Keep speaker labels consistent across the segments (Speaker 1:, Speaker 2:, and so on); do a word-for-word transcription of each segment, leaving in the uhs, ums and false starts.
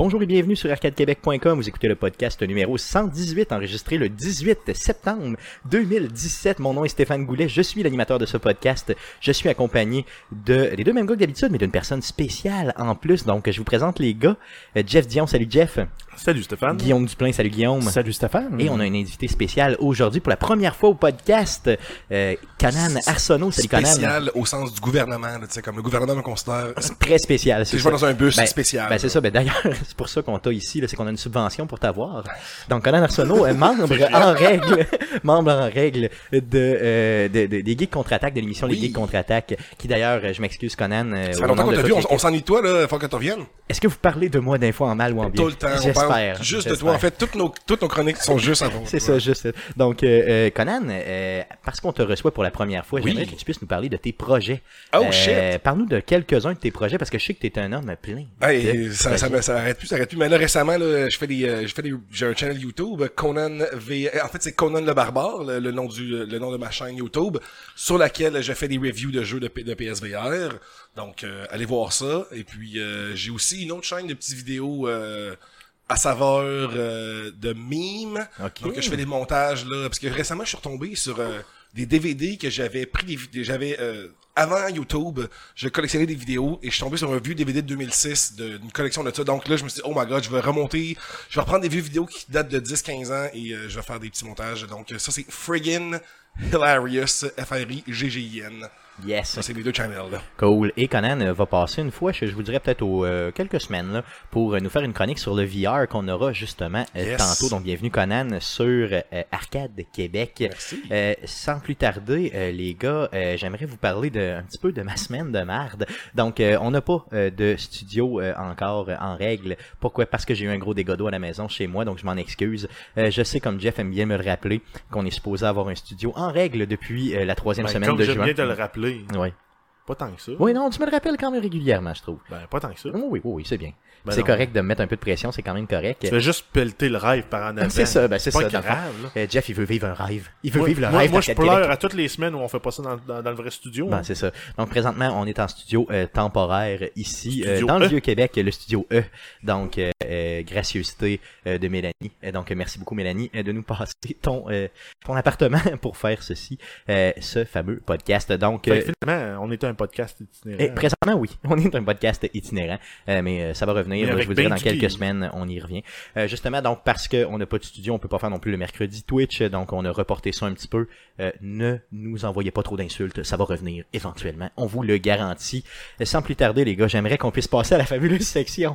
Speaker 1: Bonjour et bienvenue sur arcade québec point com. Vous écoutez le podcast numéro cent dix-huit, enregistré le dix-huit septembre deux mille dix-sept. Mon nom est Stéphane Goulet, je suis l'animateur de ce podcast. Je suis accompagné de des deux mêmes gars que d'habitude, mais d'une personne spéciale en plus. Donc, je vous présente les gars. Jeff Dion, salut Jeff.
Speaker 2: Salut Stéphane.
Speaker 1: Guillaume Duplain, salut Guillaume.
Speaker 2: Salut Stéphane.
Speaker 1: Et on a un invité spécial aujourd'hui pour la première fois au podcast. Euh, Conan Arsenault, salut Conan.
Speaker 3: Spécial au sens du gouvernement, tu sais, comme le gouvernement me considère.
Speaker 1: Très spécial.
Speaker 3: C'est je vais dans un bus
Speaker 1: ben,
Speaker 3: spécial.
Speaker 1: Ben c'est ça. Ben d'ailleurs, c'est pour ça qu'on t'a ici. Là, c'est qu'on a une subvention pour t'avoir. Donc Conan Arsenault est membre en règle, membre en règle de, euh, de, de des Geeks contre-attaque, de l'émission
Speaker 3: oui.
Speaker 1: Les Geeks contre-attaque, qui d'ailleurs, je m'excuse Conan. Euh,
Speaker 3: ça fait longtemps qu'on t'a vu. On, on s'ennuie de toi là. Faut que tu reviennes.
Speaker 1: Est-ce que vous parlez de moi d'un fois en mal ou en bien?
Speaker 3: Tout le temps.
Speaker 1: J'espère.
Speaker 3: On parle juste de toi. En fait, toutes nos toutes nos chroniques sont juste à vous.
Speaker 1: C'est ça, juste. Donc euh, Conan, euh, parce qu'on te reçoit pour la première fois,
Speaker 3: oui.
Speaker 1: j'aimerais que tu puisses nous parler de tes projets.
Speaker 3: Oh
Speaker 1: euh,
Speaker 3: shit.
Speaker 1: Parle-nous de quelques-uns de tes projets parce que je sais que t'es un homme plein.
Speaker 3: Hey, ça, ça, ça, ça arrête plus, ça arrête plus. Mais là récemment, là, je fais des, euh, je fais des, j'ai un channel YouTube, Conan V. En fait, c'est Conan le Barbare, le, le nom du, le nom de ma chaîne YouTube, sur laquelle je fais des reviews de jeux de, de P S V R. Donc, euh, allez voir ça. Et puis, euh, j'ai aussi une autre chaîne de petites vidéos. Euh, à saveur euh, de mimes.
Speaker 1: Okay.
Speaker 3: Donc je fais des montages là parce que récemment je suis retombé sur euh, des D V D que j'avais pris des vidéos j'avais euh, avant YouTube, je collectionnais des vidéos et je suis tombé sur un vieux D V D de deux mille six d'une collection de ça. Donc là je me suis dit oh my god, je vais remonter, je vais reprendre des vieux vidéos qui datent de dix quinze ans et euh, je vais faire des petits montages. Donc ça c'est friggin' hilarious, F R I G G I N.
Speaker 1: Yes.
Speaker 3: Ça, c'est les deux channels, là.
Speaker 1: Cool. Et Conan euh, va passer une fois, je, je vous dirais peut-être aux euh, quelques semaines, là, pour euh, nous faire une chronique sur le V R qu'on aura justement euh,
Speaker 3: yes.
Speaker 1: tantôt. Donc, bienvenue Conan sur euh, Arcade Québec.
Speaker 3: Merci.
Speaker 1: Euh, sans plus tarder, euh, les gars, euh, j'aimerais vous parler de un petit peu de ma semaine de marde. Donc, euh, on n'a pas euh, de studio euh, encore euh, en règle. Pourquoi? Parce que j'ai eu un gros dégât d'eau à la maison chez moi, donc je m'en excuse. Euh, je sais, comme Jeff aime bien me le rappeler, qu'on est supposé avoir un studio en règle depuis euh, la troisième
Speaker 2: ben,
Speaker 1: semaine
Speaker 2: comme
Speaker 1: de
Speaker 2: j'aime
Speaker 1: juin.
Speaker 2: bien te le rappeler.
Speaker 1: Oui.
Speaker 2: Pas tant que ça.
Speaker 1: Oui, non, tu me le rappelles quand même régulièrement, je trouve.
Speaker 2: Ben, pas tant que ça.
Speaker 1: Oui, oui, oui, c'est bien.
Speaker 2: Ben
Speaker 1: c'est
Speaker 2: non.
Speaker 1: correct de me mettre un peu de pression, c'est quand même correct.
Speaker 2: Tu fais juste pelleter le rêve par en avant.
Speaker 1: C'est ça, ben c'est,
Speaker 2: c'est
Speaker 1: ça.
Speaker 2: pas grave, là.
Speaker 1: Euh, Jeff, il veut vivre un rêve. Il veut
Speaker 2: moi,
Speaker 1: vivre le
Speaker 2: moi,
Speaker 1: rêve.
Speaker 2: Moi, je
Speaker 1: d'Arcade
Speaker 2: pleure
Speaker 1: Québec.
Speaker 2: à toutes les semaines où on fait pas ça dans, dans, dans le vrai studio.
Speaker 1: Ben,
Speaker 2: hein.
Speaker 1: c'est ça. Donc, présentement, on est en studio euh, temporaire ici,
Speaker 2: Studio
Speaker 1: euh, dans
Speaker 2: E.
Speaker 1: le Vieux-Québec, le studio E. Donc, euh, euh, gracieuseté euh, de Mélanie. Euh, donc, merci beaucoup, Mélanie, euh, de nous passer ton, euh, ton appartement pour faire ceci, euh, ce fameux podcast. Donc,
Speaker 2: Fait
Speaker 1: euh,
Speaker 2: que finalement, on est un podcast itinérant.
Speaker 1: Et présentement, oui. On est un podcast itinérant, euh, mais euh, ça va revenir.
Speaker 2: Mais
Speaker 1: Là,
Speaker 2: avec
Speaker 1: je vous dirai
Speaker 2: ben
Speaker 1: dans
Speaker 2: du
Speaker 1: quelques
Speaker 2: geek.
Speaker 1: semaines, on y revient. Euh, justement, donc parce qu'on n'a pas de studio, on peut pas faire non plus le mercredi Twitch, donc on a reporté ça un petit peu. Euh, ne nous envoyez pas trop d'insultes, ça va revenir éventuellement, on vous le garantit. Euh, sans plus tarder, les gars, j'aimerais qu'on puisse passer à la fabuleuse section.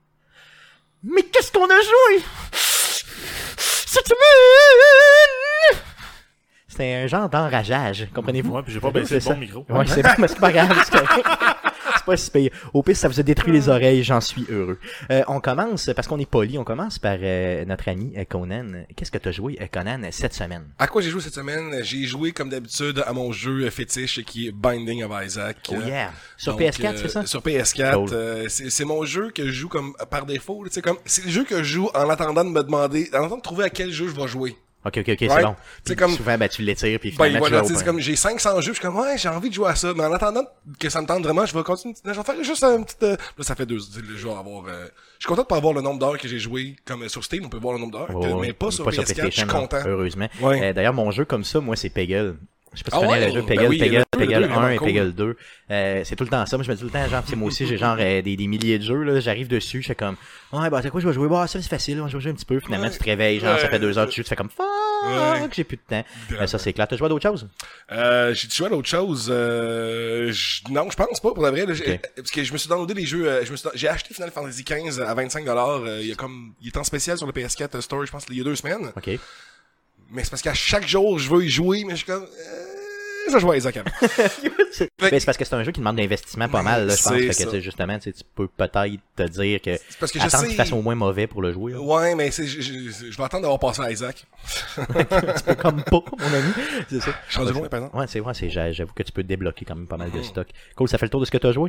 Speaker 1: Mais qu'est-ce qu'on a joué cette semaine? C'est un genre d'enrageage, comprenez-vous?
Speaker 2: Ouais, puis j'ai pas baissé le
Speaker 1: C'est
Speaker 2: bon
Speaker 1: ça.
Speaker 2: micro.
Speaker 1: Ouais, c'est bon, mais c'est pas grave, c'est correct. C'est pas si pire. Au pire, ça vous a détruit les oreilles, j'en suis heureux. Euh, on commence, parce qu'on est poli, on commence par euh, notre ami euh, Conan. Qu'est-ce que t'as joué, euh, Conan, cette semaine?
Speaker 3: À quoi j'ai joué cette semaine? J'ai joué, comme d'habitude, à mon jeu fétiche qui est Binding of Isaac.
Speaker 1: Oh yeah! Sur
Speaker 3: Donc,
Speaker 1: P S quatre,
Speaker 3: euh,
Speaker 1: c'est ça?
Speaker 3: Sur P S quatre.
Speaker 1: Cool.
Speaker 3: Euh, c'est, c'est mon jeu que je joue comme par défaut. Tu sais, comme c'est le jeu que je joue en attendant de me demander, en attendant de trouver à quel jeu je vais jouer.
Speaker 1: Ok, ok, ok, c'est
Speaker 3: Right?
Speaker 1: bon. Puis
Speaker 3: comme-
Speaker 1: souvent, ben, tu l'étires, puis
Speaker 3: Ben
Speaker 1: finalement,
Speaker 3: voilà,
Speaker 1: tu
Speaker 3: tu sais,
Speaker 1: vas
Speaker 3: c'est
Speaker 1: au
Speaker 3: comme j'ai cinq cents jeux, je suis comme ouais, j'ai envie de jouer à ça, mais en attendant que ça me tente vraiment, je vais continuer, je vais faire juste un petit euh... là ça fait deux, je vais avoir euh... je suis content de pas avoir le nombre d'heures que j'ai joué comme euh, sur Steam, on peut voir le nombre d'heures,
Speaker 1: Oh,
Speaker 3: que-
Speaker 1: ouais.
Speaker 3: mais pas sur
Speaker 1: Pas
Speaker 3: P
Speaker 1: sur
Speaker 3: S quatre, je suis
Speaker 1: PlayStation, non,
Speaker 3: content.
Speaker 1: heureusement.
Speaker 3: Ouais.
Speaker 1: Euh, d'ailleurs, mon jeu comme ça, moi, c'est Peggle. Je sais pas si tu
Speaker 3: Ah
Speaker 1: connais
Speaker 3: ouais?
Speaker 1: le jeu
Speaker 3: Ben
Speaker 1: Peggle,
Speaker 3: oui,
Speaker 1: Peggle,
Speaker 3: le deux, le
Speaker 1: Peggle
Speaker 3: deux est
Speaker 1: un et
Speaker 3: vraiment
Speaker 1: Peggle deux. Euh, c'est tout le temps ça. Moi, je me dis tout le temps, genre, c'est moi aussi, j'ai genre euh, des, des milliers de jeux, là. J'arrive dessus, je fais comme, ouais, bah, c'est quoi, je vais jouer? Bah, ça, c'est facile, là, je vais jouer un petit peu. Finalement,
Speaker 3: Ouais.
Speaker 1: tu te réveilles, genre, ça
Speaker 3: Ouais.
Speaker 1: fait deux heures dessus, tu fais comme, fuck,
Speaker 3: Ouais.
Speaker 1: j'ai plus de temps. Euh, ça, c'est clair. T'as joué à d'autres choses?
Speaker 3: Euh, j'ai joué à d'autres choses, euh, j- non, je pense pas, pour la vraie, là, j'ai-
Speaker 1: Ok.
Speaker 3: parce que je me suis downloadé les jeux, euh, je me suis, j'ai acheté Final Fantasy quinze à vingt-cinq dollars, euh, il y a comme, il est en spécial sur le P S quatre Store, je pense, il y a deux semaines.
Speaker 1: OK.
Speaker 3: Mais c'est parce qu'à chaque jour, je veux y jouer, mais je suis comme, euh, je vais jouer à Isaac avant.
Speaker 1: Ben, c'est parce que c'est un jeu qui demande d'investissement pas mal, là, je pense.
Speaker 3: C'est
Speaker 1: Fait que,
Speaker 3: ça.
Speaker 1: tu sais, justement, tu sais, tu peux peut-être te dire que,
Speaker 3: C'est parce que je
Speaker 1: attends
Speaker 3: sais.
Speaker 1: qu'il fasse au moins mauvais pour le jouer, là.
Speaker 3: Ouais, mais c'est, je, je, je vais attendre d'avoir passé à Isaac.
Speaker 1: Tu peux comme pas, mon ami. C'est ça.
Speaker 3: Je suis rendu loin, par exemple.
Speaker 1: Ouais, c'est vrai, c'est, j'a- j'avoue que tu peux débloquer quand même pas mal de
Speaker 3: Mhm.
Speaker 1: stock. Cool, ça fait le tour de ce que t'as joué?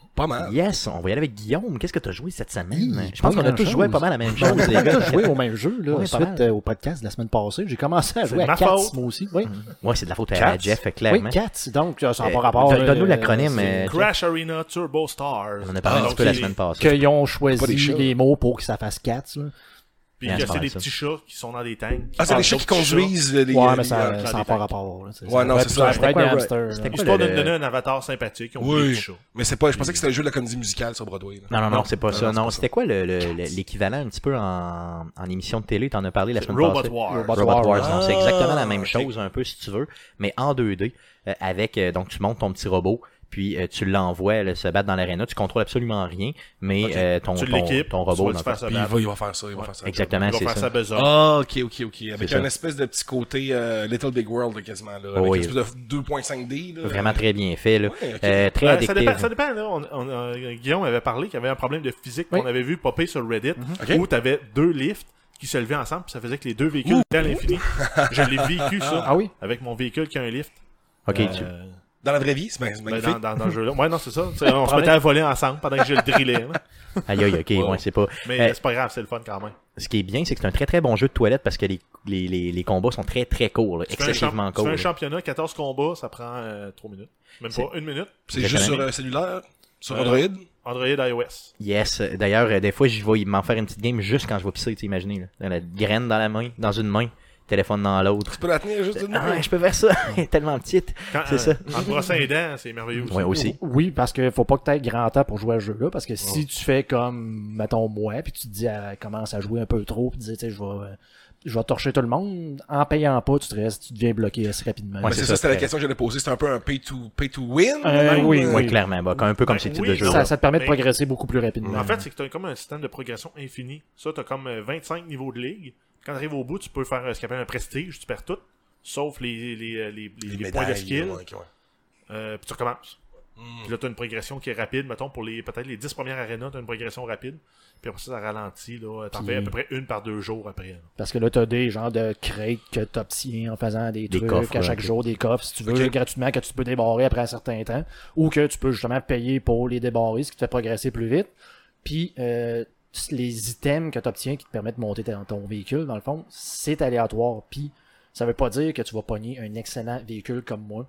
Speaker 3: Pas mal.
Speaker 1: Yes, on va y aller avec Guillaume. Qu'est-ce que tu as joué cette semaine?
Speaker 4: Hi,
Speaker 1: Je pense
Speaker 4: pas
Speaker 1: qu'on a tous
Speaker 4: grand-chose.
Speaker 1: joué pas mal à la même chose, les
Speaker 4: J'ai
Speaker 1: gars.
Speaker 4: joué au même jeu, là,
Speaker 1: Ouais, pas
Speaker 4: suite
Speaker 1: mal.
Speaker 4: euh, au podcast de la semaine passée. J'ai commencé à
Speaker 2: C'est
Speaker 4: jouer
Speaker 2: de ma
Speaker 4: à Cats,
Speaker 2: faute.
Speaker 4: moi aussi. Oui,
Speaker 1: Ouais, c'est de la faute à
Speaker 2: Cats.
Speaker 1: Jeff,
Speaker 4: oui
Speaker 1: clairement.
Speaker 4: Cats. Donc, ça n'a
Speaker 1: Euh,
Speaker 4: pas rapport.
Speaker 1: donne-
Speaker 4: là,
Speaker 1: donne-nous
Speaker 4: euh,
Speaker 1: l'acronyme,
Speaker 4: c'est-
Speaker 1: euh,
Speaker 2: Crash Arena Turbo Stars.
Speaker 1: On en a parlé un
Speaker 2: Ah,
Speaker 1: petit peu la
Speaker 2: c'est-
Speaker 1: semaine passée.
Speaker 4: Qu'ils ont
Speaker 3: Pas des
Speaker 4: choisi
Speaker 3: chats.
Speaker 4: les mots pour que ça fasse Cats. Là.
Speaker 2: Puis
Speaker 1: Ouais,
Speaker 2: que
Speaker 1: c'est
Speaker 2: c'est
Speaker 1: pas
Speaker 2: des
Speaker 1: ça.
Speaker 2: petits chats qui sont dans des tanks.
Speaker 3: Ah, c'est
Speaker 2: parlent
Speaker 3: les chats qui
Speaker 2: d'autres petits
Speaker 3: conduisent les.
Speaker 4: Ouais,
Speaker 3: les-
Speaker 4: mais ça
Speaker 2: les-
Speaker 4: n'a
Speaker 2: les-
Speaker 4: pas rapport. Là,
Speaker 3: Ouais, non, c'est ça.
Speaker 4: C'était
Speaker 1: C'était
Speaker 4: quoi,
Speaker 1: quoi,
Speaker 4: hamster,
Speaker 1: c'était
Speaker 4: là.
Speaker 1: quoi
Speaker 2: Histoire
Speaker 1: le-
Speaker 2: de nous donner un avatar sympathique. Ils ont des
Speaker 3: Oui.
Speaker 2: petits chats.
Speaker 3: Mais c'est pas, je pensais que c'était le jeu de la comédie musicale sur Broadway. là.
Speaker 1: Non, non, non,
Speaker 2: Non,
Speaker 1: c'est pas
Speaker 3: non,
Speaker 1: ça.
Speaker 3: non, c'est
Speaker 1: Non,
Speaker 3: pas
Speaker 1: c'était quoi le- le- le- l'équivalent un petit peu en, en émission de télé? T'en as parlé la
Speaker 2: C'est
Speaker 1: semaine
Speaker 2: Robot
Speaker 1: passée.
Speaker 2: Wars.
Speaker 4: Robot
Speaker 1: Robot
Speaker 4: Wars,
Speaker 1: Wars,
Speaker 4: ouais.
Speaker 1: non, c'est exactement la
Speaker 3: Ah,
Speaker 1: même
Speaker 3: ok.
Speaker 1: chose, un peu si tu veux, mais en deux D, euh, avec, euh, donc tu montes ton petit robot, puis euh, tu l'envoies là, se battre dans l'aréna, tu contrôles absolument rien, mais
Speaker 2: Ok.
Speaker 1: euh, ton,
Speaker 2: Tu
Speaker 1: ton,
Speaker 2: l'équipes,
Speaker 1: ton
Speaker 2: tu
Speaker 1: robot,
Speaker 2: vas
Speaker 1: dans
Speaker 2: te faire ça
Speaker 3: Puis il
Speaker 2: battre.
Speaker 3: va, il va faire ça, il va
Speaker 2: Ouais.
Speaker 3: faire ça.
Speaker 1: exactement,
Speaker 2: Il va
Speaker 1: c'est
Speaker 2: faire
Speaker 1: ça.
Speaker 2: sa besogne.
Speaker 3: Ah, ok, ok, ok. Avec
Speaker 1: C'est
Speaker 3: un
Speaker 1: ça.
Speaker 3: espèce de petit côté euh, Little Big World là, quasiment, là. Avec
Speaker 1: Oui.
Speaker 3: une espèce de deux point cinq D. Là.
Speaker 1: Vraiment très bien fait, là.
Speaker 3: Ouais, ok.
Speaker 1: Euh, très
Speaker 2: Ben, ça
Speaker 1: addictif.
Speaker 2: dépend, ça dépend là. On, on, euh, Guillaume avait parlé qu'il y avait un problème de physique
Speaker 4: Oui.
Speaker 2: qu'on avait vu popper sur Reddit
Speaker 3: Ok.
Speaker 2: où t'avais deux lifts qui se levaient ensemble puis ça faisait que les deux véhicules étaient à l'infini. Je l'ai vécu ça
Speaker 4: Ah oui?
Speaker 2: avec mon véhicule qui a un lift.
Speaker 1: Ok,
Speaker 2: Euh,
Speaker 1: tu-
Speaker 3: Dans la vraie vie, c'est mag- c'est
Speaker 2: ben,
Speaker 3: magnifique.
Speaker 2: dans, dans, dans le jeu là. Ouais non c'est ça. C'est- on se mettait à voler ensemble pendant que je le drillais. là.
Speaker 1: aïe, aïe, ok, ouais, c'est pas.
Speaker 2: Mais
Speaker 1: Euh,
Speaker 2: c'est pas grave, c'est le fun quand même.
Speaker 1: Ce qui est bien, c'est que c'est un très très bon jeu de toilette parce que les, les, les, les combats sont très très courts, là,
Speaker 2: Tu fais un
Speaker 1: excessivement
Speaker 2: champ- tu fais
Speaker 1: courts.
Speaker 2: un
Speaker 1: là.
Speaker 2: championnat, quatorze combats, ça prend euh, trois minutes. Même
Speaker 1: C'est-
Speaker 2: pas une minute.
Speaker 3: C'est juste sur
Speaker 1: Exactement.
Speaker 3: euh, cellulaire, sur
Speaker 2: Euh,
Speaker 3: Android.
Speaker 2: Android iOS.
Speaker 1: Yes. D'ailleurs, euh, des fois, je vais m'en faire une petite game juste quand je vais pisser, tu imaginez, là. Dans la graine dans la main, dans une main, téléphone dans l'autre.
Speaker 3: Tu peux la tenir juste une
Speaker 1: Ah,
Speaker 3: main.
Speaker 1: je peux faire ça. Elle est tellement petite.
Speaker 2: Quand,
Speaker 1: C'est
Speaker 2: euh,
Speaker 1: ça.
Speaker 2: En te brossant les dents, c'est merveilleux aussi.
Speaker 1: Ouais, aussi.
Speaker 4: Oui, parce que faut pas que tu aies grand temps pour jouer à ce jeu-là, parce que si tu fais comme, mettons, moi, puis tu te dis, ah, commence à jouer un peu trop, puis tu dis, tu sais, je vais, euh, je vais torcher tout le monde, en payant pas, tu te restes, tu deviens bloqué assez rapidement.
Speaker 1: Ouais,
Speaker 3: Mais
Speaker 1: c'est
Speaker 3: c'est
Speaker 1: ça,
Speaker 3: ça, c'était la
Speaker 1: très-
Speaker 3: question que j'allais poser. C'est un peu un pay to, pay to win.
Speaker 4: Euh,
Speaker 3: même,
Speaker 4: oui,
Speaker 3: euh,
Speaker 1: Oui, clairement. Bah, un peu comme
Speaker 2: Ben,
Speaker 1: ces types
Speaker 2: oui,
Speaker 1: de jeux.
Speaker 4: ça, ça te permet de
Speaker 2: Mais-
Speaker 4: progresser beaucoup plus rapidement.
Speaker 2: En fait, c'est que tu as comme un système de progression infini. Ça, tu as comme euh, vingt-cinq niveaux de ligue. Quand tu arrives au bout, tu peux faire euh, ce qu'on appelle un prestige, tu perds tout, sauf les, les, euh, les, les,
Speaker 3: Les
Speaker 2: les points de
Speaker 3: médailles.
Speaker 2: skill,
Speaker 3: ouais, ok, ouais.
Speaker 2: euh, puis tu recommences.
Speaker 3: Mm.
Speaker 2: Puis là, tu as une progression qui est rapide. Mettons, pour les peut-être les dix premières arénas, tu as une progression rapide. Puis après ça, ça ralentit. Là, t'en
Speaker 4: Puis-
Speaker 2: fais à peu près une par deux jours après. là.
Speaker 4: Parce que là, t'as des genres de crates que t'obtiens en faisant des,
Speaker 1: Des
Speaker 4: trucs
Speaker 1: coffres,
Speaker 4: à chaque
Speaker 1: ok.
Speaker 4: jour, des coffres, si tu veux,
Speaker 3: Ok.
Speaker 4: gratuitement, que tu peux débarrer après un certain temps, ou que tu peux justement payer pour les débarrer, ce qui te fait progresser plus vite. Puis, euh, les items que t'obtiens qui te permettent de monter ton, ton véhicule, dans le fond, c'est aléatoire. Puis, ça veut pas dire que tu vas pogner un excellent véhicule comme moi.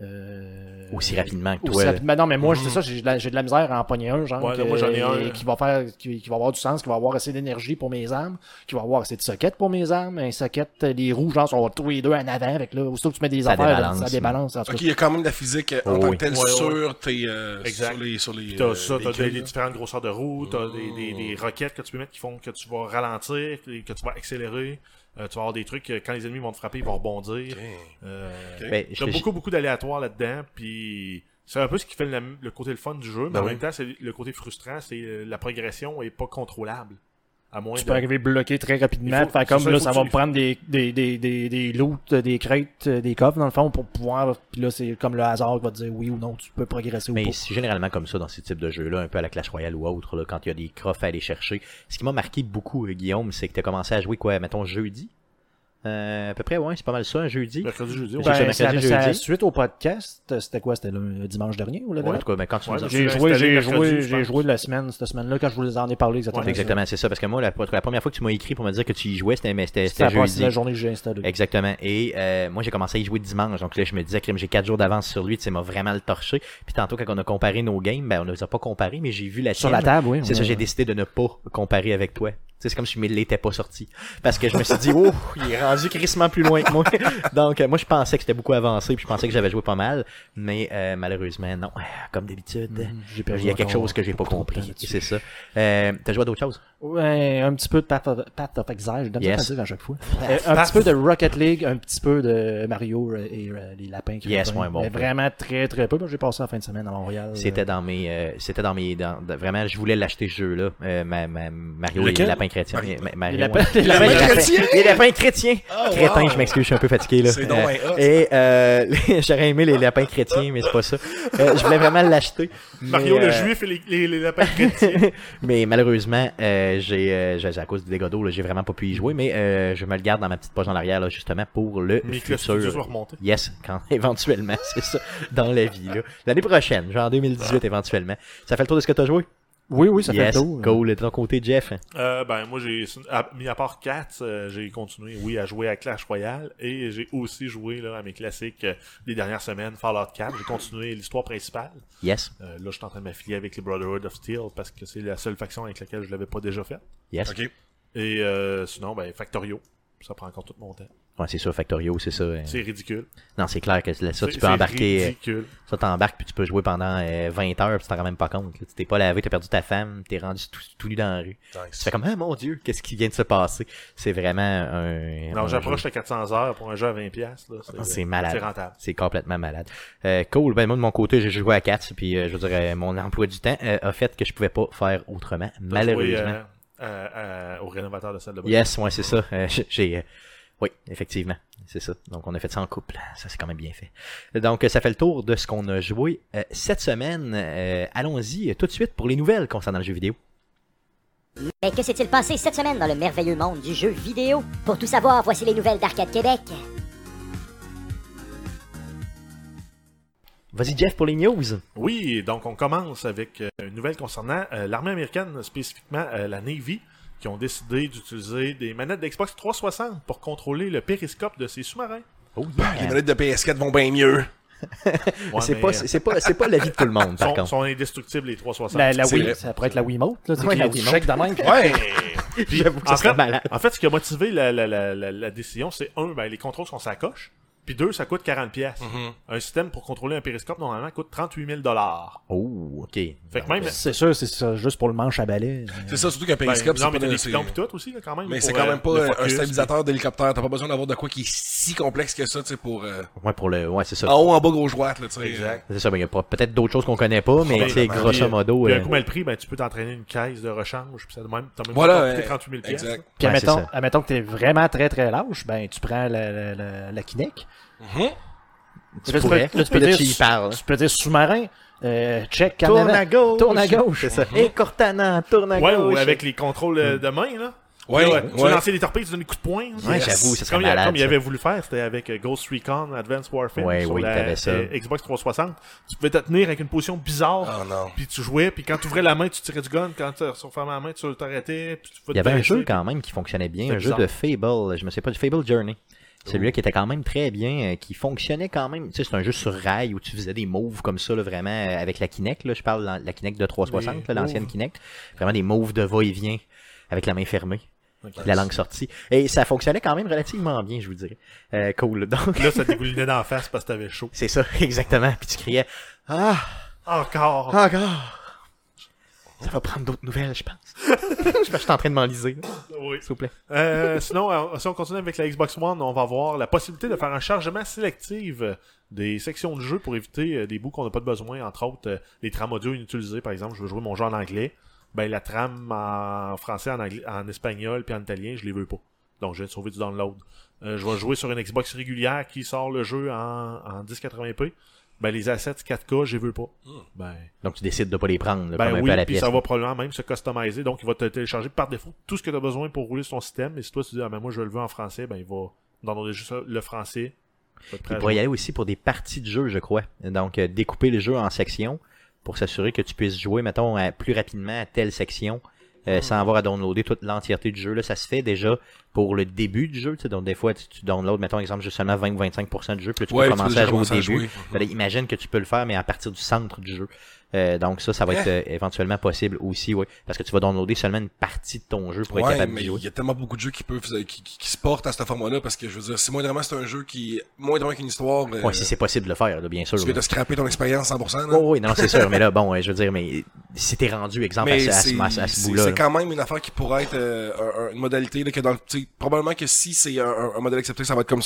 Speaker 4: Euh,
Speaker 1: Aussi rapidement que
Speaker 4: aussi
Speaker 1: toi.
Speaker 4: rapidement. Non, mais moi,
Speaker 3: Mhm.
Speaker 4: c'est ça, j'ai de, la, j'ai de la misère à en pogner un, genre,
Speaker 2: Ouais, là,
Speaker 4: que-
Speaker 2: moi, j'en ai un, là.
Speaker 4: qui va faire, qui, qui va avoir du sens, qui va avoir assez d'énergie pour mes armes, qui va avoir assez de sockets pour mes armes, un socket, les roues, genre, sont tous les deux en avant, avec là, aussitôt que tu mets des
Speaker 1: Ça
Speaker 4: affaires,
Speaker 1: débalance.
Speaker 4: ça débalance, en tout
Speaker 3: Ok,
Speaker 4: cas.
Speaker 3: il y a quand même de la physique euh, en
Speaker 1: Oh,
Speaker 3: tant
Speaker 1: oui.
Speaker 3: que telle
Speaker 2: Ouais, ouais.
Speaker 3: sur tes, euh,
Speaker 2: Exact.
Speaker 3: sur les, sur les,
Speaker 2: Puis t'as
Speaker 3: euh,
Speaker 2: ça, t'as
Speaker 3: véhicules,
Speaker 2: des, les
Speaker 3: là.
Speaker 2: différentes grosseurs de roues, t'as
Speaker 3: Mm.
Speaker 2: des, des, des roquettes que tu peux mettre qui font que tu vas ralentir, que que tu vas accélérer. Euh, tu vas avoir des trucs que quand les ennemis vont te frapper, ils vont rebondir.
Speaker 3: Ok.
Speaker 2: Euh,
Speaker 3: Ok.
Speaker 1: Ben,
Speaker 2: T'as
Speaker 1: je-
Speaker 2: beaucoup, beaucoup d'aléatoires là-dedans, puis c'est un peu ce qui fait le, le côté le fun du jeu, mais
Speaker 3: Ben
Speaker 2: en
Speaker 3: oui.
Speaker 2: même temps, c'est le côté frustrant, c'est euh, la progression est pas contrôlable. À moins
Speaker 4: Tu
Speaker 2: de...
Speaker 4: peux arriver bloqué très rapidement,
Speaker 2: Il faut-
Speaker 4: faire comme
Speaker 2: c'est ça,
Speaker 4: là,
Speaker 2: il faut
Speaker 4: ça
Speaker 2: que
Speaker 4: va
Speaker 2: tu-
Speaker 4: me prendre des, des, des, des, des loots, des crêtes, des coffres, dans le fond, pour pouvoir, puis là, c'est comme le hasard qui va te dire oui ou non, tu peux progresser ou
Speaker 1: Mais
Speaker 4: pas.
Speaker 1: c'est généralement comme ça dans ces types de jeux-là, un peu à la Clash Royale ou autre, là, quand il y a des crofts à aller chercher. Ce qui m'a marqué beaucoup, euh, Guillaume, c'est que tu as commencé à jouer, quoi, mettons, jeudi? Euh, à peu près, ouais, c'est pas mal ça, un jeudi.
Speaker 2: Mercredi, jeudi, ouais.
Speaker 1: Ben,
Speaker 4: Ben,
Speaker 1: c'est mercredi,
Speaker 4: c'est à-
Speaker 1: jeudi.
Speaker 4: suite au podcast, c'était quoi? C'était le dimanche dernier ou le
Speaker 1: Ouais, en
Speaker 4: dernier?
Speaker 1: tout cas, ben, quand tu
Speaker 2: Ouais,
Speaker 1: nous as-
Speaker 2: je-
Speaker 4: J'ai
Speaker 2: l'ai
Speaker 4: joué,
Speaker 2: installé
Speaker 4: j'ai
Speaker 2: mercredi,
Speaker 4: joué,
Speaker 2: je
Speaker 4: j'ai
Speaker 2: pense.
Speaker 4: joué la semaine, cette semaine-là, quand je vous en ai parlé exactement.
Speaker 2: Ouais,
Speaker 1: Exactement, c'est ça, parce que moi, la, la première fois que tu m'as écrit pour me dire que tu y jouais, c'était, mais c'était,
Speaker 4: C'était
Speaker 1: c'était
Speaker 4: la,
Speaker 1: jeudi.
Speaker 4: la journée que j'ai installé.
Speaker 1: Exactement. Et euh, moi, j'ai commencé à y jouer dimanche. Donc là, je me disais que j'ai quatre jours d'avance sur lui. Tu sais, m'a vraiment le torché. Puis tantôt, quand on a comparé nos games, ben, on ne les a pas comparés, mais j'ai vu la
Speaker 4: Sur
Speaker 1: tienne.
Speaker 4: la table, oui.
Speaker 1: C'est
Speaker 4: on
Speaker 1: ça,
Speaker 4: a-
Speaker 1: j'ai décidé de ne pas comparer avec toi. Tu sais, c'est comme si je ne l'étais pas sorti. Parce que je me suis dit, oh, il est rendu crissement plus loin que moi. Donc, euh, moi, je pensais que c'était beaucoup avancé, puis je pensais que j'avais joué pas mal. Mais euh, malheureusement, non. Comme d'habitude,
Speaker 4: Mhm, j'ai perdu
Speaker 1: il y a quelque
Speaker 4: encore
Speaker 1: chose que j'ai pas
Speaker 4: beaucoup trop de
Speaker 1: compris.
Speaker 4: temps là-dessus.
Speaker 1: C'est ça. Euh, t'as joué à d'autres choses?
Speaker 4: Ouais, un petit peu de Path of, Path of Exile, je donne
Speaker 1: Yes.
Speaker 4: ça à dire à chaque fois. Euh, un petit peu de Rocket League, un petit peu de Mario euh, et euh, les lapins qui
Speaker 1: Yes,
Speaker 4: reviennent.
Speaker 1: ouais, bon,
Speaker 4: Mais
Speaker 1: ben.
Speaker 4: vraiment très très peu. Moi, j'ai passé la fin de semaine à Montréal.
Speaker 1: C'était
Speaker 4: euh,
Speaker 1: dans mes, euh, c'était dans mes, dans, dans- vraiment, je voulais l'acheter ce jeu-là, euh, ma, ma- Mario et les
Speaker 2: Lequel?
Speaker 1: lapins chrétiens.
Speaker 3: Marie-
Speaker 1: mais- Marie,
Speaker 4: Les
Speaker 1: ouais.
Speaker 4: lapins- les
Speaker 1: Les
Speaker 4: lapins
Speaker 1: lapins
Speaker 3: chrétiens?
Speaker 1: Les lapins chrétiens.
Speaker 3: Oh,
Speaker 1: Crétin,
Speaker 3: wow.
Speaker 1: je m'excuse, je suis un peu fatigué, là.
Speaker 3: C'est donc
Speaker 1: Euh,
Speaker 3: bien hot.
Speaker 1: Et, euh, j'aurais aimé les lapins chrétiens, mais c'est pas ça. Euh, je voulais vraiment l'acheter.
Speaker 2: Mario
Speaker 1: mais,
Speaker 2: le
Speaker 1: euh,
Speaker 2: juif et les, les, les lapins chrétiens.
Speaker 1: mais malheureusement, euh, j'ai, euh, j'ai, à cause du dégâts d'eau, là, j'ai vraiment pas pu y jouer, mais euh, je me le garde dans ma petite poche en arrière, là, justement, pour le
Speaker 2: Mais que le studio
Speaker 1: futur.
Speaker 2: soit remonté.
Speaker 1: Yes, quand éventuellement, c'est ça, dans la vie, là. L'année prochaine, genre en deux mille dix-huit, éventuellement. Ça fait le tour de ce que t'as joué?
Speaker 4: Oui, oui, ça fait
Speaker 1: Yes,
Speaker 4: le tour.
Speaker 1: cool. De ton côté, Jeff?
Speaker 2: Euh, ben, moi, j'ai, à- mis à part Cats, euh, j'ai continué, oui, à jouer à Clash Royale et j'ai aussi joué, là, à mes classiques euh, des dernières semaines, Fallout quatre. J'ai continué l'histoire principale.
Speaker 1: Yes,
Speaker 2: Euh, là, je suis en train de m'affilier avec les Brotherhood of Steel parce que c'est la seule faction avec laquelle je l'avais pas déjà fait.
Speaker 1: yes.
Speaker 3: Ok.
Speaker 2: Et euh, sinon, ben, Factorio. Ça prend encore tout mon temps.
Speaker 1: Ouais, c'est ça, Factorio, c'est ça. euh.
Speaker 2: C'est ridicule.
Speaker 1: Non, c'est clair que ça,
Speaker 2: C'est-
Speaker 1: tu peux
Speaker 2: c'est
Speaker 1: embarquer. euh,
Speaker 2: ridicule.
Speaker 1: Ça, t'embarques puis tu peux jouer pendant euh, vingt heures puis tu t'en rends même pas compte. là. Tu t'es pas lavé, t'as perdu ta femme, t'es rendu tout, tout nu dans la rue. Tu
Speaker 3: Nice.
Speaker 1: fais comme, ah mon Dieu, qu'est-ce qui vient de se passer? C'est vraiment un.
Speaker 2: Non,
Speaker 1: un
Speaker 2: j'approche
Speaker 1: jeu-
Speaker 2: les quatre cents heures pour un jeu à vingt piastres. Là.
Speaker 1: Ah, c'est malade.
Speaker 2: C'est rentable.
Speaker 1: C'est complètement malade. Euh, cool. Ben moi de mon côté, j'ai joué à quatre puis euh, je veux dire, euh, mon emploi du temps euh, a fait que je pouvais pas faire autrement,
Speaker 2: T'as
Speaker 1: malheureusement.
Speaker 2: joué, euh, à- à- au rénovateur de salle de bain.
Speaker 1: Yes, ouais, c'est ça. Euh, j'ai, euh, oui, effectivement, c'est ça. Donc, on a fait ça en couple. Ça, c'est quand même bien fait. Donc, euh, ça fait le tour de ce qu'on a joué euh, cette semaine. Euh, allons-y euh, tout de suite pour les nouvelles concernant le jeu vidéo.
Speaker 5: Mais que s'est-il passé cette semaine dans le merveilleux monde du jeu vidéo? Pour tout savoir, voici les nouvelles d'Arcade Québec.
Speaker 1: Vas-y, Jeff, pour les news.
Speaker 2: Oui, donc on commence avec euh, une nouvelle concernant euh, l'armée américaine, spécifiquement euh, la Navy, qui ont décidé d'utiliser des manettes d'Xbox trois cent soixante pour contrôler le périscope de ses sous-marins.
Speaker 1: Oh,
Speaker 3: Les
Speaker 1: yeah.
Speaker 3: manettes de P S quatre vont bien mieux.
Speaker 2: Ouais,
Speaker 1: c'est
Speaker 2: mais,
Speaker 1: pas,
Speaker 2: euh,
Speaker 1: c'est, c'est pas, c'est pas l'avis de tout le monde, par
Speaker 2: sont,
Speaker 1: contre.
Speaker 2: sont indestructibles les trois cent soixante.
Speaker 4: La, la
Speaker 3: C'est
Speaker 4: Wii,
Speaker 3: vrai.
Speaker 4: ça pourrait être la Wiimote, là, tu sais,
Speaker 1: Ouais,
Speaker 4: qui
Speaker 1: la
Speaker 4: a du
Speaker 1: Wiimote.
Speaker 4: chèque de même. puis-
Speaker 3: Ouais.
Speaker 2: Puis,
Speaker 1: J'avoue que ça
Speaker 2: en,
Speaker 1: serait
Speaker 2: fait,
Speaker 1: malade.
Speaker 2: en fait, ce qui a motivé la, la, la, la, la décision, c'est un, ben, les contrôles sont sa coche, puis deux, ça coûte quarante piastres.
Speaker 3: Mhm.
Speaker 2: Un système pour contrôler un périscope, normalement, coûte trente-huit mille dollars.
Speaker 1: Oh, ok.
Speaker 2: Fait que
Speaker 1: Donc,
Speaker 2: même...
Speaker 1: euh,
Speaker 4: C'est sûr, c'est ça, juste pour le manche à balai.
Speaker 3: C'est ça, surtout qu'un
Speaker 2: Ben,
Speaker 3: périscope,
Speaker 2: non,
Speaker 3: c'est
Speaker 2: mais
Speaker 3: pas
Speaker 2: t'as des
Speaker 3: c'est-
Speaker 2: pitons pis tout aussi, là, quand même.
Speaker 3: Mais
Speaker 2: pour,
Speaker 3: c'est quand
Speaker 2: euh,
Speaker 3: même pas
Speaker 2: le
Speaker 3: un
Speaker 2: focus,
Speaker 3: stabilisateur d'hélicoptère. T'as pas besoin d'avoir de quoi qui est si complexe que ça, tu sais, pour... euh,
Speaker 1: ouais, pour le, ouais, c'est ça.
Speaker 3: En haut, en bas, gauche, droite, là, tu sais.
Speaker 2: Exact.
Speaker 1: C'est ça, mais il y a pas- peut-être d'autres choses qu'on connaît pas, mais
Speaker 2: Mais,
Speaker 1: tu sais,
Speaker 2: ben,
Speaker 1: grosso
Speaker 2: puis,
Speaker 1: modo.
Speaker 2: Puis
Speaker 1: euh,
Speaker 2: un coup mal pris, ben, tu peux t'entraîner une caisse de rechange, puis ça de même, t'as même
Speaker 3: Voilà,
Speaker 2: pas coûté
Speaker 3: euh,
Speaker 2: trente-huit mille piastres.
Speaker 3: exact.
Speaker 4: Puis
Speaker 1: Ouais, c'est
Speaker 4: admettons,
Speaker 1: ça.
Speaker 4: admettons que t'es vraiment très très lâche, ben tu prends la, la, la, la Kinect.
Speaker 3: Mhm.
Speaker 1: tu
Speaker 4: Là,
Speaker 1: pourrais.
Speaker 4: là, tu peux
Speaker 1: Là,
Speaker 4: dire,
Speaker 1: tu y parles.
Speaker 4: tu peux dire sous-marin, euh, check,
Speaker 1: Tourne
Speaker 4: Canada.
Speaker 1: à gauche.
Speaker 4: Tourne à gauche.
Speaker 1: C'est ça. Et Cortana, tourne à
Speaker 2: Ouais,
Speaker 1: gauche.
Speaker 2: ou avec les contrôles euh, de main, là.
Speaker 3: Ouais,
Speaker 2: Là, tu veux
Speaker 3: ouais.
Speaker 2: lancer des torpilles, tu donnes des coups de poing.
Speaker 1: Ouais,
Speaker 3: Yes.
Speaker 1: j'avoue, ça serait
Speaker 2: Comme, il,
Speaker 1: malade.
Speaker 2: comme il
Speaker 1: ça.
Speaker 2: avait voulu faire, c'était avec euh, Ghost Recon Advanced Warfare
Speaker 1: Ouais,
Speaker 2: sur
Speaker 1: oui,
Speaker 2: la
Speaker 1: t'avais ça.
Speaker 2: euh, Xbox trois cent soixante. Tu pouvais te tenir avec une position bizarre,
Speaker 3: Oh non.
Speaker 2: puis tu jouais, puis quand tu ouvrais la main, tu tirais du gun, quand tu refermais la main, tu t'arrêtais, puis tu pouvais
Speaker 1: Il y avait
Speaker 2: te
Speaker 1: un
Speaker 2: baisser,
Speaker 1: jeu
Speaker 2: puis-
Speaker 1: quand même qui fonctionnait bien,
Speaker 2: C'était
Speaker 1: un jeu
Speaker 2: bizarre.
Speaker 1: de Fable, je me sais pas, du Fable Journey. Celui-là qui était quand même très bien, euh, qui fonctionnait quand même. Tu sais, c'est un jeu sur rail où tu faisais des moves comme ça, là, vraiment, euh, avec la Kinect, là, je parle de la Kinect de trois cent soixante,
Speaker 2: Oui.
Speaker 1: là, l'ancienne
Speaker 2: Oh.
Speaker 1: Kinect. Vraiment des moves de va-et-vient avec la main fermée,
Speaker 2: Ok.
Speaker 1: la langue sortie. Et ça fonctionnait quand même relativement bien, je vous dirais. Euh, cool. Donc,
Speaker 2: Là, ça dégoulinait d'en face parce que t'avais chaud.
Speaker 1: c'est ça, exactement. Puis tu criais, ah,
Speaker 2: Encore!
Speaker 1: encore. Ça va prendre d'autres nouvelles, je pense. je suis en train de m'enliser, là,
Speaker 2: Oui.
Speaker 1: s'il vous plaît.
Speaker 2: Euh, sinon, euh, si on continue avec la Xbox One, on va avoir la possibilité de faire un chargement sélectif euh, des sections de jeu pour éviter euh, des bouts qu'on n'a pas de besoin, entre autres euh, les trames audio inutilisées. Par exemple, je veux jouer mon jeu en anglais, ben la trame en français, en, anglais, en espagnol puis en italien, je les veux pas. Donc, je vais sauver du download. Euh, je vais jouer sur une Xbox régulière qui sort le jeu en, en dix quatre-vingts p. Ben, les assets quatre K, je les veux pas. Ben,
Speaker 1: Donc tu décides de pas les prendre, là,
Speaker 2: ben
Speaker 1: comme un
Speaker 2: oui,
Speaker 1: peu à la
Speaker 2: puis
Speaker 1: pièce.
Speaker 2: ça va probablement même se customiser. Donc, il va te télécharger par défaut tout ce que tu as besoin pour rouler sur ton système. Et si toi, tu dis, ah ben moi, je le veux en français, ben il va downloader juste le français. Va être prêt
Speaker 1: Il
Speaker 2: à
Speaker 1: pourrait y
Speaker 2: jouer.
Speaker 1: aller aussi pour des parties de jeu, je crois. Donc, euh, découper le jeu en sections pour s'assurer que tu puisses jouer, mettons, à- plus rapidement à telle section euh, sans avoir à downloader toute l'entièreté du jeu. Là, ça se fait déjà pour le début du jeu. Tu sais, donc, des fois, tu, tu downloads, mettons, exemple, juste seulement vingt ou vingt-cinq pour cent du jeu, puis là, tu
Speaker 3: Ouais,
Speaker 1: peux
Speaker 3: tu
Speaker 1: commencer
Speaker 3: peux
Speaker 1: à
Speaker 3: déjà
Speaker 1: jouer au
Speaker 3: commencer à
Speaker 1: début.
Speaker 3: jouer.
Speaker 1: Ben là, imagine que tu peux le faire, mais à partir du centre du jeu. Euh, donc ça, ça va être euh, éventuellement possible aussi, oui. Parce que tu vas downloader seulement une partie de ton jeu pour être
Speaker 3: Ouais,
Speaker 1: capable
Speaker 3: mais
Speaker 1: d'y jouer.
Speaker 3: il y a tellement beaucoup de jeux qui peuvent qui, qui, qui se portent à ce format-là parce que je veux dire, si moindrement c'est un jeu qui moindrement qu'une histoire, euh,
Speaker 1: Ouais, si c'est possible de le faire, là, bien sûr.
Speaker 3: tu veux
Speaker 1: là.
Speaker 3: te scraper ton expérience cent pour cent. Là.
Speaker 1: Oh, oui, non, c'est sûr, mais là, bon, euh, je veux dire, mais si t'es rendu, exemple, à,
Speaker 3: Mais
Speaker 1: ce- à,
Speaker 3: c'est
Speaker 1: ce- à ce- à ce
Speaker 3: c'est-
Speaker 1: bout-là.
Speaker 3: c'est
Speaker 1: là.
Speaker 3: quand même une affaire qui pourrait être euh, un- un- une modalité là, que dans le, tu sais, probablement que si c'est un, un- un modèle accepté, ça va être comme ça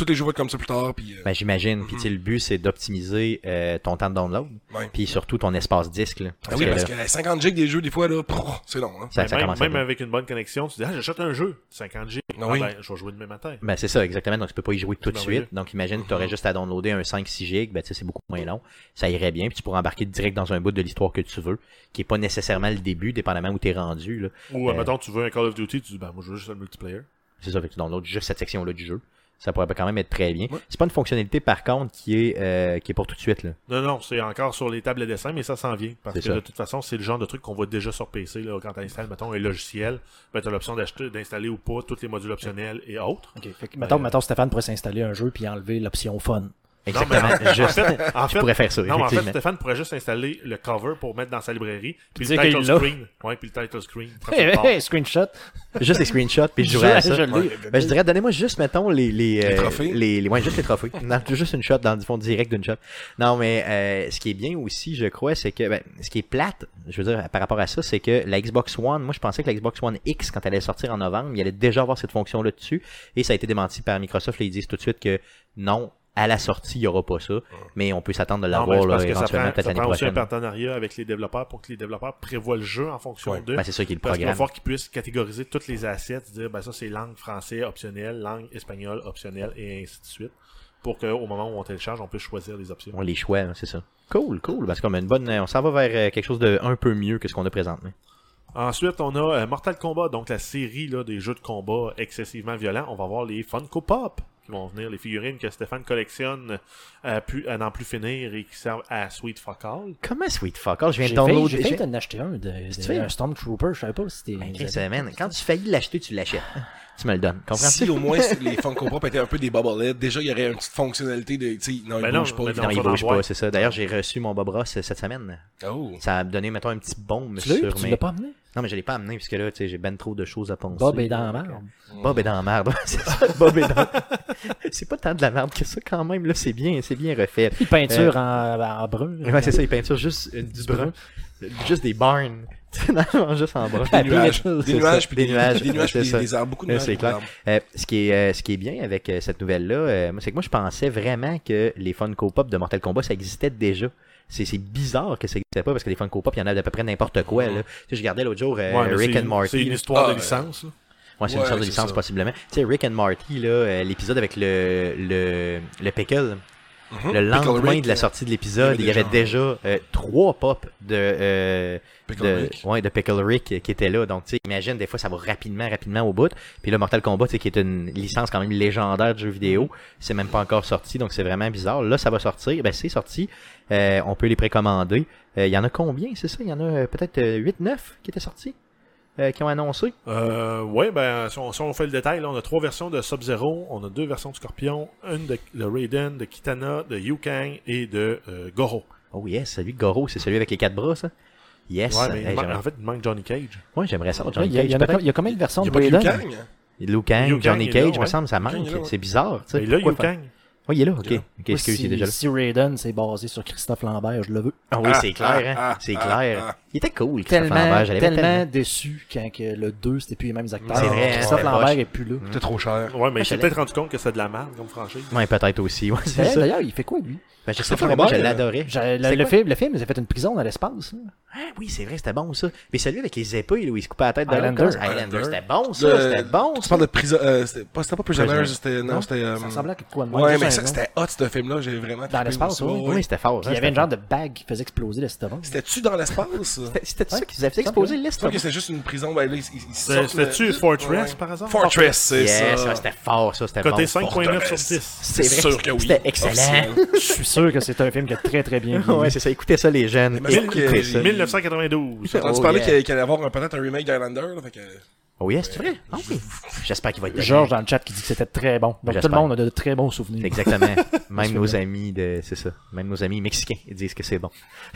Speaker 3: tous les jeux vont être comme ça plus tard. Puis, euh...
Speaker 1: Ben, j'imagine. Puis, tu sais, le but, c'est d'optimiser euh, ton temps de download.
Speaker 3: Ouais.
Speaker 1: Puis, surtout ton espace disque. Là,
Speaker 3: Ah oui,
Speaker 1: que,
Speaker 3: parce
Speaker 1: là,
Speaker 3: que cinquante gigs des jeux, des fois, là, prrr, c'est long. Hein.
Speaker 1: ça, ça
Speaker 2: même
Speaker 1: commence à
Speaker 2: même
Speaker 1: être-
Speaker 2: avec une bonne connexion, tu dis, ah, j'achète un jeu, cinquante gigs.
Speaker 3: Ah oui.
Speaker 2: Ah, ben, je vais jouer demain matin.
Speaker 1: Ben, c'est ça, exactement. Donc, tu peux pas y jouer tout de
Speaker 2: C'est merveilleux.
Speaker 1: suite. Donc, imagine que tu aurais juste à downloader un cinq six gigs. Ben, tu sais, c'est beaucoup moins long. Ça irait bien. Puis, tu pourrais embarquer direct dans un bout de l'histoire que tu veux, qui est pas nécessairement le début, dépendamment où t'es rendu. Là.
Speaker 2: Ou, euh,
Speaker 1: Euh,
Speaker 2: mettons, tu veux un Call of Duty, tu dis, ben, moi, je veux juste le multiplayer.
Speaker 1: C'est ça, fait que tu downloads juste cette section-là du jeu. Ça pourrait quand même être très bien. C'est pas une fonctionnalité, par contre, qui est, euh, qui est pour tout de suite, là.
Speaker 2: Non, non, c'est encore sur les tables de dessin, mais ça s'en vient. Parce
Speaker 1: C'est
Speaker 2: que
Speaker 1: ça.
Speaker 2: de toute façon, c'est le genre de truc qu'on voit déjà sur P C, là, quand tu installes, mettons, un logiciel, ben, tu as l'option d'acheter, d'installer ou pas tous les modules optionnels et autres.
Speaker 4: Ok, fait que, mettons, mettons, Stéphane pourrait s'installer un jeu puis enlever l'option fun.
Speaker 1: Exactement.
Speaker 2: En
Speaker 1: juste,
Speaker 2: fait, en
Speaker 1: tu
Speaker 2: fait,
Speaker 1: pourrais faire ça,
Speaker 2: non, mais en fait,
Speaker 1: effectivement.
Speaker 2: Stéphane pourrait juste installer le cover pour mettre dans sa librairie, puis
Speaker 4: dire
Speaker 2: le title
Speaker 4: qu'il l'a.
Speaker 2: screen. Ouais, puis le title screen. quand tu
Speaker 4: Hey,
Speaker 2: le pars.
Speaker 4: hey, screenshot.
Speaker 1: Juste les screenshots, puis je jouerais à ça.
Speaker 4: Je l'ai.
Speaker 1: Ben, je dirais, donnez-moi juste, mettons, les, les,
Speaker 3: Les
Speaker 1: euh,
Speaker 3: trophées.
Speaker 1: les, les- ouais, juste les trophées. Non, juste une shot dans le fond direct d'une shot. Non, mais, euh, ce qui est bien aussi, je crois, c'est que, ben, ce qui est plate, je veux dire, par rapport à ça, c'est que la Xbox One, moi, je pensais que la Xbox One X, quand elle allait sortir en novembre, il allait déjà avoir cette fonction-là dessus. Et ça a été démenti par Microsoft. Là, ils disent tout de suite que non, à la sortie, il y aura pas ça. Mais on peut s'attendre de
Speaker 2: Non,
Speaker 1: l'avoir,
Speaker 2: mais c'est
Speaker 1: là,
Speaker 2: parce que ça
Speaker 1: éventuellement,
Speaker 2: prend,
Speaker 1: peut-être
Speaker 2: ça
Speaker 1: l'année
Speaker 2: prend aussi un
Speaker 1: prochaine.
Speaker 2: partenariat avec les développeurs pour que les développeurs prévoient le jeu en fonction
Speaker 3: Ouais.
Speaker 2: d'eux.
Speaker 1: Ben, c'est ça qui est le
Speaker 2: Parce qu'il va
Speaker 1: programme.
Speaker 2: falloir qu'ils puissent catégoriser toutes les assets, dire ben ça c'est langue français optionnelle, langue espagnole optionnelle et ainsi de suite. Pour qu'au moment où on télécharge, on puisse choisir les options.
Speaker 1: On les choix, c'est ça. Cool, cool. Parce qu'on a une bonne, on s'en va vers euh, quelque chose de un peu mieux que ce qu'on a présentement.
Speaker 2: Ensuite, on a euh, Mortal Kombat, donc la série là, des jeux de combat excessivement violents. On va voir les Funko Pop qui vont venir, les figurines que Stéphane collectionne à, pu- à n'en plus finir et qui servent à Sweet Fuck All.
Speaker 1: Comment Sweet Fuck All? Je viens de
Speaker 4: J'ai
Speaker 1: downloader.
Speaker 4: failli, j'ai
Speaker 1: j'ai-
Speaker 4: failli t'en acheter un, de, de-
Speaker 1: C'est-tu vrai?
Speaker 4: un Stormtrooper, je savais pas si c'était...
Speaker 1: Ben, Chris, euh, man, quand tu faillis l'acheter, tu l'achètes. Tu me le donnes. Comprends-tu?
Speaker 3: Si au moins les Funko Pop étaient un peu des bobbleheads, déjà il y aurait une petite fonctionnalité de, tu sais, non,
Speaker 2: Ben
Speaker 3: ils
Speaker 2: non,
Speaker 3: bougent pas.
Speaker 2: ben
Speaker 3: ils
Speaker 1: Non,
Speaker 3: font
Speaker 1: il
Speaker 2: ça
Speaker 3: ça.
Speaker 1: bouge
Speaker 2: dans
Speaker 1: pas,
Speaker 2: boîte.
Speaker 1: c'est ça. D'ailleurs, j'ai reçu mon Bob Ross cette semaine.
Speaker 3: Oh.
Speaker 1: Ça a donné, mettons, un petit baume
Speaker 4: Tu l'as eu,
Speaker 1: sur
Speaker 4: tu
Speaker 1: mes...
Speaker 4: l'as pas amené?
Speaker 1: Non, mais je l'ai pas amené, puisque là, tu sais, j'ai ben trop de choses à penser.
Speaker 4: Bob est dans la merde.
Speaker 1: Bob est dans la merde. C'est ça, Bob est dans... C'est pas tant de la merde que ça, quand même, là. C'est bien, c'est bien refait.
Speaker 4: Il peinture en, en brun.
Speaker 1: Ouais, c'est ça, il peinture juste euh, du brun. Juste des barns. Non, juste en brun.
Speaker 3: Des nuages,
Speaker 1: C'est
Speaker 3: des
Speaker 1: ça,
Speaker 3: nuages, puis
Speaker 1: des
Speaker 3: des
Speaker 1: nuages,
Speaker 3: des nuages,
Speaker 1: c'est
Speaker 3: puis
Speaker 1: ça.
Speaker 3: des arbres, beaucoup de
Speaker 1: Ouais,
Speaker 3: nuages.
Speaker 1: c'est
Speaker 3: beaucoup
Speaker 1: clair.
Speaker 3: d'arbres.
Speaker 1: Euh, ce qui est euh, ce qui est bien avec euh, cette nouvelle-là, euh, moi, c'est que moi je pensais vraiment que les Funko Pop de Mortal Kombat ça existait déjà. C'est c'est bizarre que ça n'existait pas parce que les Funko Pop, il y en a d'à peu près n'importe quoi. Là. Tu sais, je regardais l'autre jour euh,
Speaker 2: Ouais, mais
Speaker 1: Rick
Speaker 2: c'est-
Speaker 1: and Morty.
Speaker 2: C'est une
Speaker 1: là.
Speaker 2: histoire
Speaker 3: Ah,
Speaker 2: de licence. là.
Speaker 1: Ouais, c'est une
Speaker 3: Ouais,
Speaker 1: sorte de
Speaker 3: c'est
Speaker 1: licence
Speaker 3: ça.
Speaker 1: possiblement. Tu sais, Rick and Morty, là, euh, l'épisode avec le, le, le pickle.
Speaker 3: Mhm.
Speaker 1: Le
Speaker 3: Pickle
Speaker 1: lendemain
Speaker 3: Rick,
Speaker 1: de la
Speaker 3: euh,
Speaker 1: sortie de l'épisode, il y avait déjà euh, trois pops de, euh,
Speaker 3: Pickle
Speaker 1: de,
Speaker 3: Rick.
Speaker 1: ouais, de Pickle Rick euh, qui étaient là. Donc, tu sais, imagine, des fois, ça va rapidement, rapidement au bout. Puis là, Mortal Kombat, tu sais, qui est une licence quand même légendaire de jeux vidéo, c'est même pas encore sorti, donc c'est vraiment bizarre. Là, ça va sortir. Ben, c'est sorti. Euh, on peut les précommander. Euh, Il y en a combien, c'est ça? Il y en a euh, peut-être euh, huit neuf qui étaient sortis, euh, qui ont annoncé.
Speaker 2: Euh, ouais, ben, si on, si on fait le détail, là, on a trois versions de Sub-Zero, on a deux versions de Scorpion, une de, de Raiden, de Kitana, de Liu Kang et de euh, Goro.
Speaker 1: Oh yes, celui de Goro, c'est celui avec les quatre bras, ça? Yes.
Speaker 2: Ouais, mais
Speaker 1: Hey,
Speaker 2: il man-
Speaker 1: j'aimerais-
Speaker 2: en fait, il manque Johnny Cage.
Speaker 1: ouais, j'aimerais ça.
Speaker 4: Ouais,
Speaker 1: Johnny
Speaker 4: il, y a, il, y
Speaker 1: Cage,
Speaker 4: en a,
Speaker 1: peut-être.
Speaker 4: il y a combien de versions
Speaker 3: Il y a
Speaker 4: de
Speaker 3: pas Liu
Speaker 4: Raiden?
Speaker 3: Kang?
Speaker 1: Liu Kang,
Speaker 2: Liu Kang
Speaker 1: Johnny
Speaker 2: est là,
Speaker 1: Cage, me
Speaker 2: ouais.
Speaker 1: semble, ça
Speaker 3: Liu Kang
Speaker 1: manque.
Speaker 3: est là, ouais.
Speaker 1: C'est bizarre, tu sais.
Speaker 2: Mais là,
Speaker 1: Pourquoi
Speaker 2: Liu
Speaker 1: faire-
Speaker 2: Kang.
Speaker 1: Oui, il est là, ok.
Speaker 2: Il est là.
Speaker 1: Ok,
Speaker 4: Moi,
Speaker 1: excuse, il est
Speaker 4: si,
Speaker 1: déjà là.
Speaker 4: si Raiden c'est basé sur Christophe Lambert, je le veux.
Speaker 1: Ah oui,
Speaker 3: Ah,
Speaker 1: c'est clair, hein.
Speaker 3: ah,
Speaker 1: C'est
Speaker 3: ah,
Speaker 1: clair.
Speaker 3: ah.
Speaker 1: Il était cool, Christophe
Speaker 4: Tellement,
Speaker 1: Lambert. J'allais
Speaker 4: tellement,
Speaker 1: tellement...
Speaker 4: déçu quand que le deux c'était plus les mêmes acteurs.
Speaker 1: C'est vrai, hein,
Speaker 4: Christophe
Speaker 1: c'était
Speaker 4: Lambert
Speaker 1: poche.
Speaker 4: est plus là.
Speaker 3: C'était trop cher.
Speaker 2: Ouais, mais il s'est
Speaker 1: j'allais-
Speaker 2: peut-être rendu compte que c'est de la merde comme franchise.
Speaker 1: Ouais, peut-être aussi. Ouais, c'est
Speaker 4: D'ailleurs,
Speaker 1: ça.
Speaker 4: D'ailleurs, il fait quoi lui?
Speaker 1: Ben, je sais
Speaker 3: Christophe
Speaker 1: pas, mais moi, je
Speaker 3: Lambert,
Speaker 1: l'adorais.
Speaker 4: J'ai- Le,
Speaker 1: C'est
Speaker 4: le
Speaker 1: quoi?
Speaker 4: film, le film, ils ont fait une prison dans l'espace. là.
Speaker 1: Ah oui, c'est vrai, c'était bon, ça. Mais celui avec les épées, là, où il se coupait la tête de
Speaker 4: Highlander.
Speaker 1: l'autre. Highlander,
Speaker 3: Highlander.
Speaker 1: c'était bon, ça.
Speaker 3: Le-
Speaker 1: C'était bon,
Speaker 3: Tu
Speaker 1: ça.
Speaker 3: parles de prison, euh, c'était pas, c'était pas Prisoners,
Speaker 1: Prisoner.
Speaker 3: c'était, non,
Speaker 1: Non.
Speaker 3: c'était, euh,
Speaker 4: Ça ressemblait à quoi de même,
Speaker 3: ouais,
Speaker 4: juste
Speaker 3: mais
Speaker 4: un
Speaker 3: ça,
Speaker 4: nom.
Speaker 3: c'était hot, ce film-là, j'ai vraiment trippé
Speaker 4: l'espace,
Speaker 3: aussi.
Speaker 4: oui.
Speaker 3: Ouais, ouais.
Speaker 1: Oui, c'était fort.
Speaker 4: Puis
Speaker 1: hein,
Speaker 4: il y avait une
Speaker 1: c'était
Speaker 4: genre de bague qui faisait exploser l'estomac.
Speaker 3: C'était-tu dans l'espace?
Speaker 1: C'était- C'était ça
Speaker 4: Ouais.
Speaker 1: qui vous avait fait exploser
Speaker 3: Je
Speaker 1: l'est.
Speaker 3: crois que c'était juste une prison, ben là, ils, ils, ils
Speaker 2: C'est-
Speaker 3: sortent,
Speaker 2: C'était-tu
Speaker 3: le-
Speaker 2: Fortress,
Speaker 3: ouais.
Speaker 2: par hasard?
Speaker 3: Fortress, c'est
Speaker 1: Yes,
Speaker 3: ça.
Speaker 1: ça, c'était fort, ça, c'était
Speaker 2: Côté
Speaker 1: bon.
Speaker 2: cinq virgule neuf sur
Speaker 3: Fortress.
Speaker 2: dix.
Speaker 1: C'est
Speaker 3: C'est
Speaker 1: vrai.
Speaker 3: sûr que oui.
Speaker 1: C'était excellent.
Speaker 3: Officiel.
Speaker 4: Je suis sûr que c'est un film qui a très très bien vieilli.
Speaker 1: Ouais, c'est ça. Écoutez ça, les jeunes.
Speaker 3: Imagine
Speaker 1: Écoutez
Speaker 3: que-
Speaker 1: ça.
Speaker 2: mille neuf cent quatre-vingt-douze.
Speaker 3: J'ai entendu
Speaker 1: Oh,
Speaker 3: parler
Speaker 1: yeah.
Speaker 3: qu'il qu'il allait avoir un- peut-être un remake d'Highlander, là, fait que...
Speaker 1: Oh yes, c'est vrai? Ah oui. J'espère qu'il va être dedans.
Speaker 4: Georges dans le chat qui dit que c'était très bon. Donc tout
Speaker 1: J'espère.
Speaker 4: le monde a de très bons souvenirs.
Speaker 1: Exactement. Même
Speaker 4: Se
Speaker 1: nos
Speaker 4: fait
Speaker 1: amis de, c'est ça. Même nos amis mexicains, ils disent que c'est bon.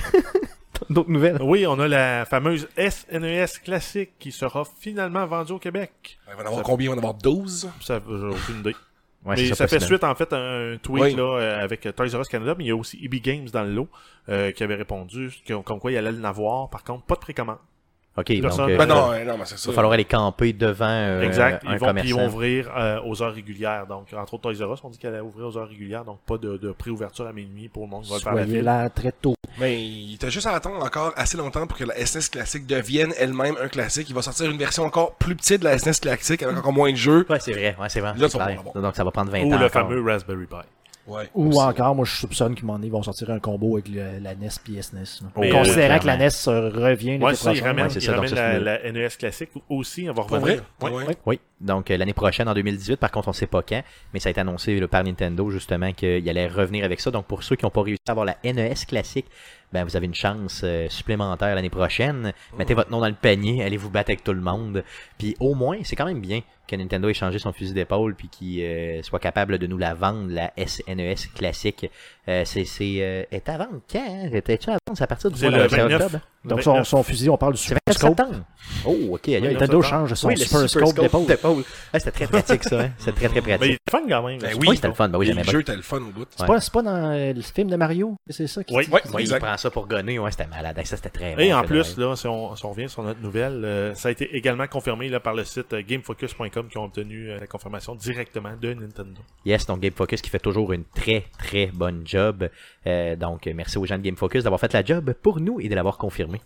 Speaker 1: D'autres nouvelles?
Speaker 2: Oui, on a la fameuse S N E S classique qui sera finalement vendue au Québec.
Speaker 3: Il va en avoir combien? Il va en avoir douze?
Speaker 2: Ça, j'ai aucune idée.
Speaker 1: Ouais,
Speaker 2: mais
Speaker 1: c'est
Speaker 2: ça fait
Speaker 1: possible.
Speaker 2: suite en fait à un tweet
Speaker 3: Oui.
Speaker 2: là euh, avec euh, Toys R Us Canada, mais il y a aussi E B Games dans le lot euh, qui avait répondu que- comme quoi il allait en avoir. Par contre, pas de précommande.
Speaker 1: OK, donc
Speaker 2: Personne-
Speaker 1: euh,
Speaker 3: Ben
Speaker 1: il
Speaker 3: non, ouais, non, mais c'est ça.
Speaker 1: va falloir aller camper devant euh,
Speaker 2: Exact.
Speaker 1: un
Speaker 2: Ils vont, puis ils vont
Speaker 1: commerçant.
Speaker 2: ouvrir euh, aux heures régulières. Donc, entre autres, Toys R Us, on dit qu'elle allait ouvrir aux heures régulières. Donc, pas de, de pré-ouverture à minuit pour le monde qui va le faire à la
Speaker 4: Soyez
Speaker 2: file.
Speaker 4: là très tôt.
Speaker 3: Mais il t'a juste à attendre encore assez longtemps pour que la S N E S classique devienne elle-même un classique. Il va sortir une version encore plus petite de la S N E S classique avec encore moins de jeux.
Speaker 1: Ouais, c'est vrai. Ouais, c'est vrai.
Speaker 3: Là,
Speaker 1: c'est
Speaker 3: tu vas
Speaker 1: clair.
Speaker 3: pouvoir l'avoir.
Speaker 1: Donc, ça va prendre vingt
Speaker 2: Ou
Speaker 1: ans
Speaker 2: le
Speaker 1: encore.
Speaker 2: fameux Raspberry Pi.
Speaker 3: Ouais.
Speaker 4: Ou
Speaker 3: aussi.
Speaker 4: encore, moi je soupçonne qu'ils m'en ils vont sortir un combo avec le- la N E S et S N E S. là.
Speaker 2: Mais,
Speaker 4: Considérant
Speaker 1: euh,
Speaker 4: que la N E S euh, revient l'été
Speaker 2: Ouais, ça, ils
Speaker 4: prochain.
Speaker 2: ramènent,
Speaker 1: ouais, c'est
Speaker 2: ils
Speaker 1: ça, donc
Speaker 2: ramènent
Speaker 1: ça,
Speaker 2: la,
Speaker 1: c'est
Speaker 2: la N E S classique aussi. On va
Speaker 3: Pour
Speaker 2: revenir.
Speaker 3: vrai?
Speaker 2: Ouais.
Speaker 3: Ouais.
Speaker 1: Oui, donc euh, l'année prochaine, en deux mille dix-huit, par contre, on ne sait pas quand, mais ça a été annoncé là, par Nintendo, justement, qu'il allait revenir avec ça. Donc, pour ceux qui n'ont pas réussi à avoir la N E S classique, ben, vous avez une chance euh, supplémentaire l'année prochaine. Mettez votre nom dans le panier, allez vous battre avec tout le monde. Puis au moins, c'est quand même bien que Nintendo ait changé son fusil d'épaule puis qu'il euh, soit capable de nous la vendre, la S N E S classique. Euh, c'est c'est euh, est à vendre quand? Hein? Était-tu à vendre? C'est à partir du
Speaker 2: C'est
Speaker 1: mois
Speaker 2: le
Speaker 1: de c'est
Speaker 2: vingt-neuf.
Speaker 1: octobre?
Speaker 4: Donc son, son fusil, on parle du
Speaker 1: C'est
Speaker 4: Super
Speaker 1: vingt-neuf
Speaker 4: Scope.
Speaker 1: septembre. Oh, ok. aïe, aïe.
Speaker 4: Nintendo
Speaker 2: septembre.
Speaker 4: change son
Speaker 1: Oui, le
Speaker 4: Super Scope d'épaule.
Speaker 1: d'épaule. Ah, c'était très pratique ça, hein? C'était très très
Speaker 2: Mais il
Speaker 1: pratique.
Speaker 2: est fun quand même.
Speaker 3: Ben
Speaker 2: là.
Speaker 3: oui,
Speaker 1: Oui, c'était le fun. Ben oui,
Speaker 3: Et
Speaker 1: j'aimais
Speaker 3: le
Speaker 1: bien.
Speaker 3: jeu, t'as le fun au bout.
Speaker 4: C'est
Speaker 1: Ouais.
Speaker 4: pas, c'est pas dans euh, le film de Mario que c'est ça qui
Speaker 2: Oui.
Speaker 3: Ouais,
Speaker 1: Oui, il
Speaker 3: exact.
Speaker 1: prend ça pour gonner, ouais, c'était malade. Ça, c'était très
Speaker 2: Et
Speaker 1: bon,
Speaker 2: en
Speaker 1: fait,
Speaker 2: plus,
Speaker 1: ouais.
Speaker 2: là, si on, si on revient sur notre nouvelle, euh, ça a été également confirmé là, par le site euh, gamefocus point com qui ont obtenu euh, la confirmation directement de Nintendo.
Speaker 1: Yes, donc Game Focus qui fait toujours une très très bonne job. Euh, donc, merci aux gens de Game Focus d'avoir fait la job pour nous et de l'avoir confirmé.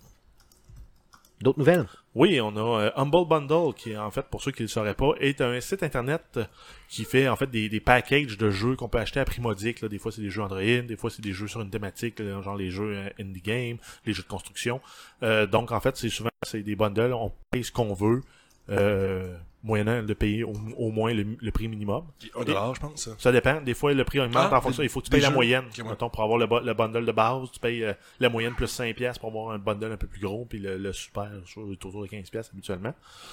Speaker 1: D'autres nouvelles?
Speaker 2: Oui, on a euh, Humble Bundle qui, en fait, pour ceux qui ne le sauraient pas, est un site internet euh, qui fait en fait des, des packages de jeux qu'on peut acheter à prix modique. Là. Des fois, c'est des jeux Android, des fois, c'est des jeux sur une thématique, là, genre les jeux euh, indie game, les jeux de construction. Euh, donc, en fait, c'est souvent c'est des bundles, on paye ce qu'on veut, euh, moyennant de payer au, au moins le, le prix minimum.
Speaker 3: Un dollar, je pense. Ça.
Speaker 2: Ça dépend. Des fois, le prix augmente
Speaker 3: Ah,
Speaker 2: en fonction.
Speaker 3: des-
Speaker 2: Il faut que tu
Speaker 3: des
Speaker 2: payes la
Speaker 3: jeux.
Speaker 2: moyenne.
Speaker 3: Ok, ouais.
Speaker 2: Mettons, pour avoir le, bu- le bundle de base, tu payes euh, la moyenne plus cinq piastres pour avoir un bundle un peu plus gros, puis le, le super, sur autour de quinze piastres habituellement.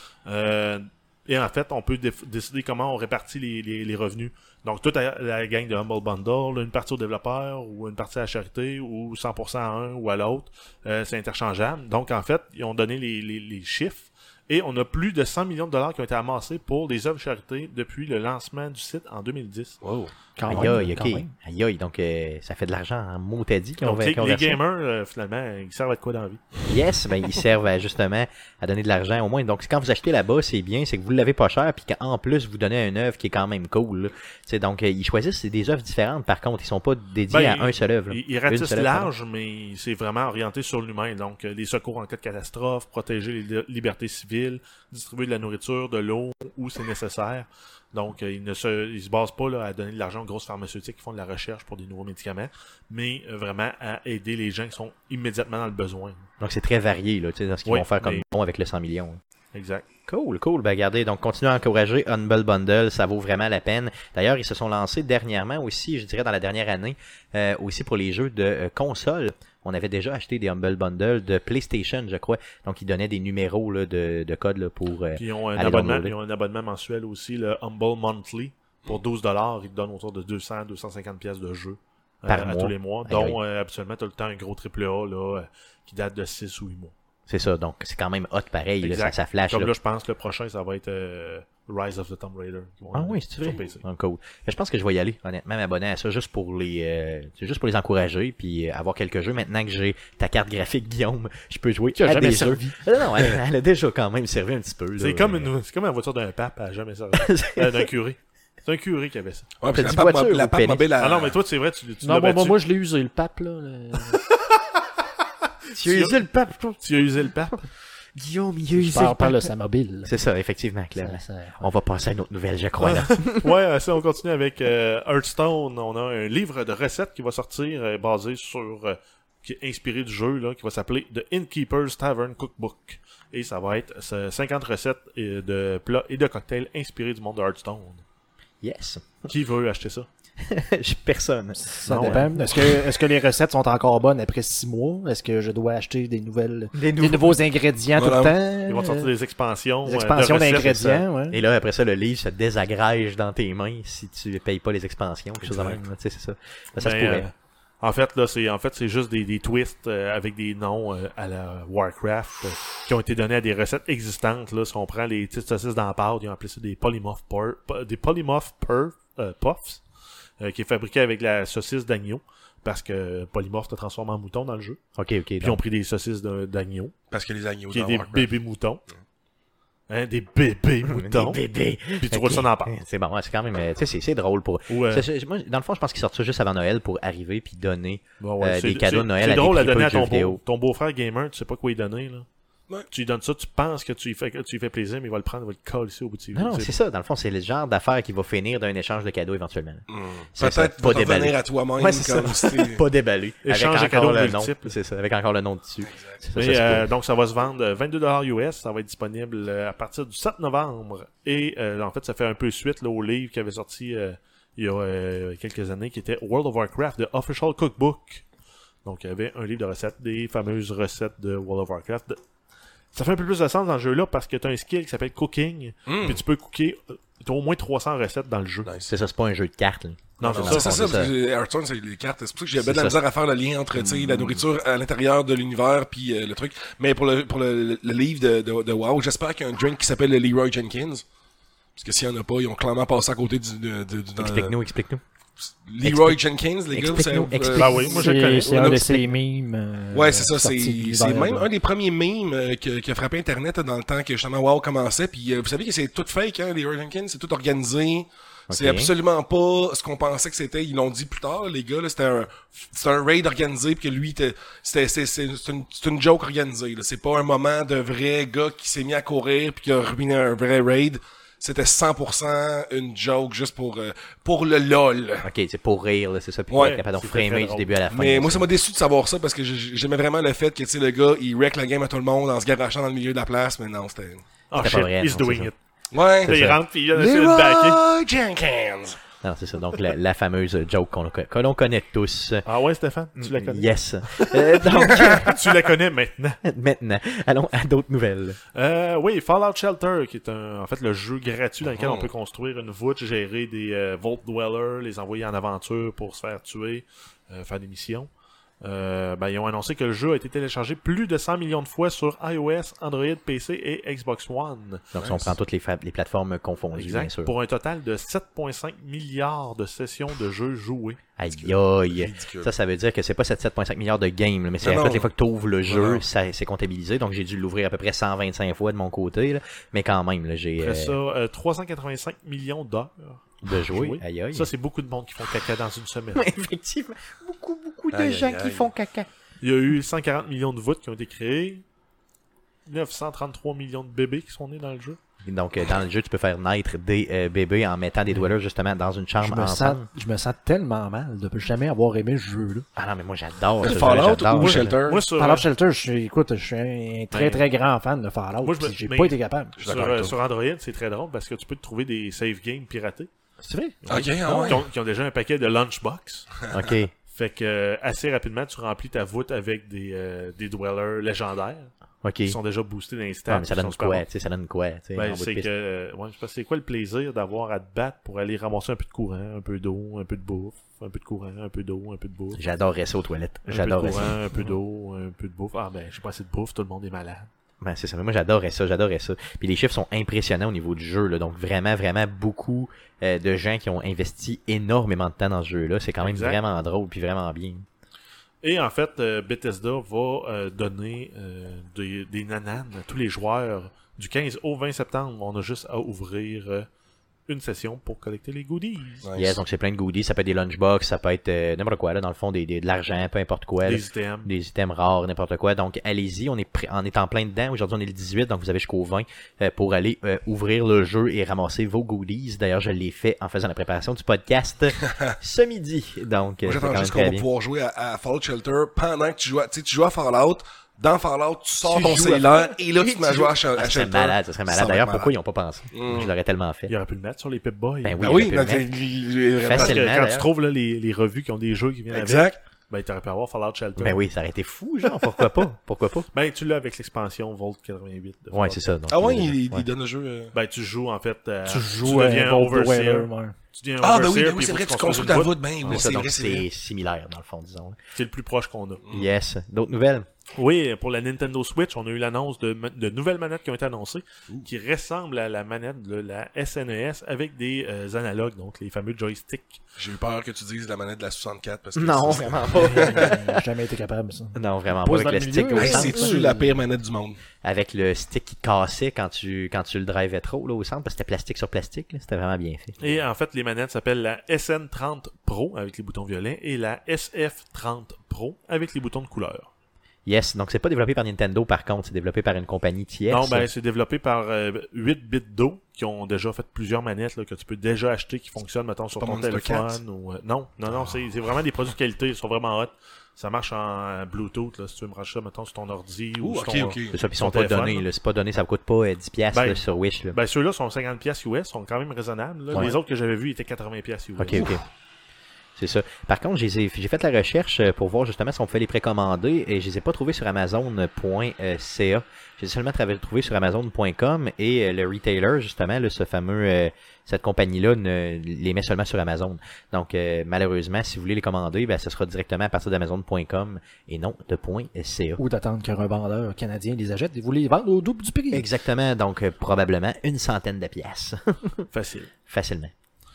Speaker 2: Euh, et en fait, on peut déf- décider comment on répartit les, les, les revenus. Donc, toute la, la gang de Humble Bundle, une partie au développeur, ou une partie à la charité, ou cent pour cent à un ou à l'autre, euh, c'est interchangeable. Donc, en fait, ils ont donné les, les, les chiffres. Et on a plus de cent millions de dollars qui ont été amassés pour des œuvres charité depuis le lancement du site en deux mille dix.
Speaker 1: Wow.
Speaker 4: Quand
Speaker 1: Aïe
Speaker 4: même,
Speaker 1: aïe,
Speaker 4: quand
Speaker 1: ok.
Speaker 4: même.
Speaker 1: Aïe aïe, donc euh, ça fait de l'argent en mot t'as dit qu'ils ont,
Speaker 2: Donc, les,
Speaker 1: qu'ils ont
Speaker 2: les
Speaker 1: versé.
Speaker 2: gamers, euh, finalement, ils servent à quoi dans la vie?
Speaker 1: Yes, ben ils servent à, justement à donner de l'argent au moins. Donc quand vous achetez là-bas, c'est bien, c'est que vous l'avez pas cher, puis qu'en plus vous donnez une œuvre qui est quand même cool. Là. C'est donc euh, ils choisissent c'est des œuvres différentes. Par contre, ils sont pas dédiés
Speaker 2: Ben,
Speaker 1: à un seul œuvre. là.
Speaker 2: Ils, ils
Speaker 1: Une
Speaker 2: ratissent
Speaker 1: seule œuvre, pardon.
Speaker 2: large, mais c'est vraiment orienté sur l'humain. Donc, euh, les secours en cas de catastrophe, protéger les li- libertés civiles, distribuer de la nourriture, de l'eau où c'est nécessaire. Donc, euh, ils ne se, ils se basent pas là, à donner de l'argent aux grosses pharmaceutiques qui font de la recherche pour des nouveaux médicaments, mais euh, vraiment à aider les gens qui sont immédiatement dans le besoin.
Speaker 1: Donc c'est très varié là, tu sais, dans ce qu'ils
Speaker 2: Oui,
Speaker 1: vont faire comme
Speaker 2: mais-
Speaker 1: bon avec le cent millions.
Speaker 2: Exact.
Speaker 1: Cool, cool. Ben regardez, donc continuez à encourager Humble Bundle, ça vaut vraiment la peine. D'ailleurs, ils se sont lancés dernièrement aussi, je dirais dans la dernière année, euh, aussi pour les jeux de euh, console. On avait déjà acheté des Humble Bundle de PlayStation, je crois. Donc ils donnaient des numéros là, de, de code là, pour. euh,
Speaker 2: Puis ils ont un,
Speaker 1: Allez
Speaker 2: abonnement,
Speaker 1: downloader.
Speaker 2: ils ont un abonnement mensuel aussi, le Humble Monthly. Pour douze dollars, ils te donnent autour de deux cents à deux cent cinquante pièces de jeu euh,
Speaker 1: Par
Speaker 2: à
Speaker 1: mois.
Speaker 2: tous les mois.
Speaker 1: Aïe,
Speaker 2: dont
Speaker 1: aïe.
Speaker 2: euh, habituellement, tu as le temps un gros triple A là, euh, qui date de six ou huit mois.
Speaker 1: C'est ça, donc c'est quand même hot pareil, là, ça,
Speaker 2: Exact.
Speaker 1: ça flash.
Speaker 2: Comme
Speaker 1: là.
Speaker 2: là, je pense que le prochain, ça va être euh, Rise of the Tomb Raider. qui vont
Speaker 1: Ah
Speaker 2: aller
Speaker 1: oui, c'est
Speaker 2: sur
Speaker 1: vrai.
Speaker 2: P C.
Speaker 1: Ah, cool. Je pense que je vais y aller, honnêtement, m'abonner à ça juste pour les euh, c'est juste pour les encourager puis euh, avoir quelques jeux. Maintenant que j'ai ta carte graphique, Guillaume, je peux jouer
Speaker 4: Qui a
Speaker 1: à
Speaker 4: jamais
Speaker 1: des
Speaker 4: servi.
Speaker 1: jeux. Non, non, elle, elle a déjà quand même servi un petit peu. là.
Speaker 2: C'est comme, une, c'est comme la voiture d'un pape à jamais servi. euh, d'un curé. C'est un curé qui avait ça.
Speaker 3: Ouais,
Speaker 1: T'as
Speaker 3: puis la
Speaker 1: dit
Speaker 3: patte,
Speaker 1: voiture
Speaker 3: mo- la
Speaker 1: ou
Speaker 3: patte
Speaker 1: pénis?
Speaker 3: mobile à...
Speaker 2: Ah non, mais toi, c'est vrai, tu, tu
Speaker 4: Non,
Speaker 2: l'as
Speaker 4: moi,
Speaker 2: battu.
Speaker 4: moi, moi, je l'ai usé, le pape, là. le-
Speaker 1: Tu as usé le pape, toi.
Speaker 2: Tu as usé le pape.
Speaker 1: Guillaume, il a
Speaker 4: Je
Speaker 1: usé
Speaker 4: parle,
Speaker 1: le
Speaker 4: parle de
Speaker 1: pape.
Speaker 4: sa mobile.
Speaker 1: C'est ça, effectivement, Claire.
Speaker 4: Ça- ça-
Speaker 1: On va passer à une autre nouvelle, je crois. Là.
Speaker 2: Ouais, euh, ça, on continue avec euh, Hearthstone. On a un livre de recettes qui va sortir euh, basé sur... euh, qui est inspiré du jeu, là, qui va s'appeler The Innkeeper's Tavern Cookbook. Et ça va être euh, cinquante recettes euh, de plats et de cocktails inspirés du monde de Hearthstone.
Speaker 1: Yes.
Speaker 2: Qui veut acheter ça?
Speaker 1: Je- Personne.
Speaker 4: Ça
Speaker 2: Non,
Speaker 4: dépend. Est-ce que, est-ce que les recettes sont encore bonnes après six mois? Est-ce que je dois acheter des nouvelles,
Speaker 1: Des
Speaker 4: des nouveaux ingrédients
Speaker 3: Voilà.
Speaker 4: tout le temps?
Speaker 2: Ils vont sortir des expansions.
Speaker 4: Des
Speaker 2: euh,
Speaker 4: expansions
Speaker 2: de recettes,
Speaker 4: d'ingrédients, ouais.
Speaker 1: Et là, après ça, le livre se désagrège dans tes mains si tu ne payes pas les expansions, quelque chose de
Speaker 3: Exact.
Speaker 1: même. là. Tu sais, c'est ça. Ça, ça se
Speaker 2: Ben,
Speaker 1: pourrait.
Speaker 2: euh, en fait, là, c'est en fait c'est juste des, des twists euh, avec des noms euh, à la Warcraft euh, qui ont été donnés à des recettes existantes. Là, si on prend les petites saucisses dans la pâte, ils ont appelé ça des polymorph pur- des polymorph pur- euh, puffs, euh, qui est fabriqué avec la saucisse d'agneau. parce que Polymorph te transforme en mouton dans le jeu.
Speaker 1: Ok, ok.
Speaker 2: Puis ils ont pris des saucisses de- d'agneau,
Speaker 3: Parce que les agneaux
Speaker 2: qui est
Speaker 3: dans
Speaker 2: des
Speaker 3: Warcraft.
Speaker 2: bébés moutons. Hein, des bébés moutons.
Speaker 1: Des bébés.
Speaker 2: Puis tu
Speaker 1: Ok.
Speaker 2: roules ça dans la pâte.
Speaker 1: C'est bon, ouais, c'est quand même, euh, tu sais, c'est, c'est drôle pour.
Speaker 2: Ou, euh,
Speaker 1: C'est- c'est- moi, dans le fond, je pense qu'ils sortent ça juste avant Noël pour arriver puis donner
Speaker 2: Bon, ouais,
Speaker 1: euh,
Speaker 2: c'est-
Speaker 1: des cadeaux de
Speaker 2: c'est-
Speaker 1: Noël
Speaker 2: C'est
Speaker 1: à des
Speaker 2: drôle à
Speaker 1: tripeux
Speaker 2: donner
Speaker 1: de
Speaker 2: à ton,
Speaker 1: jeux vidéo.
Speaker 2: beau, ton beau-frère gamer, tu sais pas quoi lui donner, là.
Speaker 3: Ouais.
Speaker 2: Tu lui donnes ça, tu penses que tu lui fais, que tu lui fais plaisir, mais il va le prendre, il va le coller au bout de ses
Speaker 1: Non, non,
Speaker 2: c'est-
Speaker 1: c'est ça. Dans le fond, c'est le genre d'affaire qui va finir d'un échange de cadeaux éventuellement.
Speaker 3: Hmm.
Speaker 1: C'est ça,
Speaker 3: Peut-être
Speaker 1: pas
Speaker 3: pas
Speaker 1: déballé.
Speaker 3: revenir à toi-même
Speaker 1: Ouais, c'est
Speaker 3: comme
Speaker 1: ça.
Speaker 3: si t'es-
Speaker 1: Pas déballé.
Speaker 2: Échange de
Speaker 1: avec
Speaker 2: cadeaux
Speaker 1: encore le nom.
Speaker 2: multiples.
Speaker 1: C'est ça, avec encore le nom dessus. C'est ça,
Speaker 2: Mais,
Speaker 1: ça, c'est
Speaker 2: euh,
Speaker 1: cool.
Speaker 2: donc ça va se vendre euh, vingt-deux dollars U S, ça va être disponible euh, à partir du sept novembre. Et euh, en fait, ça fait un peu suite là, au livre qui avait sorti euh, il y a euh, quelques années, qui était World of Warcraft, The Official Cookbook. Donc il y avait un livre de recettes, des fameuses recettes de World of Warcraft. De- Ça fait un peu plus de sens dans le jeu-là parce que tu as un skill qui s'appelle Cooking,
Speaker 3: Hmm.
Speaker 2: puis tu peux cooker, tu as au moins trois cents recettes dans le jeu.
Speaker 3: Nice.
Speaker 1: C'est ça, c'est pas un jeu de cartes. Là.
Speaker 2: Non,
Speaker 3: Non,
Speaker 2: c'est
Speaker 3: c'est
Speaker 2: ça.
Speaker 3: ça,
Speaker 1: c'est
Speaker 3: ça,
Speaker 1: ça.
Speaker 3: parce que Hearthstone, c'est les cartes. C'est pour ça que j'ai
Speaker 1: C'est
Speaker 3: bien de la
Speaker 1: ça.
Speaker 3: misère à faire le lien entre, tu sais, la nourriture à l'intérieur de l'univers puis euh, le truc. Mais pour le, pour le, le livre de, de, de WoW, j'espère qu'il y a un drink qui s'appelle le Leroy Jenkins. Parce que s'il y en a pas, ils ont clairement passé à côté du, de, de, du, dans-
Speaker 1: Explique-nous, explique-nous.
Speaker 3: Leroy Jenkins, les gars, vous savez,
Speaker 1: Explique-nous,
Speaker 3: euh,
Speaker 1: explique.
Speaker 2: Bah oui, moi je le
Speaker 4: C'est
Speaker 2: connais.
Speaker 4: c'est
Speaker 3: On
Speaker 4: un
Speaker 3: a-
Speaker 4: de ces mimes. euh,
Speaker 3: Ouais, c'est ça, c'est,
Speaker 4: sortis
Speaker 3: c'est
Speaker 4: dans-
Speaker 3: même un des premiers memes euh, qui, qui a frappé Internet dans le temps que justement WoW commençait. Puis euh, vous savez que c'est tout fake, hein, Leroy Jenkins, c'est tout organisé. C'est
Speaker 1: Ok.
Speaker 3: absolument pas ce qu'on pensait que c'était. Ils l'ont dit plus tard, les gars. Là, c'était un, c'était un raid organisé, puis que lui, était- c'était, c'est, c'est, c'est une, c'est une joke organisée. Là. C'est pas un moment de vrai gars qui s'est mis à courir puis qui a ruiné un vrai raid. C'était cent pour cent une joke juste pour euh, pour le lol.
Speaker 1: Ok, c'est pour rire, là, c'est ça. Puis
Speaker 3: Ouais,
Speaker 1: on est capable de
Speaker 2: c'est très,
Speaker 1: framer
Speaker 2: très
Speaker 1: du
Speaker 2: drôle.
Speaker 1: début à la fin.
Speaker 3: Mais
Speaker 1: là,
Speaker 3: moi, ça
Speaker 1: ça.
Speaker 3: m'a déçu de savoir ça parce que j'ai- j'aimais vraiment le fait que, tu sais, le gars, il wreck la game à tout le monde en se garachant dans le milieu de la place, mais non, c'était...
Speaker 2: Ah
Speaker 1: C'était
Speaker 2: shit,
Speaker 1: pas vrai,
Speaker 2: he's
Speaker 1: non,
Speaker 2: doing
Speaker 1: c'est ça.
Speaker 2: it.
Speaker 3: Ouais.
Speaker 2: Là, il
Speaker 1: ça.
Speaker 2: rentre, puis il a essayé de le backer.
Speaker 3: Leroy Jenkins.
Speaker 1: Non, c'est ça. Donc, la, la fameuse joke qu'on que l'on connaît tous.
Speaker 2: Ah ouais, Stéphane, tu la connais?
Speaker 1: Yes. Euh, donc,
Speaker 2: Tu la connais maintenant.
Speaker 1: maintenant, allons à d'autres nouvelles.
Speaker 2: Euh, oui, Fallout Shelter, qui est un, en fait le jeu gratuit dans lequel
Speaker 3: Oh.
Speaker 2: on peut construire une voûte, gérer des euh, Vault Dwellers, les envoyer en aventure pour se faire tuer, euh, faire des missions. Euh, ben, ils ont annoncé que le jeu a été téléchargé plus de cent millions de fois sur iOS, Android, P C et Xbox One.
Speaker 1: Donc, si on prend toutes les, fa- les plateformes confondues, bien
Speaker 2: Exact.
Speaker 1: sûr.
Speaker 2: Pour un total de sept virgule cinq milliards de sessions de jeux joués.
Speaker 1: Aïe, aïe.
Speaker 3: Ridicule.
Speaker 1: Ça, ça veut dire que c'est pas cette sept virgule cinq milliards de games, là, mais c'est
Speaker 3: Non,
Speaker 1: à
Speaker 3: non.
Speaker 1: toutes les fois que tu ouvres le jeu,
Speaker 3: non.
Speaker 1: ça c'est comptabilisé. Donc, j'ai dû l'ouvrir à peu près cent vingt-cinq fois de mon côté, là. Mais quand même, là, j'ai
Speaker 2: Après
Speaker 1: euh,
Speaker 2: ça, euh, trois cent quatre-vingt-cinq millions d'heures.
Speaker 1: de jouer.
Speaker 2: jouées.
Speaker 1: Aïe, aïe.
Speaker 2: Ça, c'est beaucoup de monde qui font caca dans une semaine.
Speaker 1: Effectivement, beaucoup, beaucoup de
Speaker 3: Aïe,
Speaker 1: gens
Speaker 3: aïe,
Speaker 1: qui
Speaker 3: aïe.
Speaker 1: font caca.
Speaker 2: Il y a eu cent quarante millions de voûtes qui ont été créées. neuf cent trente-trois millions de bébés qui sont nés dans le jeu.
Speaker 1: Donc, euh, dans le jeu, tu peux faire naître des euh, bébés en mettant des dwellers justement dans une
Speaker 4: Je
Speaker 1: chambre
Speaker 4: me, sens,
Speaker 1: ensemble.
Speaker 4: je me sens tellement mal de jamais avoir aimé ce jeu-là.
Speaker 1: Ah non, mais moi, j'adore ce jeu,
Speaker 3: Fallout
Speaker 1: j'adore
Speaker 3: ou
Speaker 1: ce jeu.
Speaker 3: Shelter?
Speaker 2: Moi, sur,
Speaker 4: Fallout Shelter, je suis, écoute, je suis un très
Speaker 2: Ben,
Speaker 4: très grand fan de Fallout.
Speaker 2: moi, je me-
Speaker 4: puis j'ai
Speaker 2: mais-
Speaker 4: pas été capable.
Speaker 3: suis
Speaker 2: sur,
Speaker 3: d'accord avec
Speaker 2: euh,
Speaker 3: toi.
Speaker 2: sur Android, c'est très drôle parce que tu peux te trouver des save games piratés.
Speaker 4: C'est vrai?
Speaker 3: Ok, ah ouais.
Speaker 2: Qui, ont, qui ont déjà un paquet de lunchbox.
Speaker 1: OK.
Speaker 2: Fait que euh, assez rapidement, tu remplis ta voûte avec des, euh, des dwellers légendaires
Speaker 1: OK.
Speaker 2: qui sont déjà boostés dans les stats.
Speaker 1: Ah, mais ça
Speaker 2: qui sont
Speaker 1: donne
Speaker 2: super
Speaker 1: quoi,
Speaker 2: bons.
Speaker 1: tu sais, ça donne quoi, tu sais, en
Speaker 2: Ben,
Speaker 1: bout de
Speaker 2: c'est
Speaker 1: piste.
Speaker 2: que, euh, ouais, je sais pas, c'est quoi le plaisir d'avoir à te battre pour aller ramasser un peu de courant, un peu d'eau, un peu de bouffe, un peu de courant, un peu d'eau, un peu de bouffe.
Speaker 1: J'adorerais ça aux toilettes.
Speaker 2: Un peu de
Speaker 1: J'adorerais
Speaker 2: courant,
Speaker 1: ça.
Speaker 2: un peu d'eau, un peu de bouffe. Ah ben, j'ai pas assez de bouffe, tout le monde est malade.
Speaker 1: Ben, c'est ça. Mais moi, j'adorais ça, j'adorais ça. Puis les chiffres sont impressionnants au niveau du jeu, là. Donc, vraiment, vraiment beaucoup euh, de gens qui ont investi énormément de temps dans ce jeu-là. C'est quand même
Speaker 2: Exact.
Speaker 1: vraiment drôle puis vraiment bien.
Speaker 2: Et en fait, euh, Bethesda va euh, donner euh, des, des nananes à tous les joueurs du quinze au vingt septembre. On a juste à ouvrir euh, une session pour collecter les goodies.
Speaker 3: Nice.
Speaker 1: Yes, donc c'est plein de goodies. Ça peut être des lunchbox, ça peut être euh, n'importe quoi, là, dans le fond, des, des- de l'argent, peu importe quoi. là.
Speaker 2: Des items.
Speaker 1: Des items rares, n'importe quoi. Donc, allez-y, on est prêt- on est en plein dedans. Aujourd'hui, on est le dix-huit, donc vous avez jusqu'au vingt euh, pour aller euh, ouvrir le jeu et ramasser vos goodies. D'ailleurs, je l'ai fait en faisant la préparation du podcast ce midi. Donc, euh,
Speaker 3: Moi,
Speaker 1: c'est quand
Speaker 3: j'attends
Speaker 1: même
Speaker 3: juste qu'on
Speaker 1: très
Speaker 3: va
Speaker 1: bien.
Speaker 3: pouvoir jouer à, à Fallout Shelter pendant que tu joues à, tu sais, tu joues à Fallout. Dans Fallout, tu sors
Speaker 1: Tu
Speaker 3: ton
Speaker 1: joues à
Speaker 3: cellulaire et là, tu te mets à
Speaker 1: Tu
Speaker 3: jouer à,
Speaker 1: joues-
Speaker 3: Sh- à
Speaker 1: Ah, ça serait
Speaker 3: Shelter.
Speaker 1: malade, ça serait malade.
Speaker 3: Ça va
Speaker 1: D'ailleurs,
Speaker 3: être
Speaker 1: pourquoi ils
Speaker 3: malade.
Speaker 1: ont pas pensé?
Speaker 3: Mm.
Speaker 1: Je l'aurais tellement fait.
Speaker 2: Il aurait pu le mettre sur les Pip-Boys.
Speaker 1: Ben oui,
Speaker 3: Ben
Speaker 1: il
Speaker 3: oui,
Speaker 1: aurait pu
Speaker 3: dans
Speaker 1: le mettre.
Speaker 3: les-
Speaker 2: Parce que
Speaker 1: Facilement,
Speaker 2: quand tu
Speaker 1: d'ailleurs.
Speaker 2: trouves là, les, les revues qui ont des jeux qui viennent avec,
Speaker 3: Exact.
Speaker 2: ben tu aurais pu avoir Fallout Shelter.
Speaker 1: Ben oui, ça aurait été fou, genre. Pourquoi pas? Pourquoi pas?
Speaker 2: Ben tu l'as avec l'expansion Vault quatre-vingt-huit. de
Speaker 1: Ouais,
Speaker 2: Fallout.
Speaker 1: c'est ça. donc,
Speaker 3: Ah ouais,
Speaker 1: euh,
Speaker 3: il, il
Speaker 1: ouais.
Speaker 3: donne le jeu. euh.
Speaker 2: Ben tu joues en fait. euh,
Speaker 4: Tu joues
Speaker 2: deviens
Speaker 4: à un
Speaker 2: overseer.
Speaker 4: Dweller, ouais.
Speaker 2: Tu deviens
Speaker 3: Ah, ben oui,
Speaker 2: overseer,
Speaker 3: ben oui,
Speaker 2: puis
Speaker 3: c'est
Speaker 2: il faut
Speaker 3: vrai,
Speaker 2: que
Speaker 3: tu
Speaker 2: tu
Speaker 3: construis
Speaker 2: construises
Speaker 3: ta
Speaker 2: une
Speaker 3: voûte, ben oui,
Speaker 1: C'est
Speaker 3: c'est
Speaker 1: ça,
Speaker 3: vrai,
Speaker 1: donc
Speaker 3: c'est
Speaker 1: c'est
Speaker 3: vrai.
Speaker 1: similaire, dans le fond, disons.
Speaker 2: C'est le plus proche qu'on a.
Speaker 1: Yes. D'autres nouvelles?
Speaker 2: Oui, pour la Nintendo Switch, on a eu l'annonce de, de nouvelles manettes qui ont été annoncées, Ouh. qui ressemblent à la manette de la S N E S avec des euh, analogues, donc les fameux joysticks.
Speaker 3: J'ai eu peur que tu dises la manette de la soixante-quatre. Parce que
Speaker 1: non,
Speaker 3: c'est...
Speaker 1: vraiment pas.
Speaker 4: J'ai jamais été capable, ça.
Speaker 1: Non, vraiment
Speaker 4: Pose
Speaker 1: pas. Avec le stick
Speaker 4: milieu,
Speaker 1: au
Speaker 3: hey,
Speaker 1: centre.
Speaker 3: c'est-tu la pire manette du monde?
Speaker 1: Avec le stick qui cassait quand tu quand tu le drivais trop là, au centre, parce que c'était plastique sur plastique. Là. C'était vraiment bien fait.
Speaker 2: Et en fait, les manettes s'appellent la S N trente Pro avec les boutons violets et la S F trente Pro avec les boutons de couleur.
Speaker 1: Yes, donc c'est pas développé par Nintendo par contre, c'est développé par une compagnie tierce.
Speaker 2: Non, ben c'est développé par euh, huit bits d'eau qui ont déjà fait plusieurs manettes là, que tu peux déjà acheter qui fonctionnent, mettons, sur
Speaker 3: pas
Speaker 2: ton
Speaker 3: Monster
Speaker 2: téléphone. Ou, euh, non, non, non, c'est, c'est vraiment des produits de qualité, ils sont vraiment hot. Ça marche en Bluetooth, là, si tu veux me racheter, mettons, sur ton ordi
Speaker 3: Ouh,
Speaker 2: ou sur
Speaker 3: okay,
Speaker 2: ton...
Speaker 3: okay.
Speaker 1: C'est ça, puis ils
Speaker 2: son
Speaker 1: sont pas
Speaker 2: téléphone,
Speaker 1: donnés,
Speaker 2: là.
Speaker 1: là. C'est pas donné, ça coûte pas euh, dix piastres
Speaker 2: Ben,
Speaker 1: là, sur Wish. Là.
Speaker 2: Ben ceux-là sont cinquante piastres U S, sont quand même raisonnables. Là.
Speaker 1: Ouais.
Speaker 2: Les autres que j'avais vus étaient quatre-vingts piastres U S.
Speaker 1: Ok, ok. C'est ça. Par contre, j'ai, j'ai fait la recherche pour voir justement si on pouvait les précommander et je les ai pas trouvés sur Amazon point c a. J'ai seulement trouvé sur Amazon point com et le retailer, justement, là, ce fameux, euh, cette compagnie-là ne les met seulement sur Amazon. Donc, euh, malheureusement, si vous voulez les commander, ben, ce sera directement à partir d'Amazon point com et non de .ca.
Speaker 4: Ou d'attendre qu'un revendeur canadien les achète et vous les vendez au double du prix.
Speaker 1: Exactement. Donc, euh, probablement une centaine de pièces.
Speaker 2: Facile.
Speaker 1: Facilement.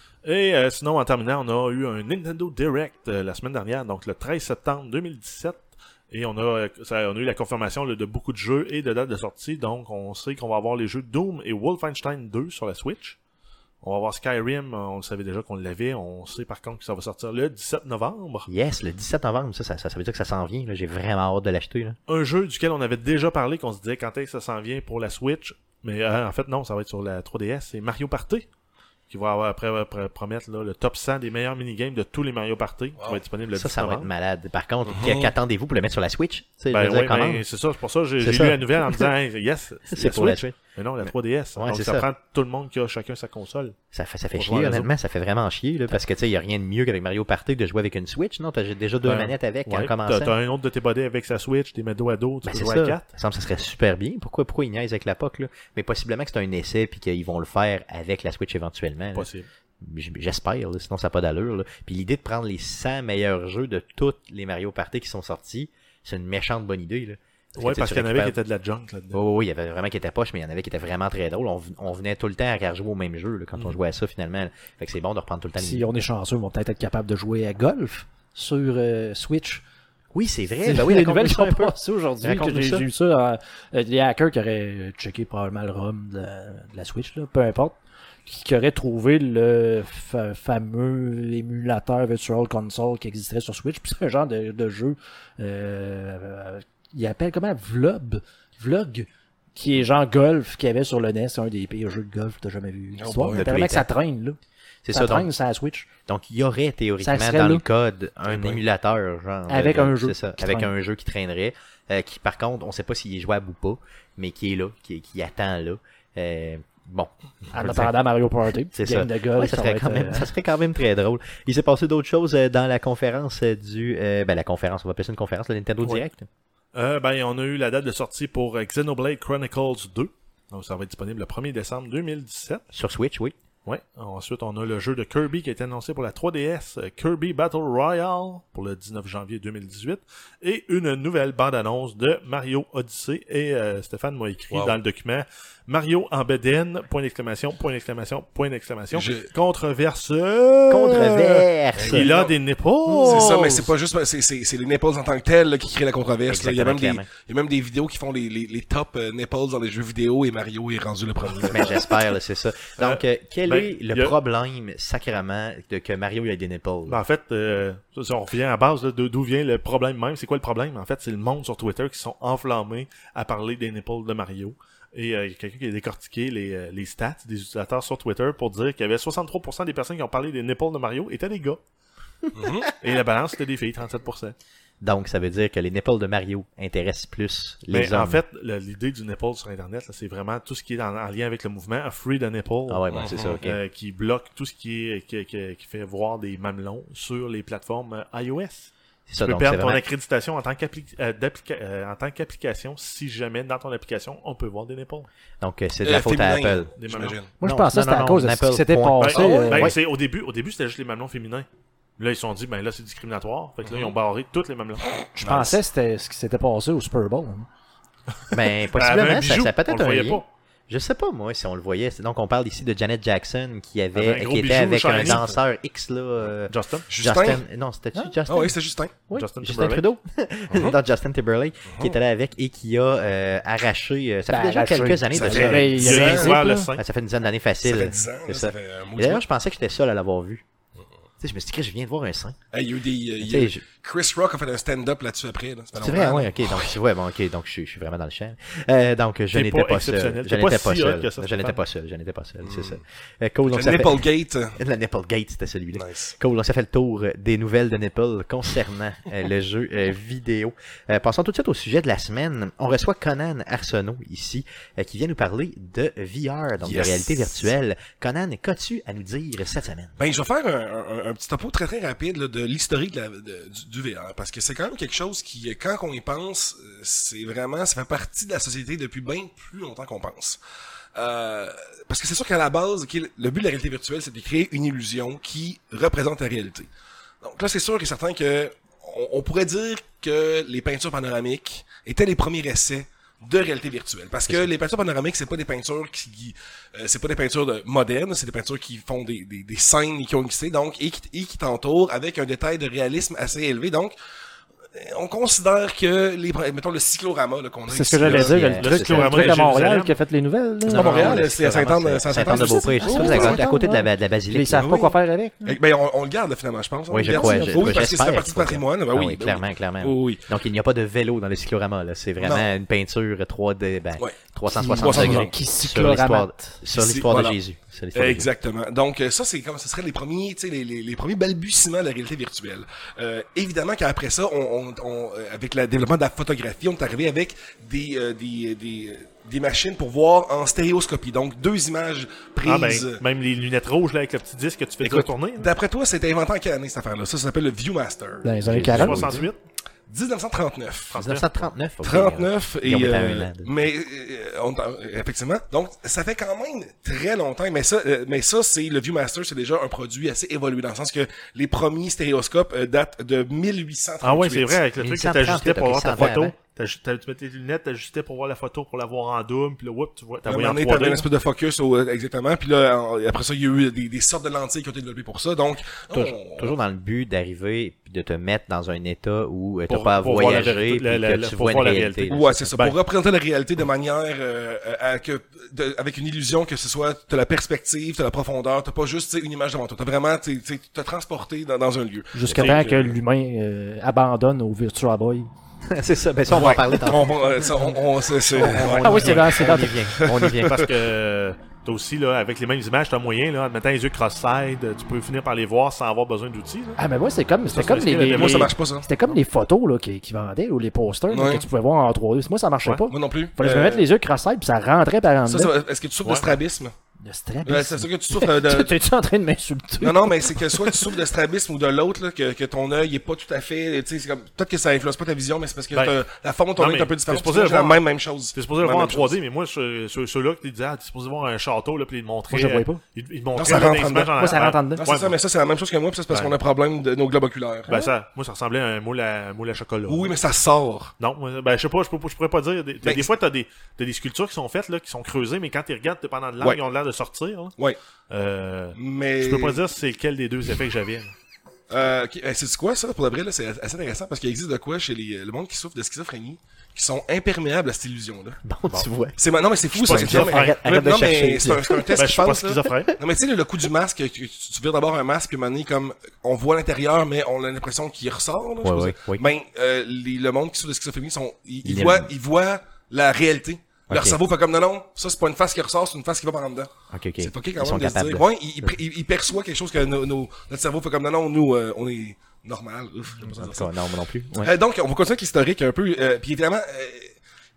Speaker 2: Et euh, sinon, en terminant, on a eu un Nintendo Direct euh, la semaine dernière, donc le treize septembre deux mille dix-sept. Et on a, euh, ça, on a eu la confirmation là, de beaucoup de jeux et de dates de sortie. Donc, on sait qu'on va avoir les jeux Doom et Wolfenstein deux sur la Switch. On va avoir Skyrim, on le savait déjà qu'on l'avait. On sait par contre que ça va sortir le dix-sept novembre.
Speaker 1: Yes, le dix-sept novembre, ça, ça, ça, ça veut dire que ça s'en vient. Là. J'ai vraiment hâte de l'acheter. Là.
Speaker 2: Un jeu duquel on avait déjà parlé, qu'on se disait quand est-ce que ça s'en vient pour la Switch. Mais euh, en fait, non, ça va être sur la trois D S. C'est Mario Party, qui va avoir, après, après promettre là, le top cent des meilleurs minigames de tous les Mario Party, wow. qui va être disponible le
Speaker 1: ça,
Speaker 2: dix
Speaker 1: ça
Speaker 2: novembre.
Speaker 1: va être malade. Par contre, mm-hmm. qu'attendez-vous pour le mettre sur la Switch?
Speaker 2: Ben oui, ben, c'est ça. C'est pour ça que j'ai, j'ai lu la nouvelle en me disant hey, yes, c'est,
Speaker 1: c'est pour Switch. La Switch.
Speaker 2: Mais non, la trois D S.
Speaker 1: Ouais,
Speaker 2: donc
Speaker 1: ça,
Speaker 2: ça prend tout le monde qui a chacun sa console.
Speaker 1: Ça fait, ça fait chier, honnêtement. Ça fait vraiment chier, là, parce que, tu sais, il n'y a rien de mieux qu'avec Mario Party de jouer avec une Switch, non? T'as déjà deux ben, manettes avec,
Speaker 2: ouais,
Speaker 1: en commençant.
Speaker 2: T'as, t'as un autre de tes bodés avec sa Switch, t'es mets dos à dos, tu
Speaker 1: ben,
Speaker 2: peux
Speaker 1: c'est
Speaker 2: jouer
Speaker 1: ça.
Speaker 2: à quatre.
Speaker 1: Ça semble que ça serait super bien. Pourquoi, pourquoi ils niaisent avec la P O C, là? Mais possiblement que c'est un essai, puis qu'ils vont le faire avec la Switch éventuellement.
Speaker 2: Possible.
Speaker 1: Là. J'espère, là, sinon ça n'a pas d'allure. Là. Puis l'idée de prendre les cent meilleurs jeux de tous les Mario Party qui sont sortis, c'est une méchante bonne idée, là.
Speaker 2: Parce ouais, parce qu'il y en avait qui étaient de la junk là-dedans.
Speaker 1: Oh, oui, il y avait vraiment qui étaient poches, mais il y en avait qui étaient vraiment très drôles. On, on venait tout le temps à rejouer au même jeu là, quand mm. on jouait à ça finalement. Là. Fait que c'est bon de reprendre tout le temps.
Speaker 4: Si les... on est chanceux, on va peut-être être capable de jouer à golf sur euh, Switch.
Speaker 1: Oui, c'est vrai.
Speaker 4: C'est
Speaker 1: ben oui,
Speaker 4: les nouvelles qui sont passées aujourd'hui. Que j'ai,
Speaker 1: ça.
Speaker 4: j'ai eu ça. Euh, les hackers qui auraient checké probablement le ROM de, de la Switch, là, peu importe, qui auraient trouvé le fa- fameux émulateur Virtual Console qui existerait sur Switch. Puis c'est un genre de, de jeu. Euh, il appelle comment Vlog, Vlog, qui est genre golf qu'il y avait sur le N E S, un des pires jeux de golf que t'as jamais vu.
Speaker 1: Oh,
Speaker 4: L'histoire, mais tellement que ça traîne là.
Speaker 1: C'est
Speaker 4: ça,
Speaker 1: ça
Speaker 4: traîne
Speaker 1: donc,
Speaker 4: sur la Switch.
Speaker 1: Donc il y aurait théoriquement dans là. le code un ouais. émulateur genre
Speaker 4: avec
Speaker 1: de,
Speaker 4: un jeu
Speaker 1: c'est ça, avec traîne. un jeu qui traînerait, euh, qui par contre on sait pas s'il est jouable ou pas, mais qui est là, qui, qui attend là. Euh, Bon.
Speaker 4: En attendant Mario Party,
Speaker 1: c'est
Speaker 4: game
Speaker 1: ça.
Speaker 4: de golf,
Speaker 1: ouais, ça,
Speaker 4: ça,
Speaker 1: serait quand même, euh... ça serait quand même très drôle. Il s'est passé d'autres choses euh, dans la conférence euh, du... Euh, ben la conférence, on va appeler ça une conférence, le Nintendo
Speaker 2: ouais.
Speaker 1: Direct.
Speaker 2: Euh, ben on a eu la date de sortie pour Xenoblade Chronicles deux. Donc ça va être disponible le premier décembre deux mille dix-sept.
Speaker 1: Sur Switch, oui.
Speaker 2: Ouais. Ensuite, on a le jeu de Kirby qui a été annoncé pour la trois D S, Kirby Battle Royale, pour le dix-neuf janvier deux mille dix-huit, et une nouvelle bande-annonce de Mario Odyssey. Et euh, Stéphane m'a écrit wow. dans le document Mario en bedaine, point d'exclamation, point d'exclamation, point d'exclamation,
Speaker 3: Je...
Speaker 2: controverse.
Speaker 1: Controverse.
Speaker 2: Il a des nipples.
Speaker 3: C'est ça, mais c'est pas juste, c'est, c'est, c'est les nipples en tant que tels là, qui créent la controverse. Là. Il y a même des, il y a même des vidéos qui font les, les, les top euh, nipples dans les jeux vidéo et Mario est rendu le premier.
Speaker 1: Mais j'espère, là, c'est ça. Donc, euh, quel
Speaker 2: ben,
Speaker 1: est le a... problème, sacrément, de que Mario ait des nipples?
Speaker 2: Ben, en fait, euh, ça, on revient à base là, de, d'où vient le problème même. C'est quoi le problème? En fait, c'est le monde sur Twitter qui sont enflammés à parler des nipples de Mario. Et il euh, y a quelqu'un qui a décortiqué les, euh, les stats des utilisateurs sur Twitter pour dire qu'il y avait soixante-trois pour cent des personnes qui ont parlé des nipples de Mario étaient des gars. Mm-hmm. Et la balance, c'était des filles, trente-sept pour cent.
Speaker 1: Donc, ça veut dire que les nipples de Mario intéressent plus les
Speaker 2: Mais
Speaker 1: hommes.
Speaker 2: En fait, le, l'idée du nipple sur Internet, là, c'est vraiment tout ce qui est en, en lien avec le mouvement Free the Nipple.
Speaker 1: Ah ouais, ben, c'est ça, ok.
Speaker 2: Euh, qui bloque tout ce qui est qui, qui, qui fait voir des mamelons sur les plateformes euh, iOS.
Speaker 1: C'est ça,
Speaker 2: tu peux
Speaker 1: donc
Speaker 2: perdre
Speaker 1: c'est
Speaker 2: ton
Speaker 1: vraiment...
Speaker 2: accréditation en tant, euh, euh, en tant qu'application si jamais dans ton application on peut voir des nipples.
Speaker 1: Donc euh, c'est de la euh, faute
Speaker 3: féminin,
Speaker 1: à Apple.
Speaker 2: Des mamelons.
Speaker 4: Moi je pensais que c'était à cause de ce qui s'était
Speaker 1: point.
Speaker 4: passé.
Speaker 2: Ben, oh,
Speaker 4: euh,
Speaker 2: ben,
Speaker 4: ouais.
Speaker 2: c'est, au début, au début c'était juste les mamelons féminins. Là, ils se sont dit, ben là, c'est discriminatoire. Fait que là, ils ont barré toutes les mêmes langues.
Speaker 4: Je pensais que c'était ce qui s'était passé au Super Bowl. Hein.
Speaker 1: Ben,
Speaker 2: Elle avait un
Speaker 1: possiblement, ça,
Speaker 2: bijou,
Speaker 1: ça a
Speaker 2: on
Speaker 1: peut-être
Speaker 2: le
Speaker 1: un
Speaker 2: voyait
Speaker 1: lien.
Speaker 2: pas.
Speaker 1: Je sais pas, moi, si on le voyait. C'est- Donc, on parle ici de Janet Jackson, qui
Speaker 2: Elle avait
Speaker 1: avait,
Speaker 2: un gros
Speaker 1: qui était
Speaker 2: bijou
Speaker 1: avec un
Speaker 2: shiny.
Speaker 1: danseur X, là. euh,
Speaker 2: Justin?
Speaker 3: Justin?
Speaker 1: Non, c'était-tu
Speaker 4: Hein?
Speaker 1: Justin?
Speaker 3: Ah oui, c'est Justin.
Speaker 1: Oui,
Speaker 2: Justin
Speaker 1: Justin,
Speaker 2: Timberlake.
Speaker 1: Trudeau. Dans Justin Timberlake, qui était là avec et qui a euh, arraché. euh, ça fait
Speaker 4: Ben,
Speaker 1: déjà
Speaker 4: arraché.
Speaker 1: quelques années
Speaker 3: Ça
Speaker 1: de
Speaker 3: fait-
Speaker 1: ça.
Speaker 4: Mais il y
Speaker 2: Il
Speaker 4: a
Speaker 2: a
Speaker 4: des
Speaker 2: ouvert
Speaker 4: zips,
Speaker 2: le
Speaker 4: là.
Speaker 2: sein.
Speaker 1: Ouais, ça fait une dizaine d'années facile.
Speaker 3: Ça fait dix ans,
Speaker 1: C'est
Speaker 3: là,
Speaker 1: ça.
Speaker 3: ça fait un mois.
Speaker 1: Et d'ailleurs, je pensais que j'étais seul à l'avoir vu. Tu sais, je me suis dit que je viens de voir un sein.
Speaker 3: Hey, il y a eu des. euh, il
Speaker 1: Tu
Speaker 3: y a
Speaker 1: sais,
Speaker 3: eu-
Speaker 1: je-
Speaker 3: Chris Rock a fait un stand-up là-dessus après. Là. Ça fait
Speaker 1: C'est vrai,
Speaker 3: longtemps,
Speaker 1: ouais,
Speaker 3: là.
Speaker 1: ok, donc, ouais, bon, ok, donc je suis, je suis vraiment dans le champ. Euh, donc, je
Speaker 2: T'es
Speaker 1: n'étais
Speaker 2: pas
Speaker 1: pas seul.
Speaker 2: exceptionnel.
Speaker 1: Je
Speaker 2: T'es
Speaker 1: n'étais
Speaker 2: pas
Speaker 1: pas
Speaker 2: si hot
Speaker 1: seul.
Speaker 2: que ça,
Speaker 1: Je
Speaker 2: Stéphane.
Speaker 1: n'étais pas seul, je n'étais pas seul, c'est ça. Euh, cool, donc
Speaker 3: Le
Speaker 1: ça fait...
Speaker 3: Nipplegate.
Speaker 1: Le Nipplegate, c'était celui-là.
Speaker 3: Nice.
Speaker 1: Cool, donc ça fait le tour des nouvelles de Nipple concernant euh, le jeu euh, vidéo. Euh, passons tout de suite au sujet de la semaine. On reçoit Conan Arsenault ici, euh, qui vient nous parler de V R, donc
Speaker 3: Yes.
Speaker 1: de réalité virtuelle. Conan, qu'as-tu à nous dire cette semaine?
Speaker 3: Ben, je vais faire un, un, un petit topo très très rapide là, de l'historique de la- de- du, du V R, parce que c'est quand même quelque chose qui, quand on y pense, euh, c'est vraiment, ça fait partie de la société depuis bien plus longtemps qu'on pense. Euh, parce que c'est sûr qu'à la base, ok, le but de la réalité virtuelle, c'est de créer une illusion qui représente la réalité. Donc là, c'est sûr et certain que on, on pourrait dire que les peintures panoramiques étaient les premiers essais de réalité virtuelle. Parce que les peintures panoramiques, c'est pas des peintures qui, euh, c'est pas des peintures de, modernes, c'est des peintures qui font des, des, des scènes qui ont existé, donc, et qui, et qui t'entourent avec un détail de réalisme assez élevé. Donc, on considère que les, mettons le cyclorama, là, qu'on a
Speaker 4: C'est ce
Speaker 3: ici,
Speaker 4: que j'allais
Speaker 3: là,
Speaker 4: dire,
Speaker 1: il y a-
Speaker 4: le
Speaker 1: le
Speaker 4: truc, le
Speaker 2: cyclorama
Speaker 4: truc
Speaker 2: de
Speaker 4: à Montréal
Speaker 2: Jérusalem.
Speaker 4: qui a fait les nouvelles.
Speaker 3: C'est
Speaker 4: là.
Speaker 3: pas Montréal,
Speaker 1: non,
Speaker 3: c'est à Saint-Anne,
Speaker 1: Saint-Anne-de-Beaupré. C'est ça, vous avez- à côté de la, de la
Speaker 4: Les
Speaker 1: basilique.
Speaker 4: savent pas
Speaker 3: oui.
Speaker 4: quoi faire avec.
Speaker 3: Eh, ben, on, on le garde, là, finalement, je pense. On
Speaker 1: Oui,
Speaker 3: le
Speaker 1: je
Speaker 3: garde,
Speaker 1: crois.
Speaker 3: ça.
Speaker 1: je-
Speaker 3: Oui, parce que
Speaker 1: j'espère,
Speaker 3: c'est partie du
Speaker 1: faut dire.
Speaker 3: patrimoine. Ben
Speaker 1: Ah
Speaker 3: oui,
Speaker 1: oui,
Speaker 3: ben
Speaker 1: clairement, clairement.
Speaker 3: oui. Oui,
Speaker 1: Donc, il n'y a pas de vélo dans le cyclorama, là. C'est vraiment
Speaker 3: Non.
Speaker 1: une peinture trois D, ben,
Speaker 3: Ouais.
Speaker 1: trois cent
Speaker 4: Qui-
Speaker 1: soixante degrés.
Speaker 4: qui
Speaker 1: sur l'histoire,
Speaker 4: cycloramate.
Speaker 1: sur
Speaker 3: C'est-
Speaker 1: l'histoire de
Speaker 3: voilà.
Speaker 1: Jésus. Sur l'histoire de Jésus.
Speaker 3: Exactement. Donc, euh, ça, c'est comme, ce serait les premiers, tu sais, les, les, les premiers balbutiements de la réalité virtuelle. Euh, évidemment qu'après ça, on, on, on, euh, avec le développement de la photographie, on est arrivé avec des, euh, des, des, des machines pour voir en stéréoscopie. Donc, deux images
Speaker 2: Ah, ben,
Speaker 3: prises.
Speaker 2: même les lunettes rouges, là, avec le petit disque que tu fais
Speaker 3: Écoute,
Speaker 2: tourner.
Speaker 3: d'après toi, c'était inventé en quelle année, cette affaire-là? Ça, ça s'appelle le Viewmaster.
Speaker 4: Dans les années quarante.
Speaker 2: soixante-huit.
Speaker 3: dix-neuf cent trente-neuf.
Speaker 1: dix-neuf cent trente-neuf. ok.
Speaker 3: trente-neuf et
Speaker 1: Ils ont mis
Speaker 3: euh,
Speaker 1: un an de-
Speaker 3: mais euh, on, euh, effectivement donc ça fait quand même très longtemps mais ça euh, mais ça c'est le Viewmaster, c'est déjà un produit assez évolué dans le sens que les premiers stéréoscopes euh, datent de mille huit cent trente-huit.
Speaker 2: Ah ouais, c'est vrai, avec le truc que t'ajustais pour
Speaker 1: ok,
Speaker 2: voir ta
Speaker 1: cent ans
Speaker 2: photo.
Speaker 1: avant.
Speaker 2: T'aj- t'as- Tu mettais tes lunettes, t'ajustais pour voir la photo, pour la voir en double, puis là, whoop, tu vois, t'as
Speaker 3: À un
Speaker 2: voyé en
Speaker 3: moment donné,
Speaker 2: trois
Speaker 3: t'avais
Speaker 2: D.
Speaker 3: un espèce de focus au, euh, exactement puis là en- après ça il y a eu des, des sortes de lentilles qui ont été développées pour ça donc
Speaker 1: Toujours,
Speaker 3: on-
Speaker 1: toujours dans le but d'arriver puis de te mettre dans un état où euh, t'as
Speaker 2: Pour-
Speaker 1: pas à
Speaker 2: pour voir la
Speaker 1: voyager
Speaker 2: vérité,
Speaker 1: puis
Speaker 2: la- la-
Speaker 1: que
Speaker 2: la-
Speaker 1: tu
Speaker 2: pour
Speaker 1: vois une
Speaker 2: voir la
Speaker 1: réalité.
Speaker 2: réalité.
Speaker 1: là.
Speaker 3: Ouais, c'est ça.
Speaker 2: Ben-
Speaker 3: Pour représenter la réalité de manière euh, euh, à que de- avec une illusion que ce soit t'as la perspective, t'as la profondeur, t'as pas juste tu sais, une image devant toi. T'as vraiment t'es, t'es, t'as transporté dans, dans un lieu.
Speaker 4: Jusqu'à
Speaker 2: C'est
Speaker 4: temps
Speaker 2: que-
Speaker 4: que l'humain euh, abandonne au Virtua Boy.
Speaker 1: c'est ça. Ben ça, on va en parler tantôt.
Speaker 3: On, va- euh, ça, on, on, c'est, c'est, ouais.
Speaker 1: On
Speaker 4: Ah
Speaker 1: y
Speaker 4: oui, c'est
Speaker 1: vient,
Speaker 4: dans- c'est
Speaker 1: on
Speaker 4: dans-
Speaker 1: y vient. On y vient.
Speaker 2: Parce que euh, t'as aussi, là, avec les mêmes images, t'as moyen, là, en mettant les yeux cross-side, euh, tu peux finir par les voir sans avoir besoin d'outils, là.
Speaker 4: Ah, mais moi, c'est comme, c'était
Speaker 2: c'est
Speaker 4: comme
Speaker 2: un
Speaker 4: les,
Speaker 2: style
Speaker 4: les-
Speaker 2: de-
Speaker 3: Moi, ça
Speaker 4: les-
Speaker 3: marche pas, ça.
Speaker 4: C'était comme les photos là, qui, qui vendaient, ou les posters là,
Speaker 3: Ouais.
Speaker 4: que tu pouvais voir en trois D. Moi, ça marchait
Speaker 2: Ouais.
Speaker 4: pas.
Speaker 3: Moi non plus.
Speaker 4: Fallait que je me
Speaker 3: Euh,
Speaker 4: mette les yeux cross-eyed, puis ça rentrait par en
Speaker 3: ça,
Speaker 4: dedans.
Speaker 3: ça, est-ce que tu souffres de
Speaker 2: Ouais.
Speaker 3: strabisme?
Speaker 4: Le strabisme.
Speaker 3: Ouais, c'est sûr que tu souffres de...
Speaker 4: T'es-tu en train de m'insulter?
Speaker 3: Non, non, mais c'est que soit tu souffres de strabisme ou de l'autre, là, que, que ton œil est pas tout à fait, tu sais, c'est comme, peut-être que ça influence pas ta vision, mais c'est parce que
Speaker 2: Ben,
Speaker 3: t'as- la forme de ton
Speaker 2: non,
Speaker 3: œil est
Speaker 2: mais
Speaker 3: un peu différente.
Speaker 2: t'es supposé
Speaker 3: Tu
Speaker 2: le
Speaker 3: vois, la
Speaker 2: voir-
Speaker 3: même, même chose.
Speaker 2: T'es supposé le
Speaker 3: La
Speaker 2: voir en
Speaker 3: même
Speaker 2: trois D,
Speaker 3: chose.
Speaker 2: mais moi, ceux, ceux, ceux-là que tu disais, ah, t'es supposé voir un château, là, puis ils te montraient.
Speaker 4: Moi, je le voyais pas.
Speaker 2: Ils, ils te
Speaker 3: Non,
Speaker 2: montraient
Speaker 3: ça
Speaker 2: des
Speaker 3: rentre en
Speaker 2: images
Speaker 3: dedans.
Speaker 2: en
Speaker 4: Moi, ça rentre en dedans.
Speaker 3: Non, c'est
Speaker 2: Ouais,
Speaker 3: ça, mais ça, c'est la même chose que moi, puis ça, c'est parce
Speaker 2: Ouais.
Speaker 3: qu'on a un problème de nos globes oculaires.
Speaker 2: Ben, ça, moi, ça ressemblait à un moule à, un moule à chocolat.
Speaker 3: Oui, mais ça sort.
Speaker 2: Non, moi, ben, je sais pas, je, peux, je pourrais pas dire. Des,
Speaker 3: Ben,
Speaker 2: des fois, t'as des, t'as des sculptures qui sont faites, là, qui sont creusées, mais quand tu regardes dépendant de l'angle,
Speaker 3: Ouais.
Speaker 2: ils ont l'air de sortir, là.
Speaker 3: Ouais.
Speaker 2: Euh,
Speaker 3: Mais...
Speaker 2: je peux pas dire c'est quel des deux effets que j'avais. là.
Speaker 3: Euh, ok, euh, c'est quoi ça pour de vrai là, c'est assez intéressant parce qu'il existe de quoi chez les, le monde qui souffre de schizophrénie qui sont imperméables à cette illusion là.
Speaker 1: Bon, tu vois.
Speaker 3: C'est ma- non mais c'est fou
Speaker 2: Je suis
Speaker 3: ça.
Speaker 2: pas
Speaker 3: c'est non, mais-
Speaker 2: schizophrène.
Speaker 1: Arrête, arrête de
Speaker 3: non,
Speaker 1: chercher.
Speaker 3: mais c'est un, c'est un test
Speaker 2: Ben, je
Speaker 3: qui
Speaker 2: suis pas
Speaker 3: passe, là.
Speaker 2: schizophrène.
Speaker 3: Non mais tu sais le, le coup du masque, tu, tu, tu vires d'abord un masque puis maintenant comme on voit l'intérieur mais on a l'impression qu'il ressort. Là, je
Speaker 1: Ouais,
Speaker 3: sais
Speaker 1: ouais,
Speaker 3: pas.
Speaker 1: ouais.
Speaker 3: Ben euh, les- le monde qui souffre de schizophrénie sont ils, ils
Speaker 1: Il
Speaker 3: voient
Speaker 1: aime.
Speaker 3: ils voient la réalité. Leur
Speaker 1: Ok.
Speaker 3: cerveau fait comme non non, ça c'est pas une face qui ressort, c'est une face qui va par en dedans.
Speaker 1: Ok, ok.
Speaker 3: C'est fucké
Speaker 1: Ils
Speaker 3: quand
Speaker 1: sont
Speaker 3: même de se
Speaker 1: capables.
Speaker 3: dire. Ouais, il, il, il- il perçoit quelque chose que nos, nos- notre cerveau fait comme non non, nous euh, on est normal. Ouf, j'aime pas ça
Speaker 1: En
Speaker 3: dire
Speaker 1: tout
Speaker 3: ça.
Speaker 1: cas, non, moi non plus. Ouais.
Speaker 3: Euh, donc, on va continuer avec l'historique un peu. Euh, puis évidemment, euh,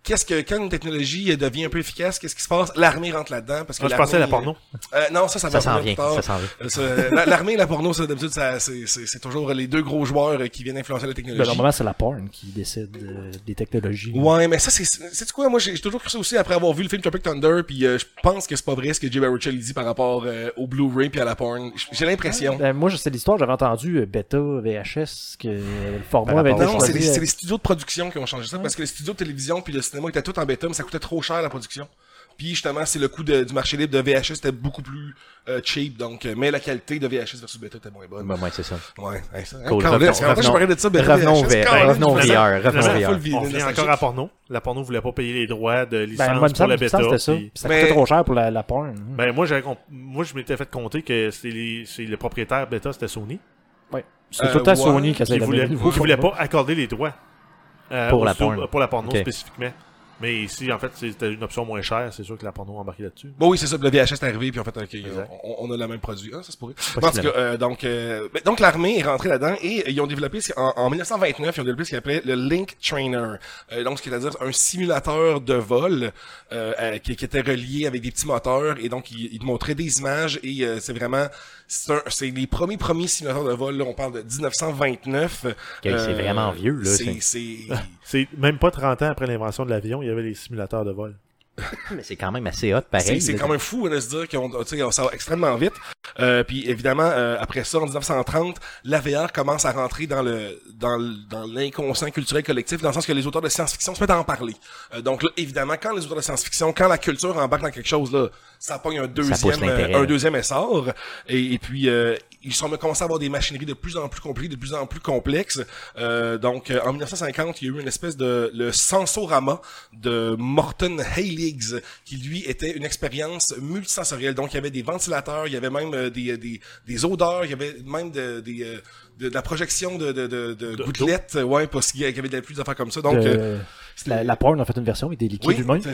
Speaker 3: qu'est-ce que, quand une technologie devient un peu efficace, qu'est-ce qui se passe? L'armée rentre là-dedans, parce que
Speaker 2: Moi, je pensais à la porno.
Speaker 3: Euh, non, ça, ça,
Speaker 1: Ça
Speaker 3: va
Speaker 1: s'en
Speaker 3: venir
Speaker 1: vient,
Speaker 3: plus tard.
Speaker 1: ça s'en vient.
Speaker 3: Euh, ça, la- L'armée et la porno, ça, d'habitude, ça, c'est, c'est, c'est toujours les deux gros joueurs euh, qui viennent influencer la
Speaker 4: Ben,
Speaker 3: technologie.
Speaker 4: normalement, c'est la porn qui décide euh, des technologies.
Speaker 3: Ouais, mais ça, c'est, c'est quoi? Moi, j'ai j'ai toujours cru ça aussi après avoir vu le film Tropic Thunder, puis euh, je pense que c'est pas vrai ce que Jay Baruchel dit par rapport euh, au Blu-ray puis à la porn. J'ai l'impression.
Speaker 4: Ben, moi, je sais l'histoire, j'avais entendu euh, bêta, V H S, que le format
Speaker 1: Par
Speaker 4: avait été
Speaker 1: rapport-
Speaker 3: Non, c'est
Speaker 4: choisi.
Speaker 3: les,
Speaker 4: euh,
Speaker 3: c'est les studios de production qui ont changé ça, parce que les studios de télévision puis le cinéma étaient tout en bêta, mais ça coûtait trop cher la production. Puis justement, c'est le coût de- du marché libre de V H S était beaucoup plus euh, cheap, donc euh, mais la qualité de V H S versus bêta était moins bonne.
Speaker 1: Ben, ouais, c'est ça.
Speaker 3: Ouais, hey, ça, hein,
Speaker 1: Cool.
Speaker 3: Carlis,
Speaker 1: Revenons-
Speaker 3: ça fait longtemps que je parlais de ça, bêta
Speaker 1: revenons
Speaker 3: V H S,
Speaker 1: au V R,
Speaker 3: Carlis,
Speaker 1: revenons au
Speaker 3: je
Speaker 1: V R,
Speaker 3: faisais-
Speaker 1: revenons
Speaker 3: je faisais
Speaker 1: au V R.
Speaker 3: full vie,
Speaker 2: On revient
Speaker 3: nostalgique.
Speaker 2: encore à porno. La porno voulait pas payer les droits de licence
Speaker 4: Ben, moi, il me
Speaker 2: pour la
Speaker 4: semble, il me
Speaker 2: bêta.
Speaker 4: semble que c'était ça.
Speaker 2: puis-
Speaker 4: Ça
Speaker 3: Mais-
Speaker 4: coûtait trop cher pour la, la porn.
Speaker 2: Ben, moi, j'avais comp- moi, je m'étais fait compter que c'est les... c'est le propriétaire bêta, c'était Sony.
Speaker 4: Ouais. C'est
Speaker 3: Euh,
Speaker 4: tout le temps
Speaker 3: ouais,
Speaker 4: Sony qui essaie
Speaker 2: Qui
Speaker 4: de
Speaker 2: voulait,
Speaker 4: nouveau
Speaker 2: qui voulait
Speaker 4: format.
Speaker 2: pas accorder les droits. euh,
Speaker 1: Pour
Speaker 2: au
Speaker 1: la
Speaker 2: studio-
Speaker 1: porn.
Speaker 2: Pour la porno
Speaker 1: Ok.
Speaker 2: spécifiquement. Mais ici, en fait, c'était une option moins chère. C'est sûr que la porno embarqué là-dessus.
Speaker 3: Bon, oui, c'est ça. Le V H S est arrivé, puis en fait, ok,
Speaker 2: Exact.
Speaker 3: on, on a le même produit. Ah, ça se pourrait.
Speaker 1: Possiblement.
Speaker 3: Bon, en tout cas, euh, donc, euh, ben, donc l'armée est rentrée là-dedans et ils ont développé ce- en, en dix-neuf cent vingt-neuf, ils ont développé ce qu'ils appelaient le Link Trainer. Euh, donc, c'est-à-dire un simulateur de vol euh, euh, qui, qui était relié avec des petits moteurs et donc il, il te montrait des images et euh, c'est vraiment c'est, un- c'est les premiers premiers simulateurs de vol. Là, on parle de dix-neuf cent vingt-neuf.
Speaker 1: c'est vraiment vieux, là,
Speaker 3: C'est,
Speaker 1: c'est-
Speaker 3: c'est,
Speaker 2: C'est même pas trente ans après l'invention de l'avion, il y avait les simulateurs de vol.
Speaker 1: Mais c'est quand même assez hot, pareil.
Speaker 3: C'est, c'est
Speaker 1: là.
Speaker 3: quand même fou hein, de se dire qu'on, tu sais, ça va extrêmement vite. Euh, puis évidemment, euh, après ça, en dix-neuf cent trente, la V R commence à rentrer dans le dans, le, dans l'inconscient culturel collectif, dans le sens que les auteurs de science-fiction se mettent à en parler. Euh, donc là, évidemment, quand les auteurs de science-fiction, quand la culture embarque dans quelque chose, là, ça pogne un
Speaker 1: pousse
Speaker 3: deuxième,
Speaker 1: l'intérêt,
Speaker 3: euh, un
Speaker 1: là.
Speaker 3: deuxième essor. Et, et puis euh, ils sont commencé à avoir des machineries de plus en plus compliquées, de plus en plus complexes. Euh, donc euh, en dix-neuf cent cinquante, il y a eu une espèce de le Sensorama de Morton Heilig, qui lui était une expérience multisensorielle. Donc il y avait des ventilateurs, il y avait même euh, des, des des odeurs, il y avait même de, des euh, de, de la projection de de de, de gouttelettes, ouais, parce qu'il y avait de plus d'affaires comme ça. Donc
Speaker 4: De-
Speaker 3: euh,
Speaker 4: la, la porn a fait une version avec des liquides
Speaker 3: oui.
Speaker 4: humains.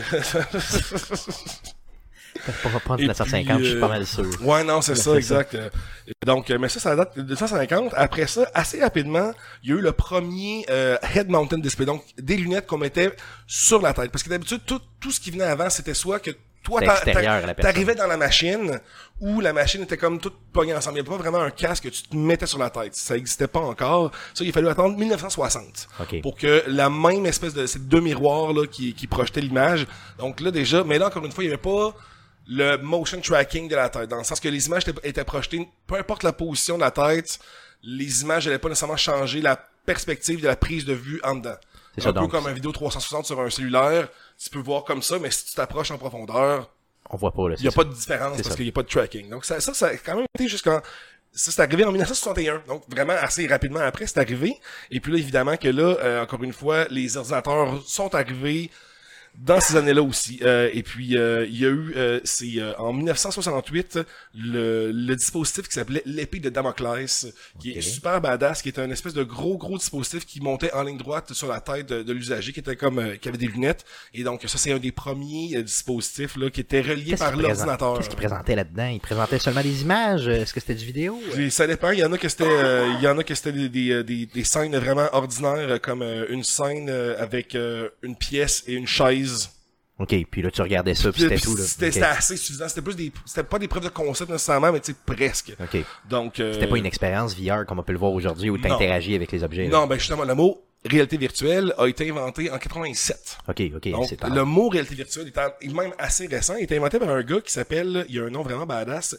Speaker 1: Pour reprendre
Speaker 3: Et
Speaker 1: la cent cinquante,
Speaker 3: puis,
Speaker 1: je suis
Speaker 3: euh,
Speaker 1: pas mal sûr.
Speaker 3: Ouais, non, c'est
Speaker 1: Ouais,
Speaker 3: ça,
Speaker 1: c'est
Speaker 3: exact. Euh, Donc, euh, mais ça, ça date de deux cent cinquante. Après ça, assez rapidement, il y a eu le premier euh, head-mounted display, donc des lunettes qu'on mettait sur la tête. Parce que d'habitude, tout, tout ce qui venait avant, c'était soit que toi,
Speaker 1: C'était
Speaker 3: t'a-
Speaker 1: extérieur à la
Speaker 3: t'a-
Speaker 1: personne.
Speaker 3: t'arrivais dans la machine, ou la machine était comme toute pognée ensemble. Il n'y avait pas vraiment un casque que tu te mettais sur la tête. Ça n'existait pas encore. Ça, il a fallu attendre dix-neuf cent soixante.
Speaker 1: Ok.
Speaker 3: Pour que la même espèce de, ces deux miroirs, là, qui, qui projetaient l'image. Donc là, déjà, mais là, encore une fois, il n'y avait pas le motion tracking de la tête, dans le sens que les images étaient, étaient projetées, peu importe la position de la tête, les images n'allaient pas nécessairement changer la perspective de la prise de vue en dedans.
Speaker 1: C'est
Speaker 3: Un
Speaker 1: ça,
Speaker 3: peu
Speaker 1: donc.
Speaker 3: comme un vidéo trois cent soixante sur un cellulaire, tu peux voir comme ça, mais si tu t'approches en profondeur,
Speaker 1: On voit pas, là.
Speaker 3: il n'y a
Speaker 1: c'est
Speaker 3: pas
Speaker 1: ça.
Speaker 3: de différence
Speaker 1: C'est
Speaker 3: parce
Speaker 1: ça.
Speaker 3: qu'il n'y a pas de tracking. Donc ça, ça, ça a quand même été jusqu'en... Ça, c'est arrivé en dix-neuf cent soixante et un. Donc, vraiment, assez rapidement après, c'est arrivé. Et puis là, évidemment que là, euh, encore une fois, les ordinateurs sont arrivés dans ces années-là aussi. Euh, et puis, euh, il y a eu, euh, c'est euh, en dix-neuf cent soixante-huit, le, le dispositif qui s'appelait l'épée de Damoclès, qui
Speaker 1: Ok.
Speaker 3: est super badass, qui était un espèce de gros, gros dispositif qui montait en ligne droite sur la tête de, de l'usager, qui était comme, euh, qui avait des lunettes. Et donc, ça, c'est un des premiers euh, dispositifs là qui était relié
Speaker 1: Qu'est-ce
Speaker 3: par
Speaker 1: qu'il présente-
Speaker 3: l'ordinateur.
Speaker 1: Qu'est-ce qu'il présentait là-dedans? Il présentait seulement des images? Est-ce que c'était du vidéo?
Speaker 3: Puis ça dépend. Il y en a que c'était, euh, il y en a que c'était des, des, des, des scènes vraiment ordinaires, euh, comme euh, une scène euh, avec euh, une pièce et une chaise.
Speaker 1: Ok, puis là, tu regardais ça, puis
Speaker 3: Puis,
Speaker 1: c'était tout, là.
Speaker 3: C'était
Speaker 1: Ok.
Speaker 3: c'était assez suffisant. C'était plus des, c'était pas des preuves de concept nécessairement, mais tu sais presque.
Speaker 1: Ok.
Speaker 3: Donc euh,
Speaker 1: C'était pas une expérience V R comme on peut le voir aujourd'hui où tu
Speaker 3: non.
Speaker 1: interagis avec les objets. là.
Speaker 3: Non, ben justement, le mot réalité virtuelle a été inventé en quatre-vingt-sept.
Speaker 1: Ok, ok,
Speaker 3: Donc,
Speaker 1: c'est tard.
Speaker 3: le mot réalité virtuelle est, en- est même assez récent. Il a été inventé par un gars qui s'appelle, il a un nom vraiment badass,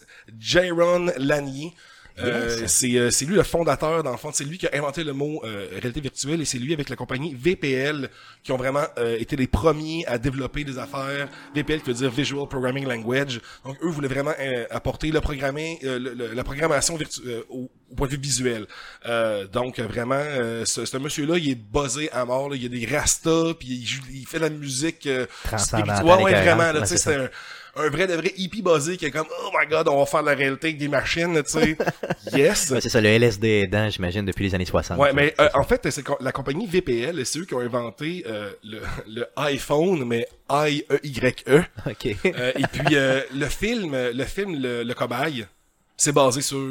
Speaker 3: Jaron Lanier. Euh,
Speaker 1: Yes.
Speaker 3: c'est euh, c'est lui le fondateur dans le fond, c'est lui qui a inventé le mot euh, réalité virtuelle et c'est lui avec la compagnie V P L qui ont vraiment euh, été les premiers à développer des affaires. V P L qui veut dire Visual Programming Language. Donc eux voulaient vraiment euh, apporter le programmer euh, le- le- la programmation virtu- euh, au, au point de vue visuel. Euh, donc euh, vraiment euh, ce, ce monsieur-là, il est buzzé à mort là. Il y a des rastas puis il, joue- il fait de la musique euh,
Speaker 1: Transcendantale,
Speaker 3: spirituelle. Ouais, ouais,
Speaker 1: écœurante,
Speaker 3: vraiment là,
Speaker 1: ouais,
Speaker 3: tu sais
Speaker 1: c'est
Speaker 3: c'est un un vrai de vrai hippie buzzé qui est comme oh my god on va faire de la réalité avec des machines tu sais yes
Speaker 1: Ouais, c'est ça, le L S D aidant, j'imagine, depuis les années soixante.
Speaker 3: ouais mais euh, en fait c'est co- la compagnie V P L c'est eux qui ont inventé euh, le, le iPhone mais I E Y E
Speaker 1: Ok.
Speaker 3: Euh, et puis euh, le film le film le, le cobaye c'est basé sur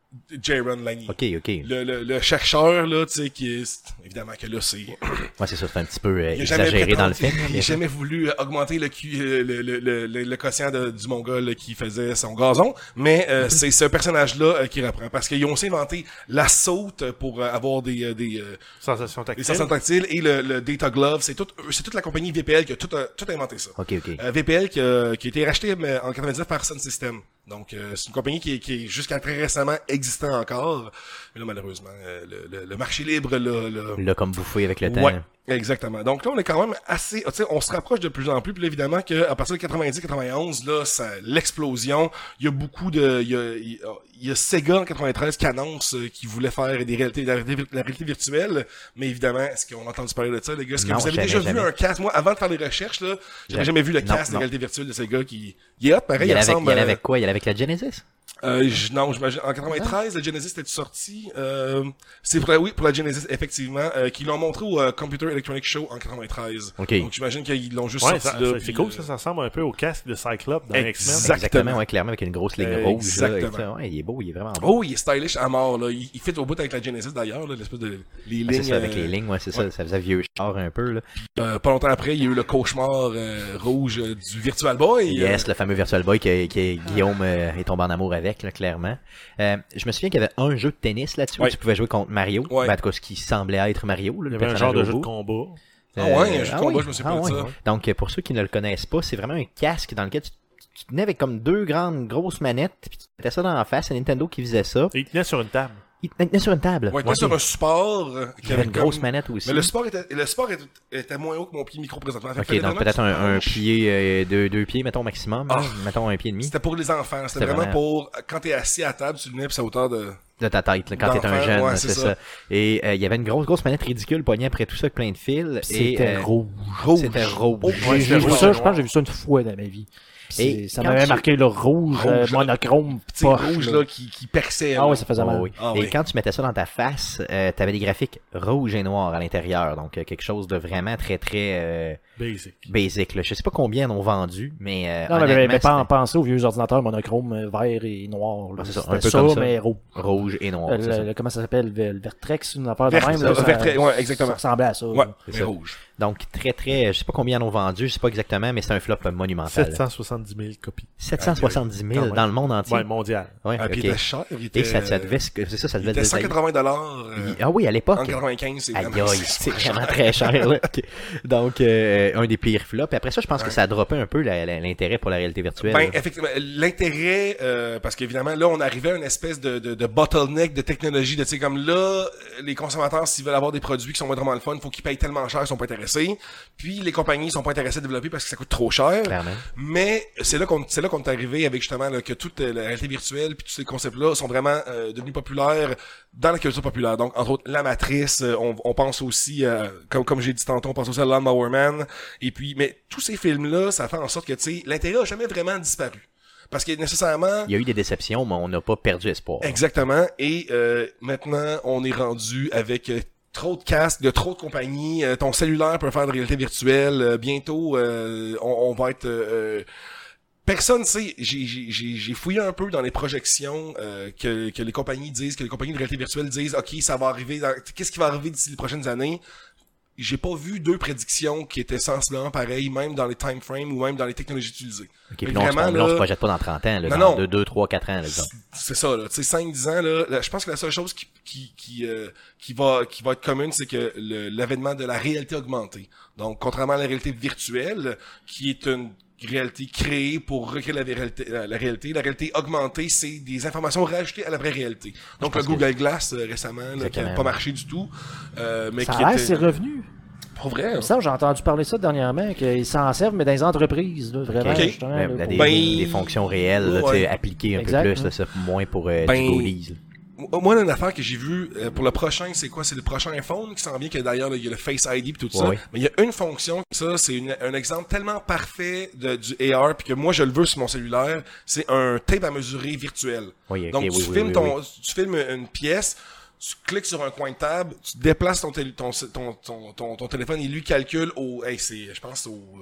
Speaker 3: Jaron Lanier.
Speaker 1: Ok, ok.
Speaker 3: Le, le, le chercheur, là, tu sais, qui est... Évidemment que là, c'est...
Speaker 1: Ouais, c'est ça, c'est un petit peu euh,
Speaker 3: Il a jamais
Speaker 1: exagéré dans le
Speaker 3: prétendu-
Speaker 1: film.
Speaker 3: Il a jamais voulu euh, augmenter le, Q, euh, le, le, le, le, le quotient de- du Mongol qui faisait son gazon, mais euh, c'est ce personnage-là euh, qui reprend. Parce qu'ils ont aussi inventé la saute pour euh, avoir des... euh, des euh,
Speaker 2: Sensation
Speaker 3: les
Speaker 2: tactile.
Speaker 3: sensations tactiles et le, le Data Glove, c'est tout, c'est toute la compagnie V P L qui a tout, euh, tout inventé ça.
Speaker 1: Ok, ok.
Speaker 3: Euh, V P L qui a, qui a été racheté mais, en quatre-vingt-dix par Sun System. Donc, euh, c'est une compagnie qui est, qui est jusqu'à très récemment existant encore. Mais là, malheureusement, euh, le, le, le marché libre, là, là,
Speaker 1: Là, comme bouffé avec le temps.
Speaker 3: ouais, exactement. Donc là, on est quand même assez, tu sais, on se rapproche de plus en plus. Puis là, évidemment que à partir de quatre-vingt-dix quatre-vingt-onze, là, ça, l'explosion. Il y a beaucoup de, il y a, il y a, il y a Sega en quatre-vingt-treize qui annonce euh, qu'ils voulaient faire des réalités, de la, réalité- de la réalité virtuelle. Mais évidemment, est-ce qu'on a entendu parler de ça, les gars? Est-ce que
Speaker 1: Non,
Speaker 3: vous avez
Speaker 1: jamais,
Speaker 3: déjà
Speaker 1: jamais.
Speaker 3: vu un casque? Moi, avant de faire les recherches, là, j'avais
Speaker 1: Jamais.
Speaker 3: jamais vu le
Speaker 1: Non,
Speaker 3: casque de
Speaker 1: non.
Speaker 3: réalité virtuelle de Sega qui, il est hot, pareil,
Speaker 1: Il y
Speaker 3: il,
Speaker 1: allait avec,
Speaker 3: ressemble.
Speaker 1: il allait
Speaker 3: euh,
Speaker 1: avec quoi? Il allait avec la Genesis?
Speaker 3: euh, je- non, j'imagine, en quatre-vingt-treize, le Genesis était sorti, euh, c'est pour la, oui, pour la Genesis, effectivement, euh, qu'ils l'ont montré au euh, Computer Electronic Show en quatre-vingt-treize.
Speaker 1: Ok.
Speaker 3: Donc, j'imagine qu'ils l'ont juste
Speaker 2: Ouais,
Speaker 3: sorti
Speaker 2: ça-
Speaker 3: là.
Speaker 2: ça-
Speaker 3: puis,
Speaker 2: c'est cool,
Speaker 3: euh,
Speaker 2: ça, ça ressemble un peu au casque de Cyclope dans X-Men.
Speaker 3: Exact.
Speaker 1: Exactement, ouais, clairement, avec une grosse ligne
Speaker 3: Euh,
Speaker 1: rouge. Là, et
Speaker 3: exactement.
Speaker 1: ça. Ouais, il est beau, il est vraiment beau.
Speaker 3: Oh, il est stylish à mort, là. Il, il fit au bout avec la Genesis, d'ailleurs, là, l'espèce de, les
Speaker 1: Ouais, c'est
Speaker 3: lignes.
Speaker 1: ça, avec
Speaker 3: euh,
Speaker 1: les lignes, ouais, c'est ça,
Speaker 3: ouais.
Speaker 1: ça faisait vieux char un peu, là.
Speaker 3: euh, pas longtemps après, il y a eu le cauchemar euh, rouge euh, du Virtual Boy.
Speaker 1: Yes,
Speaker 3: euh,
Speaker 1: le fameux Virtual Boy que, que Guillaume euh, est tombé en amour avec, là, clairement. Euh, je me souviens qu'il y avait un jeu de tennis là-dessus où
Speaker 3: Ouais.
Speaker 1: tu pouvais jouer contre Mario.
Speaker 3: Ouais.
Speaker 1: Ben, en tout cas, ce qui semblait être Mario, là,
Speaker 2: Il y
Speaker 1: le
Speaker 2: avait un
Speaker 1: personnage
Speaker 2: genre de
Speaker 1: au
Speaker 2: jeu de
Speaker 1: bout.
Speaker 2: combat.
Speaker 3: Ah ouais, un jeu de combat,
Speaker 1: oui.
Speaker 3: je me souviens pas de
Speaker 1: oui.
Speaker 3: ça.
Speaker 1: Donc, euh, pour ceux qui ne le connaissent pas, c'est vraiment un casque dans lequel tu, tu tenais avec comme deux grandes grosses manettes, puis tu mettais ça dans la face, c'est Nintendo qui faisait ça.
Speaker 2: Et il tenait sur une table.
Speaker 1: Il tenait sur une table.
Speaker 3: Ouais, il était sur un support. euh,
Speaker 1: Il y avait une
Speaker 3: comme-
Speaker 1: grosse manette aussi.
Speaker 3: Mais le support était, le support était, était moins haut que mon pied micro présentement. Fait que
Speaker 1: Ok,
Speaker 3: fallait
Speaker 1: donc
Speaker 3: vraiment
Speaker 1: peut-être
Speaker 3: que tu
Speaker 1: un, un
Speaker 3: penches.
Speaker 1: pied, euh, deux, deux pieds, mettons, maximum.
Speaker 3: Ah.
Speaker 1: là. Mettons un pied et demi
Speaker 3: C'était pour les enfants. C'était
Speaker 1: C'était
Speaker 3: vraiment,
Speaker 1: vraiment-
Speaker 3: pour, quand t'es assis à table, tu le mets pis c'est à hauteur de...
Speaker 1: de ta tête, là, quand t'es un
Speaker 3: D'enfant,
Speaker 1: jeune,
Speaker 3: ouais,
Speaker 1: c'est
Speaker 3: c'est
Speaker 1: ça.
Speaker 3: ça.
Speaker 1: Et euh, il y avait une grosse, grosse manette ridicule poignée après tout ça avec plein de fils.
Speaker 4: C'était
Speaker 1: et, euh,
Speaker 4: rouge.
Speaker 3: Rouge.
Speaker 1: C'était rouge.
Speaker 3: Oh,
Speaker 4: J'ai
Speaker 3: ouais,
Speaker 4: j'ai
Speaker 3: c'était
Speaker 4: vu
Speaker 3: rouge.
Speaker 4: ça, je pense que j'ai vu ça une fois dans ma vie. Puis
Speaker 1: Et
Speaker 4: c'est- ça
Speaker 1: quand
Speaker 4: m'avait
Speaker 1: tu-
Speaker 4: marqué le rouge, euh,
Speaker 3: Rouge,
Speaker 4: monochrome,
Speaker 3: Petit
Speaker 4: poche,
Speaker 3: rouge,
Speaker 4: là.
Speaker 3: là, qui, qui perçait.
Speaker 4: Ah
Speaker 3: là.
Speaker 4: ouais, ça faisait
Speaker 1: Oh,
Speaker 4: mal.
Speaker 1: oui.
Speaker 3: Ah
Speaker 1: et
Speaker 3: oui.
Speaker 1: quand tu mettais ça dans ta face, euh, t'avais des graphiques rouges et noirs à l'intérieur. Donc, euh, quelque chose de vraiment très, très euh,
Speaker 2: Basic.
Speaker 1: basic. Là. Je sais pas combien en ont vendu, mais euh,
Speaker 4: Non, mais, mais,
Speaker 1: honnêtement,
Speaker 4: mais pas
Speaker 1: c'était
Speaker 4: penser aux vieux ordinateurs monochrome euh, vert et noir. là.
Speaker 1: Ah, c'est ça,
Speaker 4: C'était
Speaker 1: un peu comme ça.
Speaker 4: mais rouge.
Speaker 1: rouge et noir.
Speaker 4: Euh,
Speaker 1: c'est
Speaker 4: le-
Speaker 1: ça.
Speaker 4: le- comment ça s'appelle? Le, le Vertrex, une affaire de
Speaker 3: Vert-
Speaker 4: même.
Speaker 3: ça,
Speaker 4: là, ça,
Speaker 3: Vertrex, ouais, exactement.
Speaker 4: Ça ressemblait à ça.
Speaker 3: Ouais,
Speaker 4: là.
Speaker 1: C'est
Speaker 3: mais
Speaker 1: ça.
Speaker 3: rouge.
Speaker 1: Donc, très, très, je sais pas combien en ont vendu, je sais pas exactement, mais c'est un flop monumental.
Speaker 2: sept cent soixante-dix mille copies.
Speaker 1: sept cent soixante-dix
Speaker 2: Quand
Speaker 1: mille
Speaker 2: même.
Speaker 1: dans le monde entier.
Speaker 2: Ouais, mondial.
Speaker 1: Ouais,
Speaker 3: Ah, puis il
Speaker 1: ok.
Speaker 3: était cher. Il était,
Speaker 1: Et ça, ça devait, c'est ça, ça
Speaker 3: il
Speaker 1: devait
Speaker 3: était
Speaker 1: être
Speaker 3: cent quatre-vingts dollars. euh,
Speaker 1: Ah oui, à l'époque.
Speaker 3: en quatre-vingt-quinze, c'est
Speaker 1: Aïe
Speaker 3: vraiment...
Speaker 1: aïe, c'est vraiment très cher. Là. Ok. Donc, euh, un des pires flops. Et après ça, je pense que ça a droppé un peu la- la- l'intérêt pour la réalité virtuelle.
Speaker 3: Ben, effectivement, l'intérêt, euh, parce qu'évidemment, là, on arrivait à une espèce de, de, de bottleneck de technologie, de, tu sais, comme là, euh, les consommateurs, s'ils veulent avoir des produits qui sont vraiment le fun, il faut qu'ils payent tellement cher, ils sont pas intéressés. Puis, les compagnies sont pas intéressées à développer parce que ça coûte trop cher.
Speaker 1: Clairement.
Speaker 3: Mais, c'est là qu'on, c'est là qu'on est arrivé avec, justement, là, que toute euh, la réalité virtuelle puis tous ces concepts-là sont vraiment euh, devenus populaires dans la culture populaire. Donc, entre autres, la matrice, euh, on, on pense aussi, euh, comme, comme j'ai dit tantôt, on pense aussi à Lawnmower Man. Et puis, mais tous ces films-là, ça fait en sorte que, tu sais, l'intérêt a jamais vraiment disparu. Parce que nécessairement,
Speaker 1: Il y a eu des déceptions, mais on n'a pas perdu espoir.
Speaker 3: exactement. Et euh, maintenant, on est rendu avec euh, trop de casques, de trop de compagnies. Euh, ton cellulaire peut faire de réalité virtuelle. Euh, bientôt, euh, on, on va être... euh, euh, personne sait. J'ai, j'ai, j'ai, j'ai fouillé un peu dans les projections euh, que, que les compagnies disent, que les compagnies de réalité virtuelle disent. Ok, ça va arriver. Dans, qu'est-ce qui va arriver d'ici les prochaines années? J'ai pas vu deux prédictions qui étaient sensiblement pareilles, même dans les time frames ou même dans les technologies utilisées.
Speaker 1: Ok, puis
Speaker 3: Mais
Speaker 1: là, on, se-
Speaker 3: vraiment,
Speaker 1: on, là, on se
Speaker 3: là,
Speaker 1: projette pas dans trente ans, là,
Speaker 3: Non,
Speaker 1: dans
Speaker 3: non.
Speaker 1: deux, trois, quatre ans, là, exemple.
Speaker 3: C'est ça, là. Tu sais, cinq dix ans, là, là, je pense que la seule chose qui, qui, qui, euh, qui va, qui va être commune, c'est que le- l'avènement de la réalité augmentée. Donc, contrairement à la réalité virtuelle, qui est une réalité créée pour recréer la, réalité, la, la réalité, la réalité augmentée, c'est des informations rajoutées à la vraie réalité. Donc, le
Speaker 1: pense que-
Speaker 3: Google Glass, euh, récemment, là, qui n'a
Speaker 1: Exactement.
Speaker 3: pas marché du tout, euh, mais
Speaker 4: Ça
Speaker 3: qui
Speaker 4: a l'air,
Speaker 3: était...
Speaker 4: c'est revenu.
Speaker 3: Pour vrai,
Speaker 4: Il
Speaker 3: hein.
Speaker 4: me semble, j'ai entendu parler ça dernièrement, qu'ils s'en servent, mais dans les entreprises, là, vraiment.
Speaker 3: Ok.
Speaker 4: justement,
Speaker 1: Ouais,
Speaker 4: là,
Speaker 1: là,
Speaker 4: pour-
Speaker 1: des,
Speaker 3: Ben,
Speaker 1: des fonctions réelles, là, tu sais,
Speaker 3: ouais.
Speaker 1: appliquées un
Speaker 4: Exact,
Speaker 1: peu plus, là,
Speaker 4: hein.
Speaker 1: ça, moins pour euh,
Speaker 3: Ben,
Speaker 1: du goodies. là.
Speaker 3: Moi, une affaire que j'ai vue euh, pour le prochain, c'est quoi? C'est le prochain iPhone qui s'en vient, que d'ailleurs, là, il y a le Face I D pis tout ça.
Speaker 1: Ouais.
Speaker 3: Mais il y a une fonction, ça, c'est une- un exemple tellement parfait de, du A R puis que moi, je le veux sur mon cellulaire. C'est un tape à mesurer virtuel.
Speaker 1: Oui, ok,
Speaker 3: Donc,
Speaker 1: oui,
Speaker 3: tu
Speaker 1: oui,
Speaker 3: filmes
Speaker 1: oui,
Speaker 3: ton,
Speaker 1: oui.
Speaker 3: tu filmes une pièce, tu cliques sur un coin de table, tu déplaces ton, tél- ton, ton, ton, ton, ton téléphone, il lui calcule au, hey, c'est, je pense au, euh,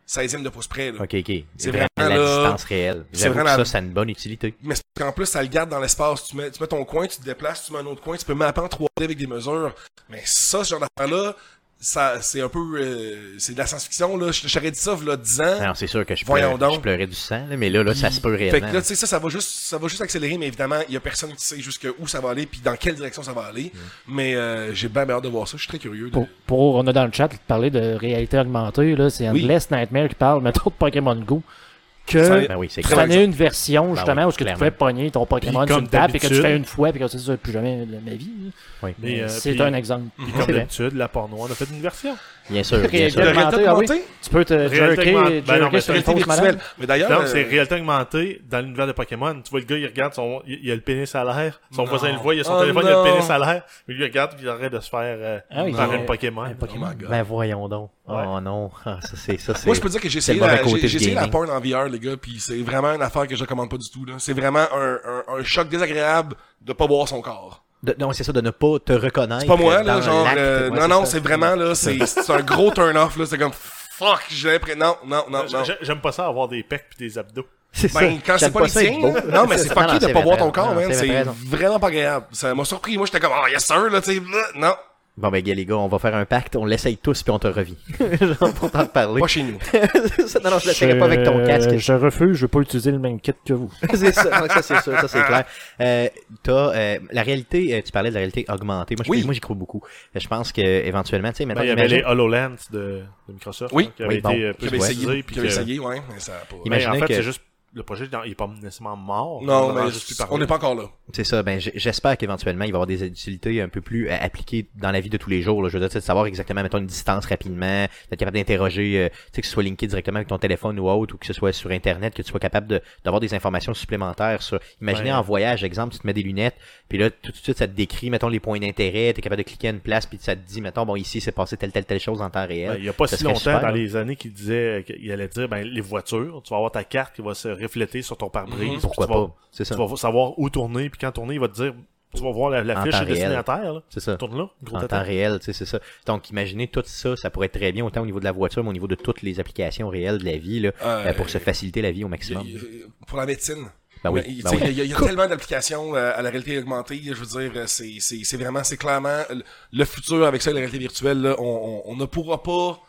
Speaker 3: seizième de pouce près, là.
Speaker 1: Ok, ok.
Speaker 3: C'est
Speaker 1: vraiment
Speaker 3: vraiment,
Speaker 1: la
Speaker 3: là,
Speaker 1: distance réelle.
Speaker 3: c'est
Speaker 1: J'avoue que
Speaker 3: vraiment-
Speaker 1: ça, ça a une bonne utilité.
Speaker 3: Mais c'est qu'en plus, ça le garde dans l'espace. Tu mets, tu mets ton coin, tu te déplaces, tu mets un autre coin, tu peux mapper en trois D avec des mesures. Mais ça, ce genre d'affaire-là, ça, c'est un peu, euh, c'est de la science-fiction, là. Je t'aurais dit ça, il y a dix ans.
Speaker 1: Non, c'est sûr que je,
Speaker 3: Voyons
Speaker 1: pleurais,
Speaker 3: donc.
Speaker 1: je pleurais du sang, là, mais là, là, ça se peut
Speaker 3: Fait
Speaker 1: réellement.
Speaker 3: que là, tu sais, ça, ça va juste, ça va juste accélérer, mais évidemment, il y a personne qui sait jusque où ça va aller, puis dans quelle direction ça va aller. Mais, euh, j'ai bien hâte de voir ça. Je suis très curieux. De...
Speaker 4: Pour, pour, on a dans le chat parlé de réalité augmentée, là, c'est
Speaker 3: Oui.
Speaker 4: Endless Nightmare qui parle, mettons, de Pokémon Go,
Speaker 3: Ça
Speaker 4: que
Speaker 3: est-
Speaker 1: Ben oui, c'est
Speaker 3: Très
Speaker 1: clair.
Speaker 3: bon
Speaker 4: prenait une version, justement,
Speaker 1: oui,
Speaker 4: où ce que tu
Speaker 1: clairement.
Speaker 4: pouvais pogner ton Pokémon
Speaker 2: Puis,
Speaker 4: sur
Speaker 2: comme
Speaker 4: une table et que tu
Speaker 2: d'habitude-
Speaker 4: fais une fois, puis que ça, ça plus jamais de ma vie. là.
Speaker 1: Oui.
Speaker 2: Mais, euh,
Speaker 4: c'est
Speaker 2: puis-
Speaker 4: un exemple.
Speaker 2: Puis
Speaker 1: C'est
Speaker 2: comme
Speaker 1: vrai.
Speaker 2: d'habitude, la porno, on a fait une version.
Speaker 1: Bien sûr, bien
Speaker 4: Réalité
Speaker 1: sûr.
Speaker 3: De réalité
Speaker 4: augmentée, ah oui.
Speaker 3: augmentée?
Speaker 4: Tu peux te
Speaker 2: Réalité
Speaker 4: jerker,
Speaker 2: augmentée. Ben non,
Speaker 4: jerker
Speaker 2: mais
Speaker 4: sur une
Speaker 3: Réalité
Speaker 4: fausse
Speaker 3: virtuelle.
Speaker 4: malade.
Speaker 3: Mais d'ailleurs,
Speaker 2: Non,
Speaker 3: euh,
Speaker 2: c'est réalité augmentée dans l'univers de Pokémon. Tu vois, le gars, il regarde son, il, il a le pénis à l'air. Son
Speaker 3: Non.
Speaker 2: voisin le voit, il a son
Speaker 3: Oh
Speaker 2: téléphone, il a le
Speaker 3: non.
Speaker 2: pénis à l'air. Mais lui, il regarde, puis il arrête de se faire, euh,
Speaker 4: Ah oui,
Speaker 2: par
Speaker 4: euh,
Speaker 2: une Pokémon.
Speaker 4: un Pokémon.
Speaker 3: Oh my God.
Speaker 1: Ben voyons donc.
Speaker 2: Ouais.
Speaker 1: Oh non. Ah, ça, c'est, ça, c'est...
Speaker 3: Moi, je peux dire que j'ai
Speaker 1: c'est
Speaker 3: essayé,
Speaker 1: le mauvais
Speaker 3: la,
Speaker 1: côté
Speaker 3: j'ai,
Speaker 1: du
Speaker 3: j'ai essayé la
Speaker 1: gaming.
Speaker 3: porn en V R, les gars, puis c'est vraiment une affaire que je recommande pas du tout, là. C'est vraiment un, un, un choc désagréable de pas voir son corps.
Speaker 1: De- non, c'est ça, de ne pas te reconnaître.
Speaker 3: C'est pas moi, là,
Speaker 1: dans
Speaker 3: genre,
Speaker 1: l'acte.
Speaker 3: euh,
Speaker 1: Ouais,
Speaker 3: non, non,
Speaker 1: ça.
Speaker 3: c'est vraiment, là, c'est, c'est un gros turn-off, là, c'est comme, fuck, j'ai l'impression, non, non, non, non.
Speaker 2: J'ai- J'aime pas ça avoir des pecs pis des abdos.
Speaker 1: C'est
Speaker 3: Ben, quand c'est
Speaker 1: J'aime
Speaker 3: pas les
Speaker 1: ça être
Speaker 3: tiens,
Speaker 1: beau.
Speaker 3: là. Non, mais c'est
Speaker 1: Non,
Speaker 3: fucké
Speaker 1: non,
Speaker 3: de
Speaker 1: c'est
Speaker 3: pas
Speaker 1: vrai,
Speaker 3: voir ton
Speaker 1: non,
Speaker 3: corps, man.
Speaker 1: c'est
Speaker 3: C'est
Speaker 1: vrai, raison.
Speaker 3: vraiment pas agréable. Ça m'a surpris. Moi, j'étais comme, oh, yes sir, là, tu sais, non.
Speaker 1: Bon, ben, gars, les gars, on va faire un pacte, on l'essaye tous, puis on te revit. Genre, pour t'en parler.
Speaker 3: Pas chez nous.
Speaker 1: Ça, non, non, je l'essayerai pas avec ton casque.
Speaker 4: Je refuse, je veux pas utiliser le même kit que vous.
Speaker 1: c'est ça, ça c'est sûr, ça c'est clair. Euh, t'as euh, la réalité, euh, tu parlais de la réalité augmentée. Moi, je,
Speaker 3: Oui.
Speaker 1: moi j'y crois beaucoup. Euh, Je pense que éventuellement, tu sais,
Speaker 2: Ben,
Speaker 1: maintenant,
Speaker 2: il y avait les
Speaker 1: imagine,
Speaker 2: HoloLens de, de Microsoft.
Speaker 3: Oui.
Speaker 2: hein, qui avaient
Speaker 1: Oui, bon.
Speaker 2: été euh,
Speaker 3: J'avais
Speaker 2: publicisés,
Speaker 3: essayé,
Speaker 2: puis
Speaker 3: j'avais
Speaker 2: que-
Speaker 3: essayé, ouais, mais ça a pas.
Speaker 1: Imaginez
Speaker 2: Ben, en fait,
Speaker 1: que-
Speaker 2: c'est juste, le projet, il est pas nécessairement mort.
Speaker 3: Non,
Speaker 2: On en a
Speaker 3: mais
Speaker 2: juste plus parlé.
Speaker 3: on n'est pas encore là.
Speaker 1: c'est ça. Ben, j- j'espère qu'éventuellement, il va y avoir des utilités un peu plus euh, appliquées dans la vie de tous les jours. Là. Je veux dire, tu sais, de savoir exactement, mettons, une distance rapidement, d'être capable d'interroger, euh, tu sais, que ce soit linké directement avec ton téléphone ou autre, ou que ce soit sur Internet, que tu sois capable de, d'avoir des informations supplémentaires sur. Imaginez
Speaker 2: Ouais.
Speaker 1: en voyage, exemple, tu te mets des lunettes, puis là, tout de suite, ça te décrit, mettons, les points d'intérêt, t'es capable de cliquer à une place, puis ça te dit, mettons, bon, ici, c'est passé telle, telle, telle chose en temps réel.
Speaker 2: Ben, il y a pas
Speaker 1: Ça
Speaker 2: si
Speaker 1: serait
Speaker 2: longtemps,
Speaker 1: super,
Speaker 2: dans
Speaker 1: là.
Speaker 2: les années, qu'il disait, qu'il allait dire, ben, les voitures, tu vas avoir ta carte qui va se refléter sur ton pare-brise. puis
Speaker 1: Pourquoi
Speaker 2: tu vas-
Speaker 1: pas? C'est ça.
Speaker 2: Tu vas savoir où tourner, puis quand tourner, il va te dire, tu vas voir la, la
Speaker 1: En
Speaker 2: fiche
Speaker 1: temps
Speaker 2: est
Speaker 1: réel.
Speaker 2: destinataire, là.
Speaker 1: C'est ça.
Speaker 2: Tourne là, gros
Speaker 1: En
Speaker 2: tata.
Speaker 1: temps réel, tu sais, c'est ça. Donc, imaginez tout ça, ça pourrait être très bien, autant au niveau de la voiture, mais au niveau de toutes les applications réelles de la vie, là,
Speaker 3: Euh,
Speaker 1: euh, pour se faciliter la vie au maximum.
Speaker 3: Il y a- Pour la médecine.
Speaker 1: Ben oui,
Speaker 3: Mais, tu
Speaker 1: ben
Speaker 3: sais,
Speaker 1: oui.
Speaker 3: Il y a, il y a tellement d'applications euh, à la réalité augmentée. Je veux dire, euh, c'est, c'est, c'est vraiment, c'est clairement le- le futur avec ça, la réalité virtuelle. Là, on, on, on ne pourra pas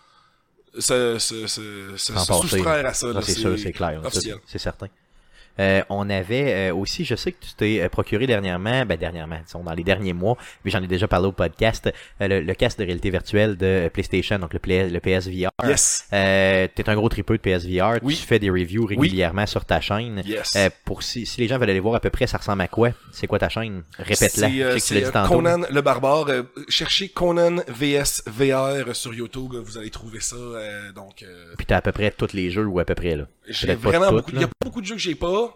Speaker 3: se, se, se, se,
Speaker 1: S'en
Speaker 3: se
Speaker 1: passer.
Speaker 3: soustraire à ça.
Speaker 1: Non,
Speaker 3: là,
Speaker 1: c'est sûr, c'est clair. Ça,
Speaker 3: officiel.
Speaker 1: c'est certain. Euh, on avait euh, aussi, je sais que tu t'es euh, procuré dernièrement, ben dernièrement, disons dans les derniers mois, mais j'en ai déjà parlé au podcast, euh, le, le casque de réalité virtuelle de euh, PlayStation, donc le, Play- le P S V R.
Speaker 3: Yes.
Speaker 1: Euh, t'es un gros tripeux de P S V R,
Speaker 3: Oui.
Speaker 1: tu fais des reviews régulièrement sur ta chaîne.
Speaker 3: Yes.
Speaker 1: Euh, pour si, si les gens veulent aller voir à peu près, ça ressemble à quoi? C'est quoi ta chaîne? Répète-la.
Speaker 3: C'est,
Speaker 1: Je
Speaker 3: euh,
Speaker 1: sais que tu l'as
Speaker 3: c'est,
Speaker 1: dit
Speaker 3: euh,
Speaker 1: tantôt.
Speaker 3: Conan le barbare. Euh, cherchez Conan V S V R sur YouTube. Vous allez trouver ça. euh, donc, euh,
Speaker 1: Puis t'as à peu près tous les jeux ou à peu près là.
Speaker 3: j'ai
Speaker 1: Peut-être pas
Speaker 3: vraiment
Speaker 1: toutes,
Speaker 3: beaucoup. Il y
Speaker 1: là.
Speaker 3: a pas beaucoup de jeux que j'ai pas.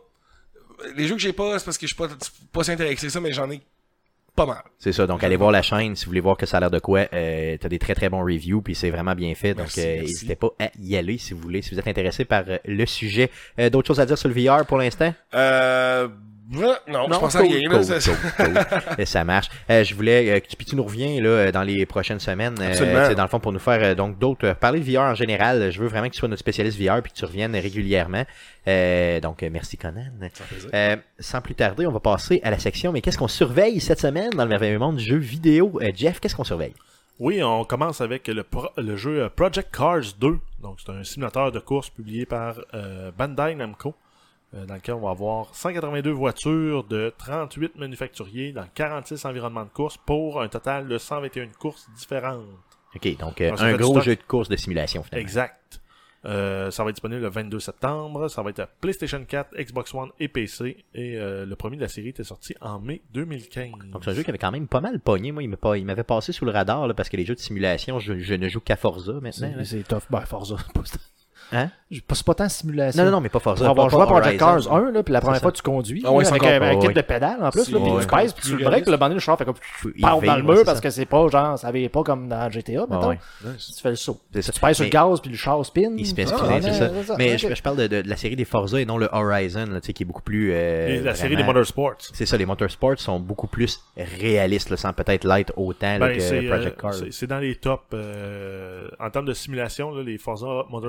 Speaker 3: Les jeux que j'ai pas, c'est parce que je suis pas, pas si intéressé ça, mais j'en ai pas mal.
Speaker 1: C'est ça, donc allez voir la chaîne si vous voulez voir que ça a l'air de quoi. Euh, t'as des très très bons reviews puis c'est vraiment bien fait, donc
Speaker 3: Merci,
Speaker 1: euh,
Speaker 3: merci.
Speaker 1: n'hésitez pas à y aller si vous voulez, si vous êtes intéressé par euh, le sujet. Euh, d'autres choses à dire sur le V R pour l'instant?
Speaker 3: Euh, non, je pense à
Speaker 1: cool,
Speaker 3: rien.
Speaker 1: cool,
Speaker 3: là, ça-
Speaker 1: cool, cool. Euh, ça marche. Euh, je voulais euh, que tu, puis tu nous reviens là euh, dans les prochaines semaines, euh,
Speaker 3: Absolument.
Speaker 1: tu sais, dans le fond pour nous faire euh, donc d'autres euh, parler de V R en général. Je veux vraiment que tu sois notre spécialiste V R puis que tu reviennes régulièrement. Euh, donc euh, merci Conan.
Speaker 3: Ça fait plaisir.
Speaker 1: Euh, sans plus tarder, on va passer à la section. Mais qu'est-ce qu'on surveille cette semaine dans le merveilleux monde du jeu vidéo? Euh, Jeff, qu'est-ce qu'on surveille?
Speaker 2: Oui, on commence avec le, pro- le jeu euh, Project Cars deux. Donc, c'est un simulateur de course publié par euh, Bandai Namco, euh, dans lequel on va avoir cent quatre-vingt-deux voitures de trente-huit manufacturiers dans quarante-six environnements de course pour un total de cent vingt et une courses différentes.
Speaker 1: Ok, donc euh,
Speaker 2: Alors, ça
Speaker 1: un
Speaker 2: fait du
Speaker 1: gros
Speaker 2: stock.
Speaker 1: jeu de course de simulation finalement.
Speaker 2: Exact. Euh, ça va être disponible le vingt-deux septembre. Ça va être à PlayStation quatre, Xbox One et P C. Et euh, le premier de la série était sorti en mai deux mille quinze.
Speaker 1: Donc c'est un jeu qui avait quand même pas mal pogné. Moi, il m'a pas, il m'avait passé sous le radar là, parce que les jeux de simulation, je, je ne joue qu'à Forza maintenant. là.
Speaker 4: C'est c'est tough. Ben, Forza. c'est pas-
Speaker 1: Hein?
Speaker 4: C'est pas tant simulation.
Speaker 1: Non, non, non, mais pas Forza.
Speaker 4: Pour avoir
Speaker 1: pas-
Speaker 4: joué à
Speaker 1: pas
Speaker 4: Project
Speaker 1: Horizon.
Speaker 4: Cars un, là, puis la première
Speaker 1: C'est
Speaker 4: fois
Speaker 1: ça.
Speaker 4: tu conduis,
Speaker 3: Ah ouais,
Speaker 4: là,
Speaker 3: c'est
Speaker 4: avec
Speaker 3: encore
Speaker 4: un,
Speaker 1: pas-
Speaker 4: un kit
Speaker 1: ouais.
Speaker 4: de pédale en plus,
Speaker 3: C'est-
Speaker 4: là, puis
Speaker 3: ouais.
Speaker 4: tu pèses, puis
Speaker 3: Plus
Speaker 4: tu le break,
Speaker 3: réaliste.
Speaker 4: puis le bandit, le char fait comme
Speaker 1: Il
Speaker 4: part
Speaker 1: vire,
Speaker 4: dans le
Speaker 1: ouais,
Speaker 4: mur
Speaker 1: c'est
Speaker 4: parce
Speaker 1: ça.
Speaker 4: que c'est pas genre, ça vire pas comme dans G T A, mettons.
Speaker 1: ouais.
Speaker 4: Tu fais le saut.
Speaker 1: C'est ça.
Speaker 4: Tu pèses sur
Speaker 1: Mais-
Speaker 4: le gaz, puis le char spin.
Speaker 1: Il se fait
Speaker 4: Ah,
Speaker 1: spinner,
Speaker 4: ouais,
Speaker 1: c'est ça.
Speaker 4: c'est ça.
Speaker 1: Mais
Speaker 4: Ok.
Speaker 1: je, je parle de, de, de la série des Forza et non le Horizon, là, tu sais, qui est beaucoup plus. Euh,
Speaker 2: Et la série des
Speaker 1: vraiment-
Speaker 2: Motorsports.
Speaker 1: C'est ça, les Motorsports sont beaucoup plus réalistes, là, sans peut-être l'être autant là,
Speaker 2: Ben,
Speaker 1: que
Speaker 2: c'est,
Speaker 1: Project
Speaker 2: euh,
Speaker 1: Cars.
Speaker 2: c'est- c'est dans les tops euh, en termes de simulation, là, les Forza Motorsport,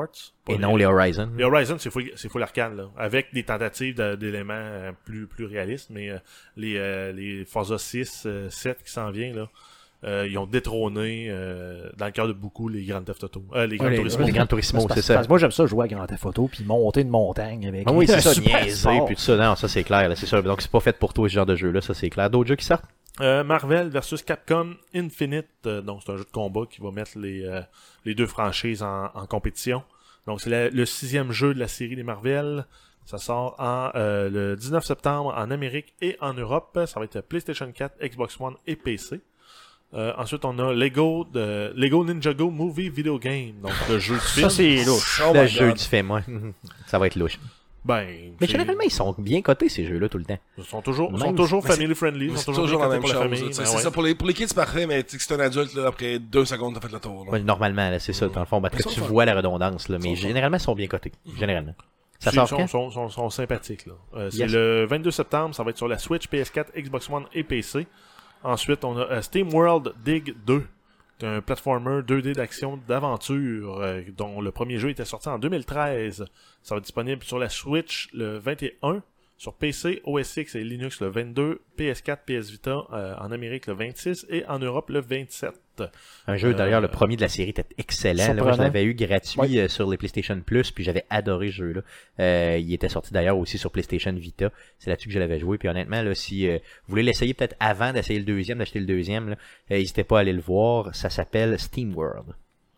Speaker 2: Pas
Speaker 1: Et non les Horizon.
Speaker 2: Les Horizon, c'est full, c'est full arcade, là, avec des tentatives de- d'éléments euh, plus plus réalistes, mais euh, les euh, les Forza six, euh, sept qui s'en vient là, euh, ils ont détrôné euh, dans le cœur de beaucoup les Grand Theft Auto, euh, les Gran
Speaker 4: Ouais, les-
Speaker 2: Turismo.
Speaker 1: Les Gran Turismo,
Speaker 4: C'est parce-
Speaker 1: c'est ça.
Speaker 4: parce que moi, j'aime ça jouer à Grand Theft Auto puis monter une montagne avec.
Speaker 1: Ah oui, c'est
Speaker 4: un
Speaker 1: ça,
Speaker 4: super
Speaker 1: niaiser,
Speaker 4: sport.
Speaker 1: puis tout ça. Non, ça c'est clair, là, c'est sûr. Donc c'est pas fait pour toi ce genre de jeu-là, ça c'est clair. D'autres jeux qui sortent?
Speaker 2: Euh, Marvel versus Capcom Infinite, euh, donc c'est un jeu de combat qui va mettre les euh, les deux franchises en, en compétition. Donc c'est la- le sixième jeu de la série des Marvel. Ça sort en euh, le dix-neuf septembre en Amérique et en Europe. Ça va être PlayStation quatre, Xbox One et P C. Euh, ensuite, on a Lego de Lego Ninjago Movie Video Game, donc le jeu de film.
Speaker 4: Ça, c'est louche.
Speaker 3: Oh
Speaker 1: le
Speaker 3: my
Speaker 1: jeu
Speaker 3: God.
Speaker 1: du fait, moi. Ça va être louche.
Speaker 2: Ben,
Speaker 1: Mais
Speaker 2: c'est-
Speaker 1: généralement, ils sont bien cotés, ces jeux-là, tout le temps.
Speaker 2: ils sont toujours, ils
Speaker 1: Même
Speaker 2: sont toujours
Speaker 3: mais c'est-
Speaker 2: family friendly, ils
Speaker 3: Mais
Speaker 2: sont
Speaker 3: C'est
Speaker 2: toujours,
Speaker 3: toujours
Speaker 2: bien
Speaker 3: la même
Speaker 2: cotés pour
Speaker 3: chose.
Speaker 2: la famille.
Speaker 3: tu sais,
Speaker 2: ben
Speaker 3: C'est
Speaker 2: ouais.
Speaker 3: ça, pour les, pour les kids, c'est parfait, mais tu sais que c'est un adulte, là, après deux secondes, t'as fait le tour. là.
Speaker 1: Ouais, normalement, là, c'est ça, dans le fond, parce
Speaker 3: Mais
Speaker 1: que
Speaker 3: ils
Speaker 1: tu
Speaker 3: sont
Speaker 1: vois la redondance, là, mais
Speaker 3: Ils sont
Speaker 1: généralement, ils sont bien cotés. Généralement. Ça
Speaker 2: Ils
Speaker 1: sort
Speaker 2: sont,
Speaker 1: quand?
Speaker 2: sont, sont, sont sympathiques. Là. Euh, c'est
Speaker 1: Yes.
Speaker 2: le vingt-deux septembre, ça va être sur la Switch, P S quatre, Xbox One et P C. Ensuite, on a euh, Steam World Dig deux. C'est un platformer deux D d'action d'aventure euh, dont le premier jeu était sorti en deux mille treize. Ça va être disponible sur la Switch le vingt et un, sur P C, O S X et Linux le vingt-deux, P S quatre, P S Vita euh, en Amérique le vingt-six et en Europe le vingt-sept.
Speaker 1: Un jeu, d'ailleurs,
Speaker 2: Euh,
Speaker 1: le premier de la série était excellent. Là, moi, je
Speaker 4: surprenant.
Speaker 1: l'avais eu gratuit
Speaker 4: Ouais.
Speaker 1: euh, sur les PlayStation Plus, puis j'avais adoré ce jeu-là. Euh, il était sorti d'ailleurs aussi sur PlayStation Vita. C'est là-dessus que je l'avais joué. Puis honnêtement, là, si euh, vous voulez l'essayer peut-être avant d'essayer le deuxième, d'acheter le deuxième, là, euh, n'hésitez pas à aller le voir. Ça s'appelle Steam World.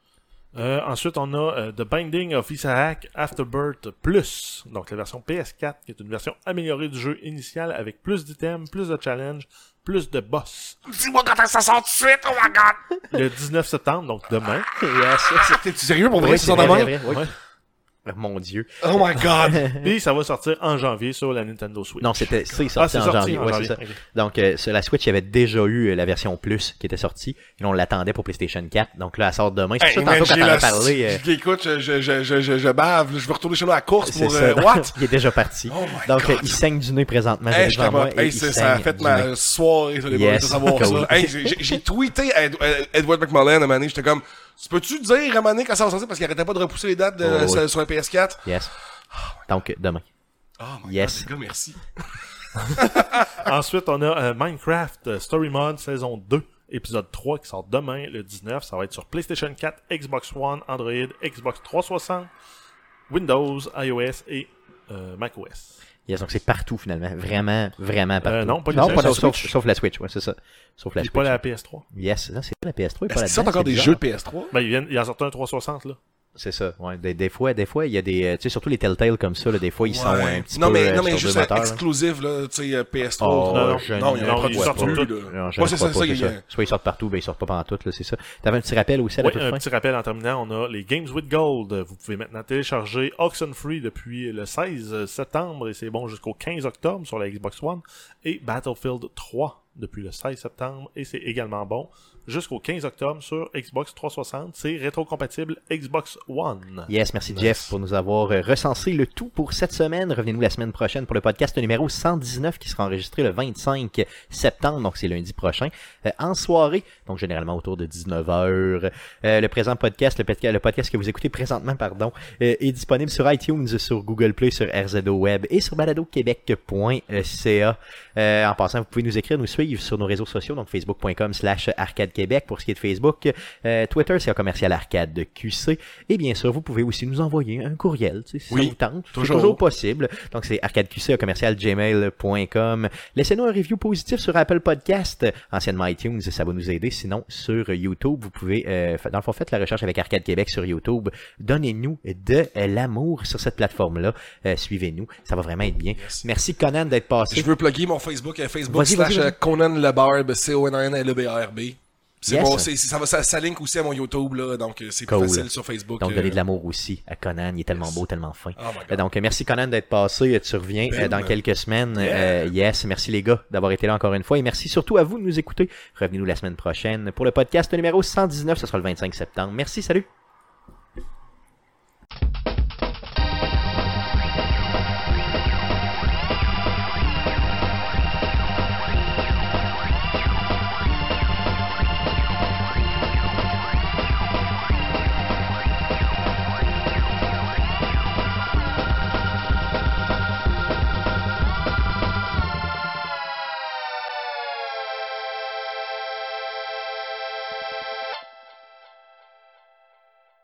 Speaker 2: Euh, ensuite, on a euh, The Binding of Isaac Afterbirth Plus, donc la version P S quatre, qui est une version améliorée du jeu initial avec plus d'items, plus de challenges, plus de boss.
Speaker 3: Dis-moi quand ça sort tout de suite, oh my god!
Speaker 2: Le dix-neuf septembre, donc demain.
Speaker 3: T'es-tu sérieux pour vrai,
Speaker 1: Oui,
Speaker 3: c'est
Speaker 1: c'est
Speaker 3: son
Speaker 1: vrai,
Speaker 3: demain?
Speaker 1: vrai, vrai, oui.
Speaker 2: Ouais.
Speaker 1: Mon Dieu.
Speaker 3: Oh my god!
Speaker 2: Puis ça va sortir en janvier sur la Nintendo Switch.
Speaker 1: Non, c'était c'est sorti
Speaker 2: Ah, c'est
Speaker 1: en
Speaker 2: sorti
Speaker 1: janvier.
Speaker 2: en
Speaker 1: Ouais,
Speaker 2: janvier.
Speaker 1: c'est ça.
Speaker 2: Ok.
Speaker 1: Donc euh, sur la Switch, il y avait déjà eu euh, la version Plus qui était sortie. Et là, on l'attendait pour PlayStation quatre. Donc là, elle sort demain. C'est
Speaker 3: Hey,
Speaker 1: pour ça
Speaker 3: man,
Speaker 1: tantôt quand
Speaker 3: j'ai
Speaker 1: t'en
Speaker 3: la-
Speaker 1: as parlé. euh,
Speaker 3: je- Écoute, je, je, je, je, je, je bave, là, je veux retourner chez nous à la course
Speaker 1: c'est
Speaker 3: pour...
Speaker 1: ça.
Speaker 3: euh, what?
Speaker 1: Il est déjà parti.
Speaker 3: Oh my
Speaker 1: Donc euh,
Speaker 3: God.
Speaker 1: il saigne du nez présentement.
Speaker 3: Hey,
Speaker 1: j'ai
Speaker 3: je
Speaker 1: devant moi,
Speaker 3: capote.
Speaker 1: et
Speaker 3: Hey,
Speaker 1: il
Speaker 3: c'est- ça a
Speaker 1: saigne
Speaker 3: fait
Speaker 1: du
Speaker 3: ma
Speaker 1: nez.
Speaker 3: soirée, ça, les
Speaker 1: Yes,
Speaker 3: boys, de savoir
Speaker 1: cool.
Speaker 3: ça. Hey, j'ai- j'ai j'ai tweeté à Ed- euh, Edward McMullen à un moment donné, j'étais comme, tu peux-tu dire à un moment donné quand ça va sortir parce qu'il arrêtait pas de repousser les dates de,
Speaker 1: Oh,
Speaker 3: sur,
Speaker 1: oui.
Speaker 3: sur la P S quatre?
Speaker 1: Yes. Donc euh, demain.
Speaker 3: Oh my
Speaker 1: Yes.
Speaker 3: god, les gars, merci.
Speaker 2: Ensuite, on a euh, Minecraft euh, Story Mode saison deux, épisode trois, qui sort demain, le dix-neuf. Ça va être sur PlayStation quatre, Xbox One, Android, Xbox trois cent soixante, Windows, iOS et euh, macOS.
Speaker 1: Yes, donc c'est partout finalement. Vraiment, vraiment partout.
Speaker 2: Euh, non, pas
Speaker 4: Non,
Speaker 2: les
Speaker 4: pas la
Speaker 1: sauf, sauf,
Speaker 4: Switch.
Speaker 1: sauf la Switch, ouais, c'est ça. Sauf la
Speaker 2: Et
Speaker 1: Switch.
Speaker 2: pas la P S trois.
Speaker 1: Yes, non, c'est pas la P S trois. il est
Speaker 3: Est-ce
Speaker 1: pas
Speaker 3: qu'ils sortent
Speaker 1: là-dedans,
Speaker 3: encore
Speaker 1: c'est
Speaker 3: des
Speaker 1: bizarre.
Speaker 3: jeux de P S trois?
Speaker 2: Ben, ils viennent, ils en sortent un trois cent soixante, là.
Speaker 1: C'est ça, ouais. Des, des fois, des fois, il y a des, euh, tu sais, surtout les Telltale comme ça, là, des fois, ils sont
Speaker 3: Ouais.
Speaker 1: un petit
Speaker 3: non,
Speaker 1: peu
Speaker 3: mais,
Speaker 1: euh,
Speaker 3: non, mais
Speaker 1: sur
Speaker 3: juste
Speaker 1: deux moteurs, là.
Speaker 3: exclusive, là, tu sais, euh, P S
Speaker 1: Oh,
Speaker 3: trois.
Speaker 2: non, non,
Speaker 1: je
Speaker 3: non, il y a
Speaker 2: non,
Speaker 3: un produit
Speaker 2: ils sortent
Speaker 3: plus,
Speaker 2: tout.
Speaker 3: là.
Speaker 1: Non, je
Speaker 3: Ouais,
Speaker 1: ne
Speaker 3: c'est
Speaker 1: crois
Speaker 3: ça,
Speaker 1: pas,
Speaker 3: ça,
Speaker 1: c'est
Speaker 3: il y
Speaker 1: ça.
Speaker 3: a-
Speaker 1: Soit ils sortent partout, ben ils sortent pas pendant tout, là, c'est ça. T'avais un petit rappel aussi à la
Speaker 2: Oui,
Speaker 1: toute
Speaker 2: un
Speaker 1: fin?
Speaker 2: petit rappel en terminant, on a les Games with Gold. Vous pouvez maintenant télécharger Oxenfree depuis le seize septembre et c'est bon jusqu'au quinze octobre sur la Xbox One. Et Battlefield trois depuis le seize septembre et c'est également bon jusqu'au quinze octobre sur Xbox trois cent soixante. C'est rétro-compatible Xbox One.
Speaker 1: Yes, merci
Speaker 3: Nice.
Speaker 1: Jeff pour nous avoir euh, recensé le tout pour cette semaine. Revenez-nous la semaine prochaine pour le podcast numéro cent dix-neuf qui sera enregistré le vingt-cinq septembre, donc c'est lundi prochain, euh, en soirée, donc généralement autour de dix-neuf heures. Euh, le présent podcast, le, podca- le podcast que vous écoutez présentement, pardon, euh, est disponible sur iTunes, sur Google Play, sur R Z O Web et sur baladoquebec point c a. Euh, en passant, vous pouvez nous écrire, nous suivre sur nos réseaux sociaux, donc facebook point com slash arcade québec pour ce qui est de Facebook. Euh, Twitter, c'est un commercial arcade de Q C. Et bien sûr, vous pouvez aussi nous envoyer un courriel, tu sais, si
Speaker 3: Oui,
Speaker 1: ça vous tente. C'est
Speaker 3: toujours.
Speaker 1: toujours possible. Donc, c'est arcadeqc, commercial gmail point com. Laissez-nous un review positif sur Apple Podcast, anciennement iTunes, ça va nous aider. Sinon, sur YouTube, vous pouvez, euh, dans le fond, faites la recherche avec Arcade Québec sur YouTube. Donnez-nous de euh, l'amour sur cette plateforme-là. Euh, suivez-nous. Ça va vraiment être bien.
Speaker 3: Yes.
Speaker 1: Merci Conan d'être passé.
Speaker 3: Je veux plugger mon Facebook, euh, Facebook
Speaker 1: Vas-y,
Speaker 3: slash
Speaker 1: vas-y, vas-y.
Speaker 3: euh, Conan Le Barbe, C O N A N L E B A R B. C'est
Speaker 1: Yes.
Speaker 3: bon, c'est, c'est- ça va, ça, ça link aussi à mon YouTube, là, donc euh, c'est plus
Speaker 1: Cool.
Speaker 3: facile sur Facebook.
Speaker 1: Donc,
Speaker 3: euh,
Speaker 1: donner de l'amour aussi à Conan. Il est tellement
Speaker 3: Yes.
Speaker 1: beau, tellement fin.
Speaker 3: Oh my
Speaker 1: Euh,
Speaker 3: God.
Speaker 1: Donc, euh, merci Conan d'être passé. Tu reviens euh, dans
Speaker 3: Ben.
Speaker 1: quelques semaines.
Speaker 3: Yeah.
Speaker 1: Euh, yes, merci les gars d'avoir été là encore une fois. Et merci surtout à vous de nous écouter. Revenez-nous la semaine prochaine pour le podcast numéro cent dix-neuf. Ce sera le vingt-cinq septembre. Merci, salut!